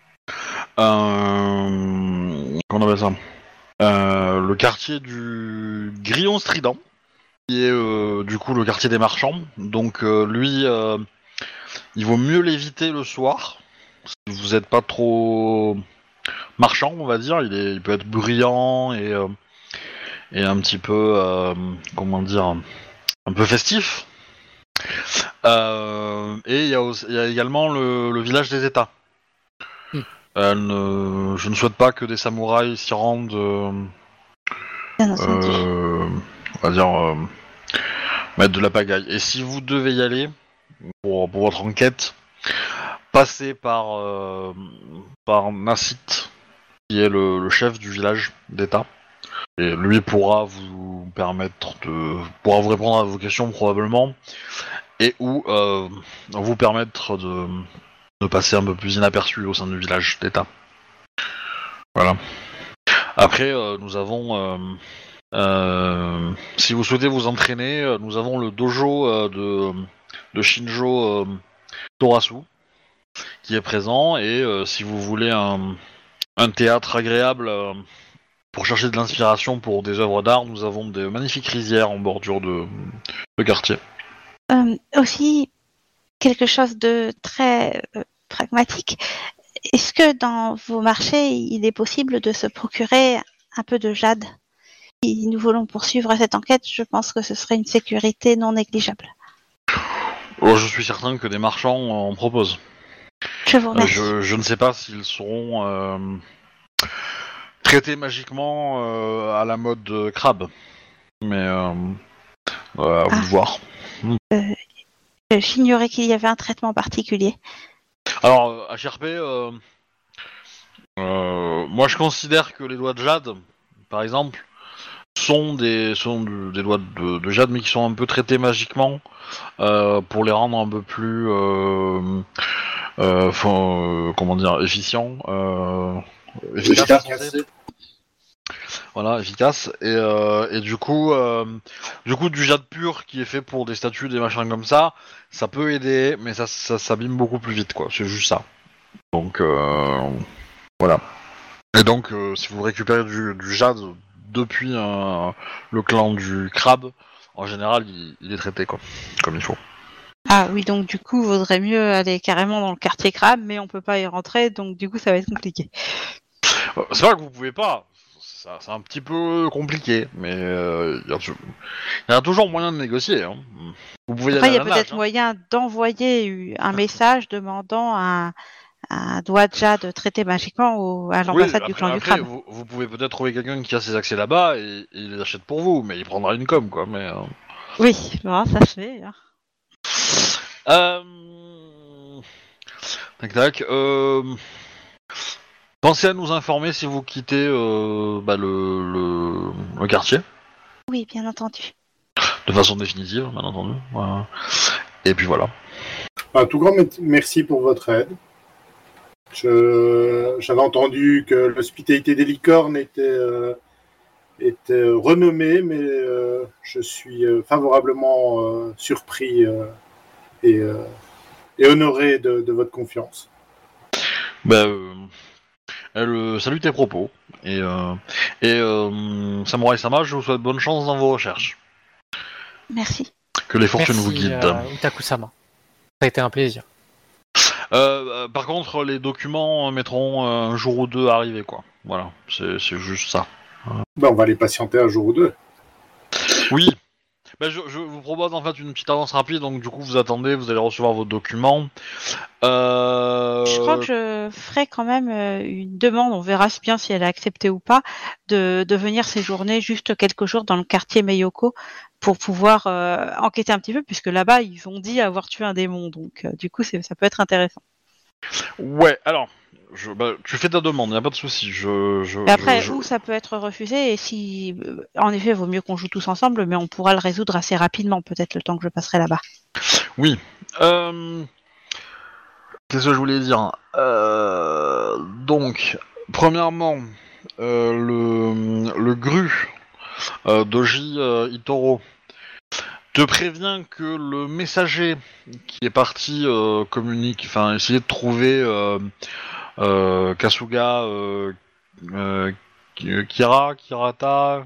A: euh, comment on appelle ça? Euh, le quartier du Grillon Strident, qui est euh, du coup le quartier des marchands. Donc euh, lui, euh, il vaut mieux l'éviter le soir, si vous n'êtes pas trop marchand, on va dire. Il, est, il peut être bruyant et, euh, et un petit peu, euh, comment dire, un peu festif. Euh, et il y, y a également le, le village des États.
B: Mm.
A: Euh, ne, je ne souhaite pas que des samouraïs s'y rendent. Euh,
D: Bien entendu.
A: euh, on va dire euh, mettre de la pagaille. Et si vous devez y aller pour, pour votre enquête, passez par euh, par Nassit, qui est le, le chef du village d'État. Et lui pourra vous permettre de pourra vous répondre à vos questions probablement, et ou euh, vous permettre de, de passer un peu plus inaperçu au sein du village d'État. Voilà. Après, euh, nous avons, euh, euh, si vous souhaitez vous entraîner, nous avons le dojo euh, de, de Shinjo euh, Torasu qui est présent, et euh, si vous voulez un, un théâtre agréable euh, pour chercher de l'inspiration pour des œuvres d'art, nous avons des magnifiques rizières en bordure de, de quartier.
D: Euh, aussi, quelque chose de très euh, pragmatique. Est-ce que dans vos marchés, il est possible de se procurer un peu de jade? Si nous voulons poursuivre cette enquête, je pense que ce serait une sécurité non négligeable.
A: Oh, je suis certain que des marchands en proposent.
D: Je vous remercie.
A: Je, je ne sais pas s'ils seront euh, traités magiquement euh, à la mode euh, crabe, mais euh, euh, à vous
D: Ah.
A: de voir.
D: Euh, J'ignorais qu'il y avait un traitement particulier.
A: Alors, euh, H R P, euh, euh, moi je considère que les doigts de jade, par exemple, sont des sont du- des doigts de, de jade, mais qui sont un peu traités magiquement euh, pour les rendre un peu plus, euh, euh, faut- euh, comment dire, efficients, euh, efficaces.
C: Efficace.
A: Voilà, efficace. Et, euh, et du coup, euh, du coup, du jade pur qui est fait pour des statues, des machins comme ça, ça peut aider, mais ça, ça s'abîme beaucoup plus vite, quoi. C'est juste ça. Donc, euh, voilà. Et donc, euh, si vous récupérez du, du jade depuis euh, le clan du crabe, en général, il, il est traité, quoi, comme il faut.
D: Ah oui, donc du coup, vaudrait mieux aller carrément dans le quartier crabe, mais on peut pas y rentrer, donc du coup, ça va être compliqué.
A: Euh, C'est vrai que vous pouvez pas. Ça, c'est un petit peu compliqué, mais euh, il y, a tou- il y a toujours moyen de négocier. Hein. Vous pouvez y
D: Après, il
A: aller
D: y
A: à
D: a
A: la
D: peut-être
A: nage, hein.
D: moyen d'envoyer un message demandant un, un doigt de jade traité magiquement au, à
A: Oui,
D: l'ambassade du
A: après,
D: clan du
A: après
D: crabe.
A: vous, vous pouvez peut-être trouver quelqu'un qui a ses accès là-bas et, et il les achète pour vous, mais il prendra une com, quoi. Mais euh...
D: Oui, bon, ça se fait. Hein.
A: Euh... Tac tac. Euh... Pensez à nous informer si vous quittez euh, bah, le, le, le quartier,
D: Oui, bien entendu.
A: de façon définitive, bien entendu. Voilà. Et puis voilà.
C: Un tout grand merci pour votre aide. Je, j'avais entendu que l'hospitalité des licornes était, euh, était renommée, mais euh, je suis euh, favorablement euh, surpris euh, et, euh, et honoré de, de votre confiance.
A: Bah, euh, elle euh, salue tes propos. Et, euh, et euh, Samurai Sama, je vous souhaite bonne chance dans vos recherches.
D: Merci.
A: Que les fortunes vous
B: Merci,
A: guident.
B: euh, Utaku-sama. Ça a été un plaisir.
A: Euh, euh, par contre, les documents mettront euh, un jour ou deux à arriver, quoi. Voilà, c'est, c'est juste ça.
C: Ben, on va les patienter un jour ou deux.
A: Oui. Ben, je, je vous propose en fait une petite avance rapide, donc du coup vous attendez, vous allez recevoir vos documents. Euh...
D: Je crois que je ferai quand même euh, une demande, on verra bien si elle est acceptée ou pas, de, de venir séjourner juste quelques jours dans le quartier Meiyoko pour pouvoir euh, enquêter un petit peu, puisque là-bas ils ont dit avoir tué un démon, donc euh, du coup c'est, ça peut être intéressant.
A: Ouais, alors, je, bah, tu fais ta demande, y a pas de souci. Je, je,
D: Mais après,
A: je, je...
D: ou ça peut être refusé, et si, euh, en effet, vaut mieux qu'on joue tous ensemble, mais on pourra le résoudre assez rapidement, peut-être le temps que je passerai là-bas.
A: Oui. Euh... Qu'est-ce que je voulais dire euh... Donc, premièrement, euh, le, le gru euh, d'Oji euh, Itoro te prévient que le messager qui est parti euh, communique, enfin essayer de trouver euh, euh, Kasuga euh, euh, Kira, Kirata.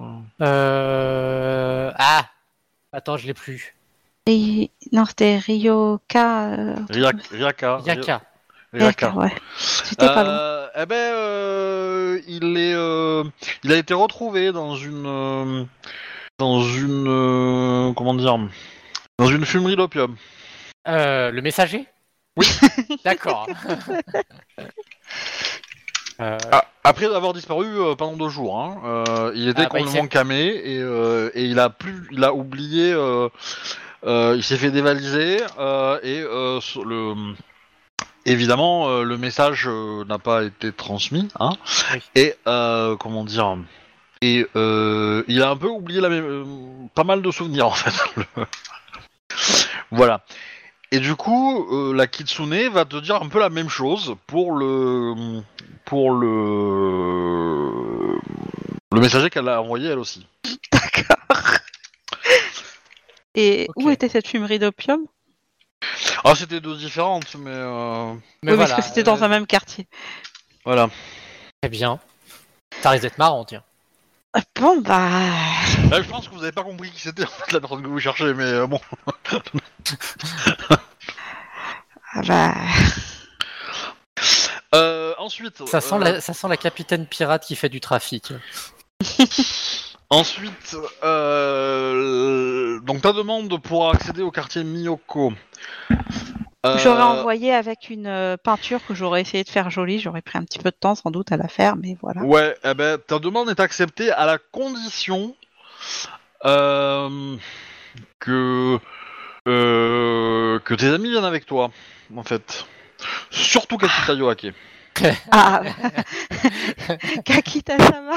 B: Euh... Ah Attends, je l'ai plus.
D: Et... Non, c'était Ryoka. Euh...
A: Ryaka. Ryaka.
B: Yaka.
A: Ryaka.
D: Ouais. C'était pas loin.
A: Euh, eh ben, euh, il est, euh, il a été retrouvé dans une, euh, dans une, euh, comment dire, dans une fumerie d'opium.
B: Euh, le messager?
A: Oui.
B: D'accord. euh,
A: Ah, après avoir disparu euh, pendant deux jours, hein, euh, il était
B: Ah, bah, il
A: complètement
B: s'est-
A: camé et, euh, et il a plus, il a oublié, euh, euh, il s'est fait dévaliser euh, et euh, sur le, évidemment euh, le message euh, n'a pas été transmis, hein,
B: Oui.
A: et euh, comment dire, et euh, il a un peu oublié la, mé- euh, pas mal de souvenirs en fait. Le- Voilà. Et du coup, euh, la Kitsune va te dire un peu la même chose pour le pour le le messager qu'elle a envoyé elle aussi.
D: D'accord. Et
B: Ok.
D: où était cette fumerie d'opium?
A: Ah, c'était deux différentes, mais euh,
B: Mais
D: Oui,
B: voilà.
D: parce que c'était dans
B: euh,
D: un même quartier.
A: voilà.
B: Très bien. Ça risque d'être marrant, tiens.
D: Ah, bon, bah...
A: Là, je pense que vous avez pas compris qui c'était en fait la personne que vous cherchez, mais euh, bon.
D: ah bah...
A: Euh, ensuite.
B: Ça sent,
A: euh,
B: la, ça sent la capitaine pirate qui fait du trafic.
A: Ensuite, euh, donc ta demande pour accéder au quartier Miyoko. Euh,
D: J'aurais envoyé avec une euh, peinture que j'aurais essayé de faire jolie. J'aurais pris un petit peu de temps sans doute à la faire, mais voilà.
A: Ouais, eh ben, ta demande est acceptée à la condition euh, que euh, que tes amis viennent avec toi, en fait. Surtout Kakita Yoake.
D: Ah, Kakita-sama.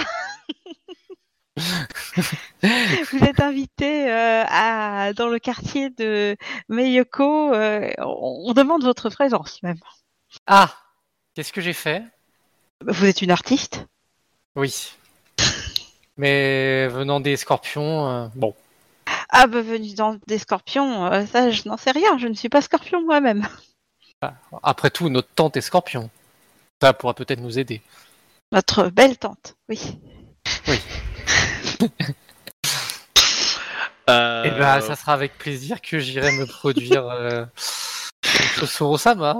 D: Vous êtes invité euh, à, dans le quartier de Meiyoko. euh, on, on demande votre présence même.
B: Ah, qu'est-ce que j'ai fait?
D: Vous êtes une artiste?
B: Oui. Mais venant des scorpions, euh, bon.
D: Ah, bah, venu dans des scorpions, euh, ça je n'en sais rien. Je ne suis pas scorpion moi-même.
B: Après tout, notre tante est scorpion. Ça pourra peut-être nous aider.
D: Notre belle tante, oui.
A: Euh,
B: Et ben, ça sera avec plaisir que j'irai me produire euh, au Soro-sama.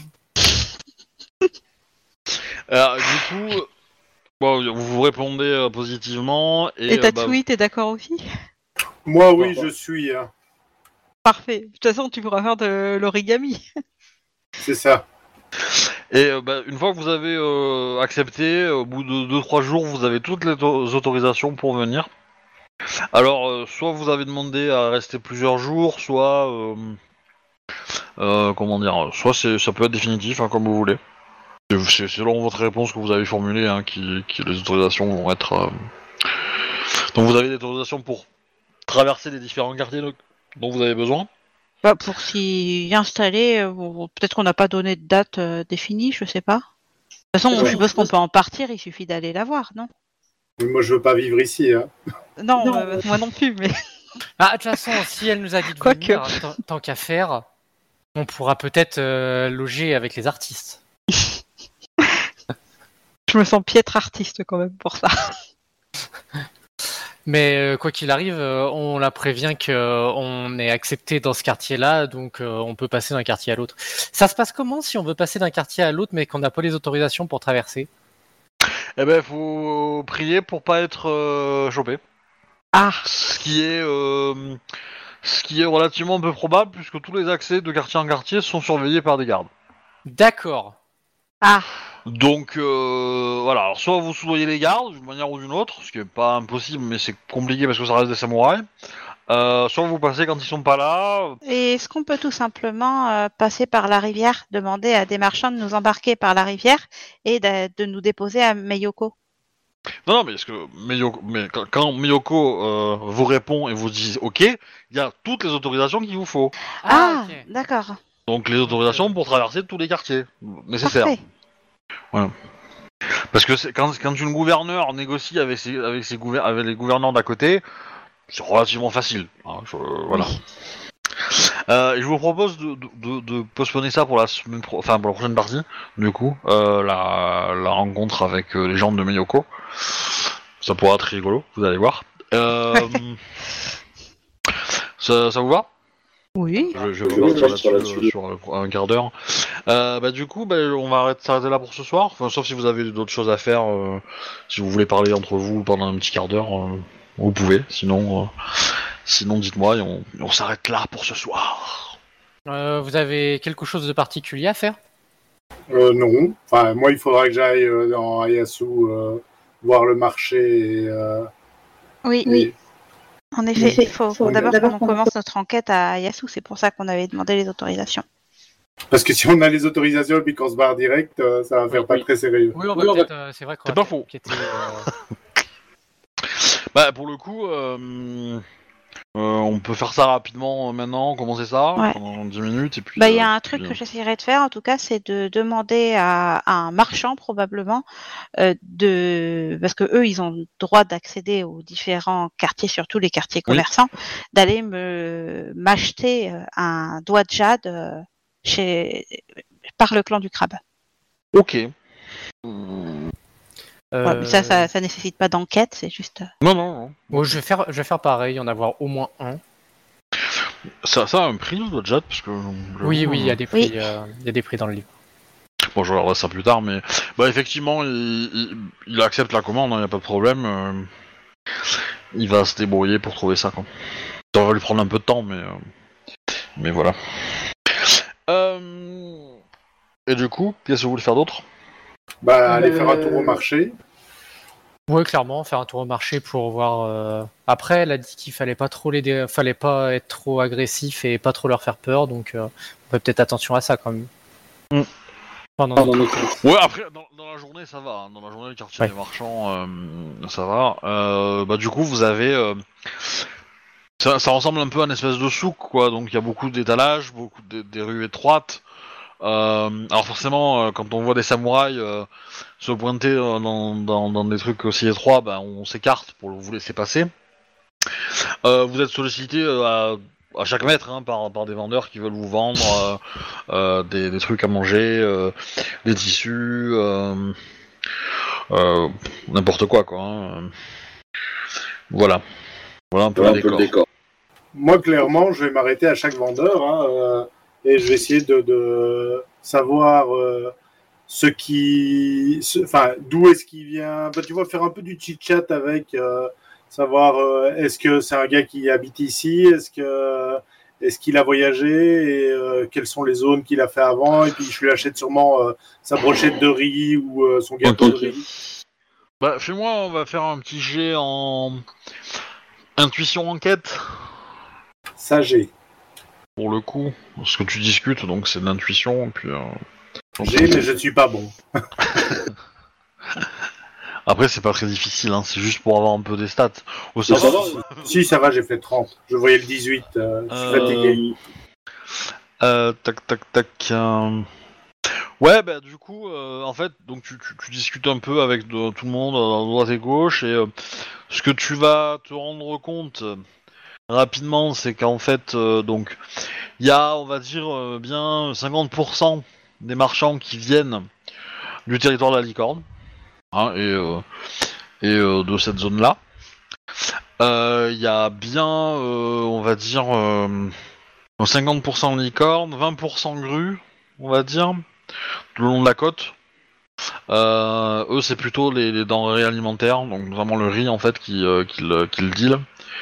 A: alors, du coup, bon, vous vous répondez euh, positivement et,
D: Et
A: euh, bah,
D: Tatsui, t'es d'accord aussi?
C: Moi, oui,
A: Bon,
C: je suis. Hein.
D: Parfait. De toute façon, tu pourras faire de l'origami.
C: C'est ça.
A: et euh, bah, une fois que vous avez euh, accepté, au bout de deux trois jours, vous avez toutes les to- autorisations pour venir. Alors, euh, soit vous avez demandé à rester plusieurs jours, soit euh, euh, comment dire, soit c'est, ça peut être définitif, hein, comme vous voulez. C'est, c'est selon votre réponse que vous avez formulée, hein, qui, qui les autorisations vont être. euh, Donc vous avez des autorisations pour traverser les différents quartiers de- dont vous avez besoin.
D: Bah, pour s'y installer, euh, bon, peut-être qu'on n'a pas donné de date euh, définie, je sais pas. De toute façon,
C: Ouais.
D: je suppose qu'on peut en partir, il suffit d'aller la voir, non?
C: Mais moi, je veux pas vivre ici. Hein.
D: Non,
C: Non.
D: euh, moi non plus, mais...
B: Ah, de toute façon, si elle nous a dit de
D: Quoique.
B: venir, tant, tant qu'à faire, on pourra peut-être euh, loger avec les artistes.
D: Je me sens piètre artiste quand même pour ça.
B: Mais euh, quoi qu'il arrive, euh, on la prévient qu'on est accepté dans ce quartier-là, donc euh, on peut passer d'un quartier à l'autre. Ça se passe comment si on veut passer d'un quartier à l'autre mais qu'on n'a pas les autorisations pour traverser?
A: Eh ben, faut prier pour pas être euh, chopé.
D: Ah,
A: Ce qui est, euh, ce qui est relativement peu probable puisque tous les accès de quartier en quartier sont surveillés par des gardes.
B: D'accord.
D: ah,
A: Donc euh, voilà, alors soit vous soudoyez les gardes d'une manière ou d'une autre, ce qui est pas impossible mais c'est compliqué parce que ça reste des samouraïs. Euh, soit vous passez quand ils sont pas là.
D: et est-ce qu'on peut tout simplement euh, passer par la rivière, demander à des marchands de nous embarquer par la rivière et de, de nous déposer à Meiyoko?
A: Non, non, mais, parce que Miyoko, mais quand, quand Miyoko euh, vous répond et vous dit OK, il y a toutes les autorisations qu'il vous faut.
D: Ah,
B: ok.
D: d'accord,
A: Donc les autorisations pour traverser tous les quartiers nécessaires.
D: parfait.
A: Parce que c'est, quand, quand une gouverneure négocie avec, ses, avec, ses gouver- avec les gouverneurs d'à côté, c'est relativement facile. Hein, je- voilà.
D: Oui.
A: Euh, et je vous propose de, de, de, de postponer ça pour la semaine pro- enfin pour la prochaine partie, du coup, euh, la, la rencontre avec euh, les gens de Miyoko. Ça pourra être rigolo, vous allez voir. Euh, ça, ça vous va?
D: Oui.
A: Je, je vais repartir là-dessus euh, sur euh, un quart d'heure. Euh, bah du coup, bah, on va arrêter, s'arrêter là pour ce soir. Enfin, sauf si vous avez d'autres choses à faire, euh, si vous voulez parler entre vous pendant un petit quart d'heure, euh, vous pouvez. Sinon, euh, sinon dites-moi et on, on s'arrête là pour ce soir.
B: Euh, vous avez quelque chose de particulier à faire?
C: Euh, non. Enfin, moi, il faudra que j'aille euh, dans Ayasu euh, voir le marché. Et, euh,
D: Oui,
C: et-
D: en effet, il faut, faut d'abord qu'on commence notre enquête à Yasu, c'est pour ça qu'on avait demandé les autorisations.
C: Parce que si on a les autorisations et puis qu'on se barre direct, euh, ça va faire
B: Oui,
C: pas
B: oui.
C: très sérieux.
B: Oui, on va peut-être. euh, c'est vrai qu'on
A: C'est
B: va
A: pas faux.
B: peut-être enquêter, euh,
A: Bah, pour le coup, euh, euh, on peut faire ça rapidement euh, maintenant, commencer ça,
D: Ouais.
A: pendant dix minutes, et puis...
D: Bah, il y a
A: euh,
D: un
A: puis,
D: truc
A: euh,
D: que j'essaierai de faire, en tout cas, c'est de demander à, à un marchand, probablement, euh, de, parce que eux, ils ont le droit d'accéder aux différents quartiers, surtout les quartiers
A: Oui.
D: commerçants, d'aller me m'acheter euh, un doigt de jade euh, chez par le clan du crabe.
A: Ok.
B: euh,
D: Ouais, mais ça, ça, ça nécessite pas d'enquête, c'est juste.
A: Non, non, non.
B: bon, je vais faire, je vais faire pareil, en avoir au moins un.
A: Ça, ça a un prix, le chat, parce que...
B: Oui,
A: j'avoue,
B: oui, il y a
A: euh,
B: des prix,
D: Oui.
B: euh, il y a des prix dans le livre.
A: Bon, je regarderai ça plus tard, mais... Bah, effectivement, il, il, il accepte la commande, il n'y a pas de problème. euh, Il va se débrouiller pour trouver ça, quoi. Ça va lui prendre un peu de temps, mais... euh, Mais voilà. Euh... Et du coup, qu'est-ce que vous voulez faire d'autre?
C: Bah, aller faire un tour au marché.
B: Oui, clairement, faire un tour au marché pour voir. euh, Après, elle a dit qu'il fallait pas trop les, dé- fallait pas être trop agressif et pas trop leur faire peur, donc euh, on fait peut-être attention à ça quand même.
A: Mm.
B: Pendant
C: Pendant
B: notre-
C: notre-
A: Ouais, après, dans, dans la journée, ça va. hein. Dans la journée, le quartier
B: Ouais.
A: des marchands, euh, ça va. Euh, bah, du coup, vous avez... euh, Ça, ça ressemble un peu à une espèce de souk, quoi. Donc, il y a beaucoup d'étalages, beaucoup de, des rues étroites. Euh, alors forcément, euh, quand on voit des samouraïs euh, se pointer euh, dans, dans, dans des trucs aussi étroits, ben, on s'écarte pour vous laisser passer. Euh, vous êtes sollicité euh, à, à chaque mètre hein, par, par des vendeurs qui veulent vous vendre euh, euh, des, des trucs à manger, euh, des tissus, euh, euh, n'importe quoi, quoi. Hein. Voilà. Voilà un peu
C: Voilà
A: le
C: un peu le
A: décor.
C: décor. Moi, clairement, je vais m'arrêter à chaque vendeur hein, euh, et je vais essayer de, de savoir euh, ce qui, ce- enfin, d'où est-ce qu'il vient. Bah, tu vois, faire un peu du chit-chat avec, euh, savoir euh, est-ce que c'est un gars qui habite ici, est-ce que, est-ce qu'il a voyagé et euh, quelles sont les zones qu'il a fait avant. Et puis, je lui achète sûrement euh, sa brochette de riz ou euh, son gâteau
A: Ok.
C: de riz.
A: Bah, fais-moi, on va faire un petit jet en intuition enquête.
C: Ça, j'ai.
A: Pour le coup, parce que tu discutes, donc c'est de l'intuition, et puis... Euh...
C: J'ai, mais je ne suis pas bon.
A: Après, c'est pas très difficile, hein, c'est juste pour avoir un peu des stats. Oh, ça
C: Ça
A: va.
C: va Si, ça va, j'ai fait trente. Je voyais le dix-huit. Euh, je suis
A: Euh,
C: fatigué.
A: Euh, tac, tac, tac. euh. Ouais, bah du coup, euh, en fait, donc tu, tu, tu discutes un peu avec de- tout le monde à droite et gauche, et euh, ce que tu vas te rendre compte euh, rapidement, c'est qu'en fait, euh, donc, il y a, on va dire, euh, bien cinquante pour cent des marchands qui viennent du territoire de la licorne, hein, et, euh, et euh, de cette zone-là. Euh, Il y a bien, euh, on va dire, euh, cinquante pour cent licorne, vingt pour cent grue, on va dire, le long de la côte. Euh, eux, c'est plutôt les, les denrées alimentaires, donc vraiment le riz en fait qui, euh, qui, le, qui le deal.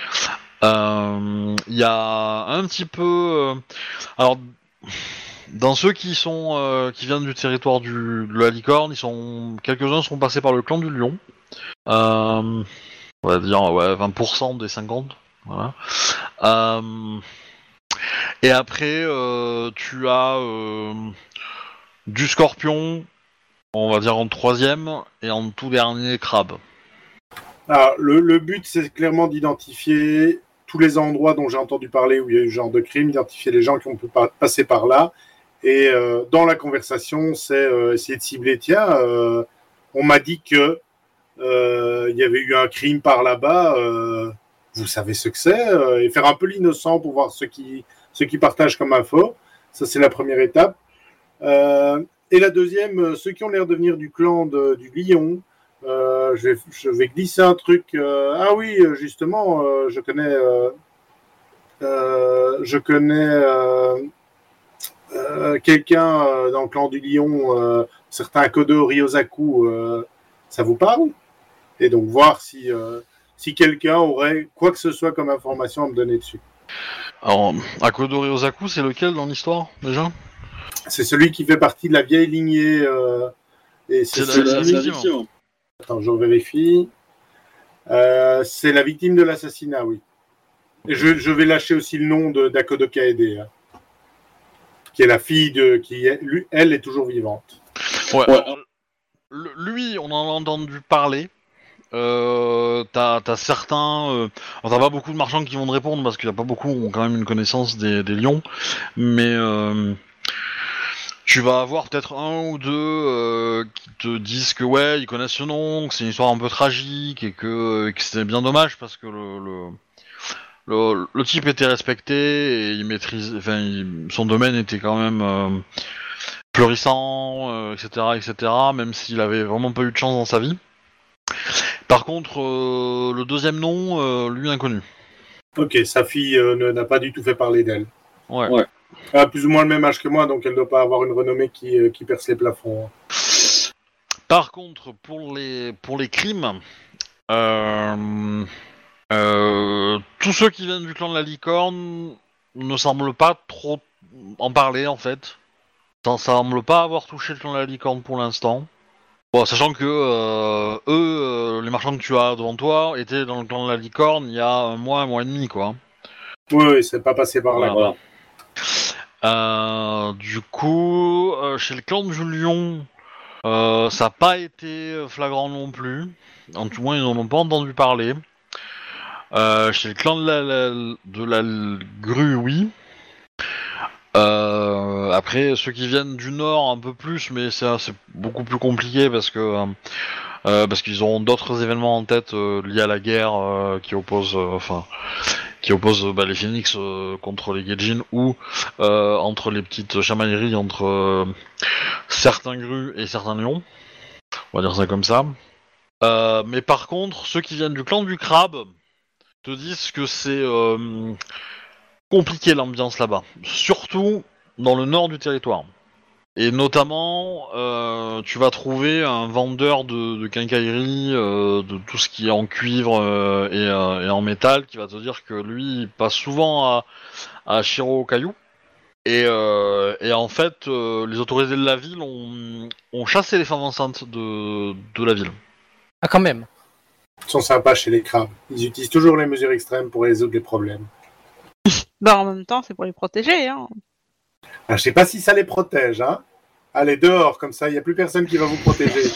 A: Euh, Il y a un petit peu, euh, alors dans ceux qui sont euh, qui viennent du territoire du, de la licorne, ils sont quelques-uns sont passés par le clan du lion. Euh, on va dire ouais vingt pour cent des cinquante. Voilà. Euh, et après, euh, tu as euh, du scorpion. On va dire en troisième et en tout dernier crabe.
C: Alors, le, le but, c'est clairement d'identifier tous les endroits dont j'ai entendu parler où il y a eu ce genre de crime, identifier les gens qui ont pu pa- passer par là. Et euh, dans la conversation, c'est euh, essayer de cibler, tiens, euh, on m'a dit que euh, il y avait eu un crime par là-bas, euh, vous savez ce que c'est, euh, et faire un peu l'innocent pour voir ceux qui, ceux qui partagent comme info. Ça, c'est la première étape. Euh, et la deuxième, ceux qui ont l'air de venir du clan de, du lion, euh, je, vais, je vais glisser un truc. Euh, ah oui, justement, euh, je connais, euh, euh, je connais euh, euh, quelqu'un euh, dans le clan du lion, euh, certain Kodo Ryozaku, euh, ça vous parle? Et donc voir si, euh, si quelqu'un aurait quoi que ce soit comme information à me donner dessus.
A: Alors, Akodori Osaku, c'est lequel dans l'histoire, déjà?
C: C'est celui qui fait partie de la vieille lignée. Euh, et
A: C'est
C: c'est
A: la-
C: celui...
A: c'est la victime.
C: Attends, je vérifie. Euh, c'est la victime de l'assassinat, oui. Et je, je vais lâcher aussi le nom de d'Akodo Kaede, hein, qui est la fille de... qui est, lui, elle est toujours vivante.
A: Ouais. alors, le- lui, on en a entendu parler. Euh, t'as, t'as certains... Euh, alors, t'as pas beaucoup de marchands qui vont te répondre, parce qu'il y a pas beaucoup qui ont quand même une connaissance des, des lions. Mais... Euh, tu vas avoir peut-être un ou deux euh, qui te disent que ouais, ils connaissent ce nom, que c'est une histoire un peu tragique et que, euh, que c'était bien dommage parce que le, le, le, le type était respecté et il maîtrise, enfin, il- son domaine était quand même euh, florissant, euh, et cetera, et cetera. Même s'il avait vraiment pas eu de chance dans sa vie. Par contre, euh, le deuxième nom, euh, lui inconnu.
C: Ok, sa fille euh, ne- n'a pas du tout fait parler d'elle.
A: Ouais.
F: Ouais.
C: Elle a plus ou moins le même âge que moi, donc elle ne doit pas avoir une renommée qui, euh, qui perce les plafonds.
A: Par contre, pour les pour les crimes, euh, euh, tous ceux qui viennent du clan de la licorne ne semblent pas trop en parler en fait. Ça semble pas avoir touché le clan de la licorne pour l'instant. Bon, sachant que euh, eux, euh, les marchands que tu as devant toi, étaient dans le clan de la licorne il y a un mois, un mois et demi quoi.
C: Oui, oui, c'est pas passé par là.
A: Voilà. Euh, du coup, euh, chez le clan de Julion, euh, ça n'a pas été flagrant non plus. En tout cas, ils n'en ont pas entendu parler. Euh, chez le clan de la, la- de la grue, oui. Euh, après, ceux qui viennent du nord, un peu plus, mais c'est, c'est beaucoup plus compliqué parce que euh, parce qu'ils auront d'autres événements en tête euh, liés à la guerre euh, qui opposent, euh, enfin, qui opposent bah, les Phoenix euh, contre les Gaijin ou euh, entre les petites chamailleries entre euh, certains grues et certains lions. On va dire ça comme ça. Euh, mais par contre, ceux qui viennent du clan du crabe te disent que c'est euh, compliqué l'ambiance là-bas, surtout dans le nord du territoire. Et notamment, euh, tu vas trouver un vendeur de, de quincaillerie, euh, de tout ce qui est en cuivre euh, et, euh, et en métal, qui va te dire que lui, il passe souvent à, à Shiro Caillou. Et, euh, et en fait, euh, les autorités de la ville ont, ont chassé les femmes enceintes de, de la ville.
B: Ah, quand même.
C: Ils sont sympas chez les crabes. Ils utilisent toujours les mesures extrêmes pour résoudre les problèmes.
D: Bah, en même temps, c'est pour les protéger, hein.
C: Ah, je sais pas si ça les protège, hein. Allez, dehors, comme ça, il n'y a plus personne qui va vous protéger.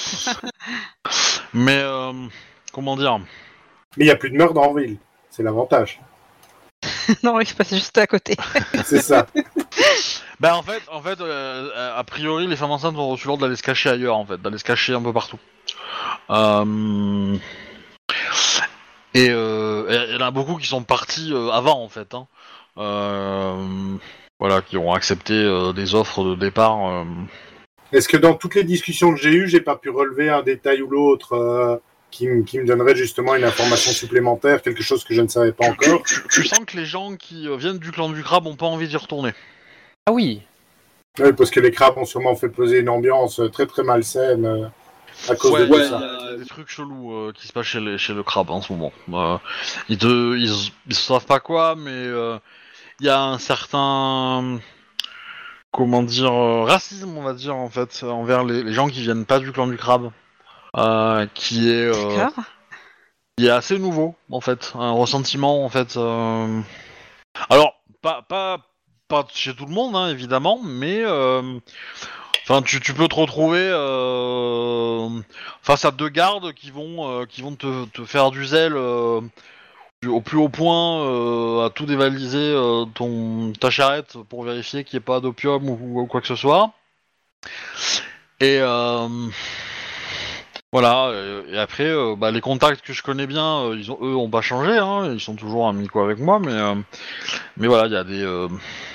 A: Mais, euh, comment dire
C: Mais il n'y a plus de meurtre en ville. C'est l'avantage.
D: Non, il se passe juste à côté.
C: C'est ça.
A: Bah en fait, en fait, euh, a priori, les femmes enceintes ont reçu l'ordre d'aller se cacher ailleurs, en fait, d'aller se cacher un peu partout. Euh... Et euh, il y en a beaucoup qui sont partis euh, avant, en fait. Hein. Euh... Voilà, qui ont accepté euh, des offres de départ. Euh...
C: Est-ce que dans toutes les discussions que j'ai eues, j'ai pas pu relever un détail ou l'autre euh, qui, m- qui me donnerait justement une information supplémentaire, quelque chose que je ne savais pas encore?
A: Tu, tu- tu sens que les gens qui euh, viennent du clan du crabe ont pas envie d'y retourner.
B: Ah oui.
C: Oui, parce que les crabes ont sûrement fait peser une ambiance très très malsaine euh, à cause
A: Ouais,
C: de
A: il
C: tout
A: y a-
C: ça.
A: il y a des trucs chelous euh, qui se passent chez, les, chez le crabe en ce moment. Euh, ils, te, ils, ils savent pas quoi, mais euh, il y a un certain, comment dire, euh, racisme, on va dire, en fait, envers les, les gens qui viennent pas du clan du crabe, euh, qui est, euh,
D: D'accord.
A: qui est assez nouveau, en fait, un ressentiment, en fait. euh, Alors, pas, pas, pas chez tout le monde, hein, évidemment, mais euh, enfin, tu, tu peux te retrouver euh, face à deux gardes qui vont, euh, qui vont te, te faire du zèle euh, au plus haut point, euh, à tout dévaliser euh, ton, ta charrette pour vérifier qu'il n'y ait pas d'opium ou, ou quoi que ce soit. Et euh, voilà. Et, et après, euh, bah, les contacts que je connais bien, euh, ils ont, eux, ont pas changé. Hein, ils sont toujours amicaux avec moi, mais euh, mais voilà, il y a des, euh,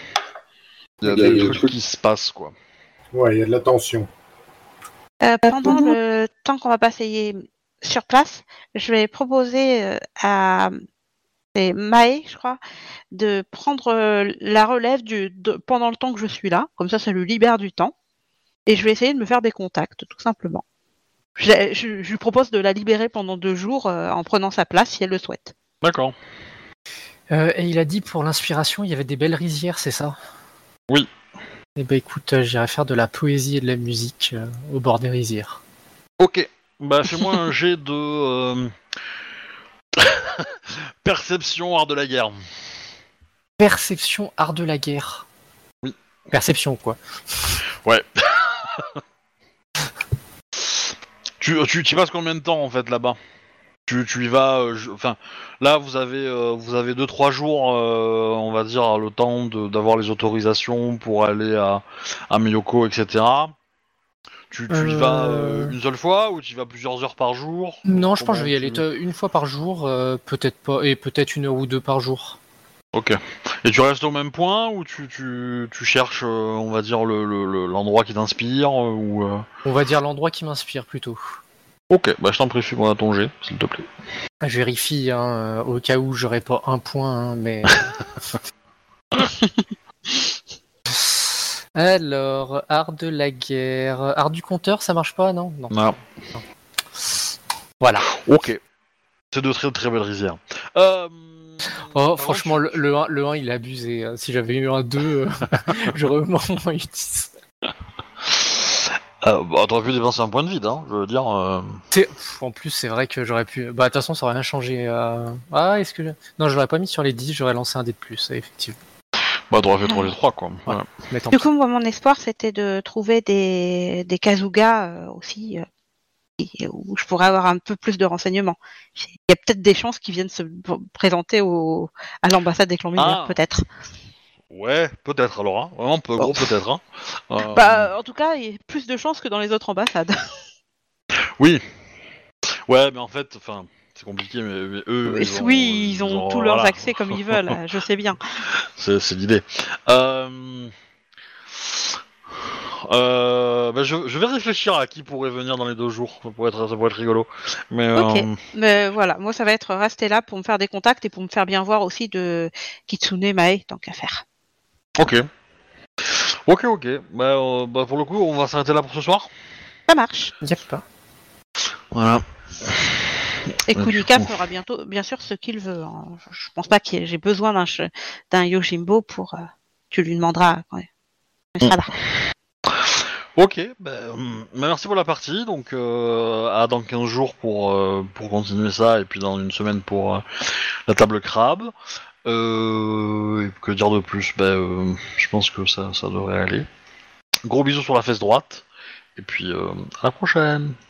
A: il y a
F: Il y a
A: des
F: des
A: trucs
F: trucs.
A: qui se passent, quoi.
C: Ouais, il y a de la tension.
D: Euh, pendant le temps qu'on va passer sur place, je vais proposer euh, à c'est Mae, je crois, de prendre euh, la relève du, de- pendant le temps que je suis là. Comme ça, ça lui libère du temps. Et je vais essayer de me faire des contacts, tout simplement. Je, la- je- je lui propose de la libérer pendant deux jours euh, en prenant sa place si elle le souhaite.
A: D'accord.
B: Euh, et il a dit pour l'inspiration, il y avait des belles rizières, c'est ça?
A: Oui.
B: Eh ben écoute, euh, j'irai faire de la poésie et de la musique euh, au bord des rizières.
A: Ok. Bah fais-moi un jet de euh, perception art de la guerre.
B: Perception, art de la guerre.
A: Oui.
B: Perception, quoi.
A: Ouais. tu, tu, tu y passes combien de temps en fait là-bas? Tu, tu y vas, euh, je- enfin, là vous avez, euh, vous avez deux trois jours, euh, on va dire, le temps de- d'avoir les autorisations pour aller à, à Miyoko, et cetera. Tu, tu y vas euh,
B: Euh,
A: une seule fois ou tu y vas plusieurs heures par jour?
B: Non, je pense que je
A: Comment
B: vais y aller
A: tu-
B: t- une fois par jour, euh, peut-être pas, et peut-être une heure ou deux par jour.
A: Ok. Et tu restes au même point ou tu, tu, tu cherches, euh, on va dire, le, le- le- l'endroit qui t'inspire euh, ou euh,
B: On va dire l'endroit qui m'inspire plutôt.
A: Ok, bah je t'en prie, fais-moi ton jet, s'il te plaît.
B: Je vérifie, hein, euh, au cas où j'aurais pas un point, hein, mais. Alors, art de la guerre. Art du compteur, ça marche pas, non? Non.
A: Non.
B: Voilà.
A: Ok. C'est de très très belles rizières. Euh...
B: Oh,
A: par
B: franchement,
A: contre,
B: le, le un, le un, il a abusé. hein. Si j'avais eu un deux, euh, j'aurais au moins eu dix.
A: Euh, bah, t'aurais pu dépenser un point de vide, hein, je veux dire. Euh...
B: C'est- pff, En plus, c'est vrai que j'aurais pu. Bah, de toute façon, ça aurait rien changé. euh. Ah, est-ce que. je- Non, je l'aurais pas mis sur les dix, j'aurais lancé un dé de plus, effectivement.
A: Bah, t'aurais fait trois les trois, quoi.
B: Ouais.
A: Ouais.
B: Mais tant
D: Du
B: pis.
D: coup, moi, mon espoir, c'était de trouver des, des Kazuga euh, aussi, euh, et- où je pourrais avoir un peu plus de renseignements. Il y a peut-être des chances qu'ils viennent se p- présenter au, à l'ambassade des clans mineurs,
A: Ah.
D: peut-être.
A: Ouais, peut-être alors, hein. Vraiment, peu, gros peut-être, hein. Euh,
D: Bah, en tout cas, il y a plus de chances que dans les autres ambassades.
A: Oui. Ouais, mais en fait, enfin, c'est compliqué, mais, mais eux,
D: Oui,
A: ils ont,
D: oui, ils ont tous leurs
A: voilà.
D: accès comme ils veulent, je sais bien.
A: C'est, c'est l'idée. Euh... Euh, bah, je, je vais réfléchir à qui pourrait venir dans les deux jours. Ça pourrait être, ça pourrait être rigolo. Mais
D: Ok,
A: euh,
D: mais voilà, moi ça va être rester là pour me faire des contacts et pour me faire bien voir aussi de Kitsune Mae, tant qu'à faire.
A: ok, ok, ok. Bah, euh, bah, pour le coup, on va s'arrêter là pour ce soir.
D: Ça marche.
B: Yep.
A: Voilà.
D: Et
A: Ouais, du
D: Kunika
A: coup.
D: fera bientôt, bien sûr, ce qu'il veut. hein. Je, je pense pas que j'ai besoin d'un che- d'un Yojimbo pour. euh, tu lui demanderas quand il sera là.
A: Ok, bah, hum, bah, merci pour la partie. Donc, euh, à dans quinze jours pour, euh, pour continuer ça, et puis dans une semaine pour euh, la table crabe. Euh, et que dire de plus? Bah, euh, je pense que ça, ça devrait aller. Gros bisous sur la fesse droite. Et puis, euh, à la prochaine.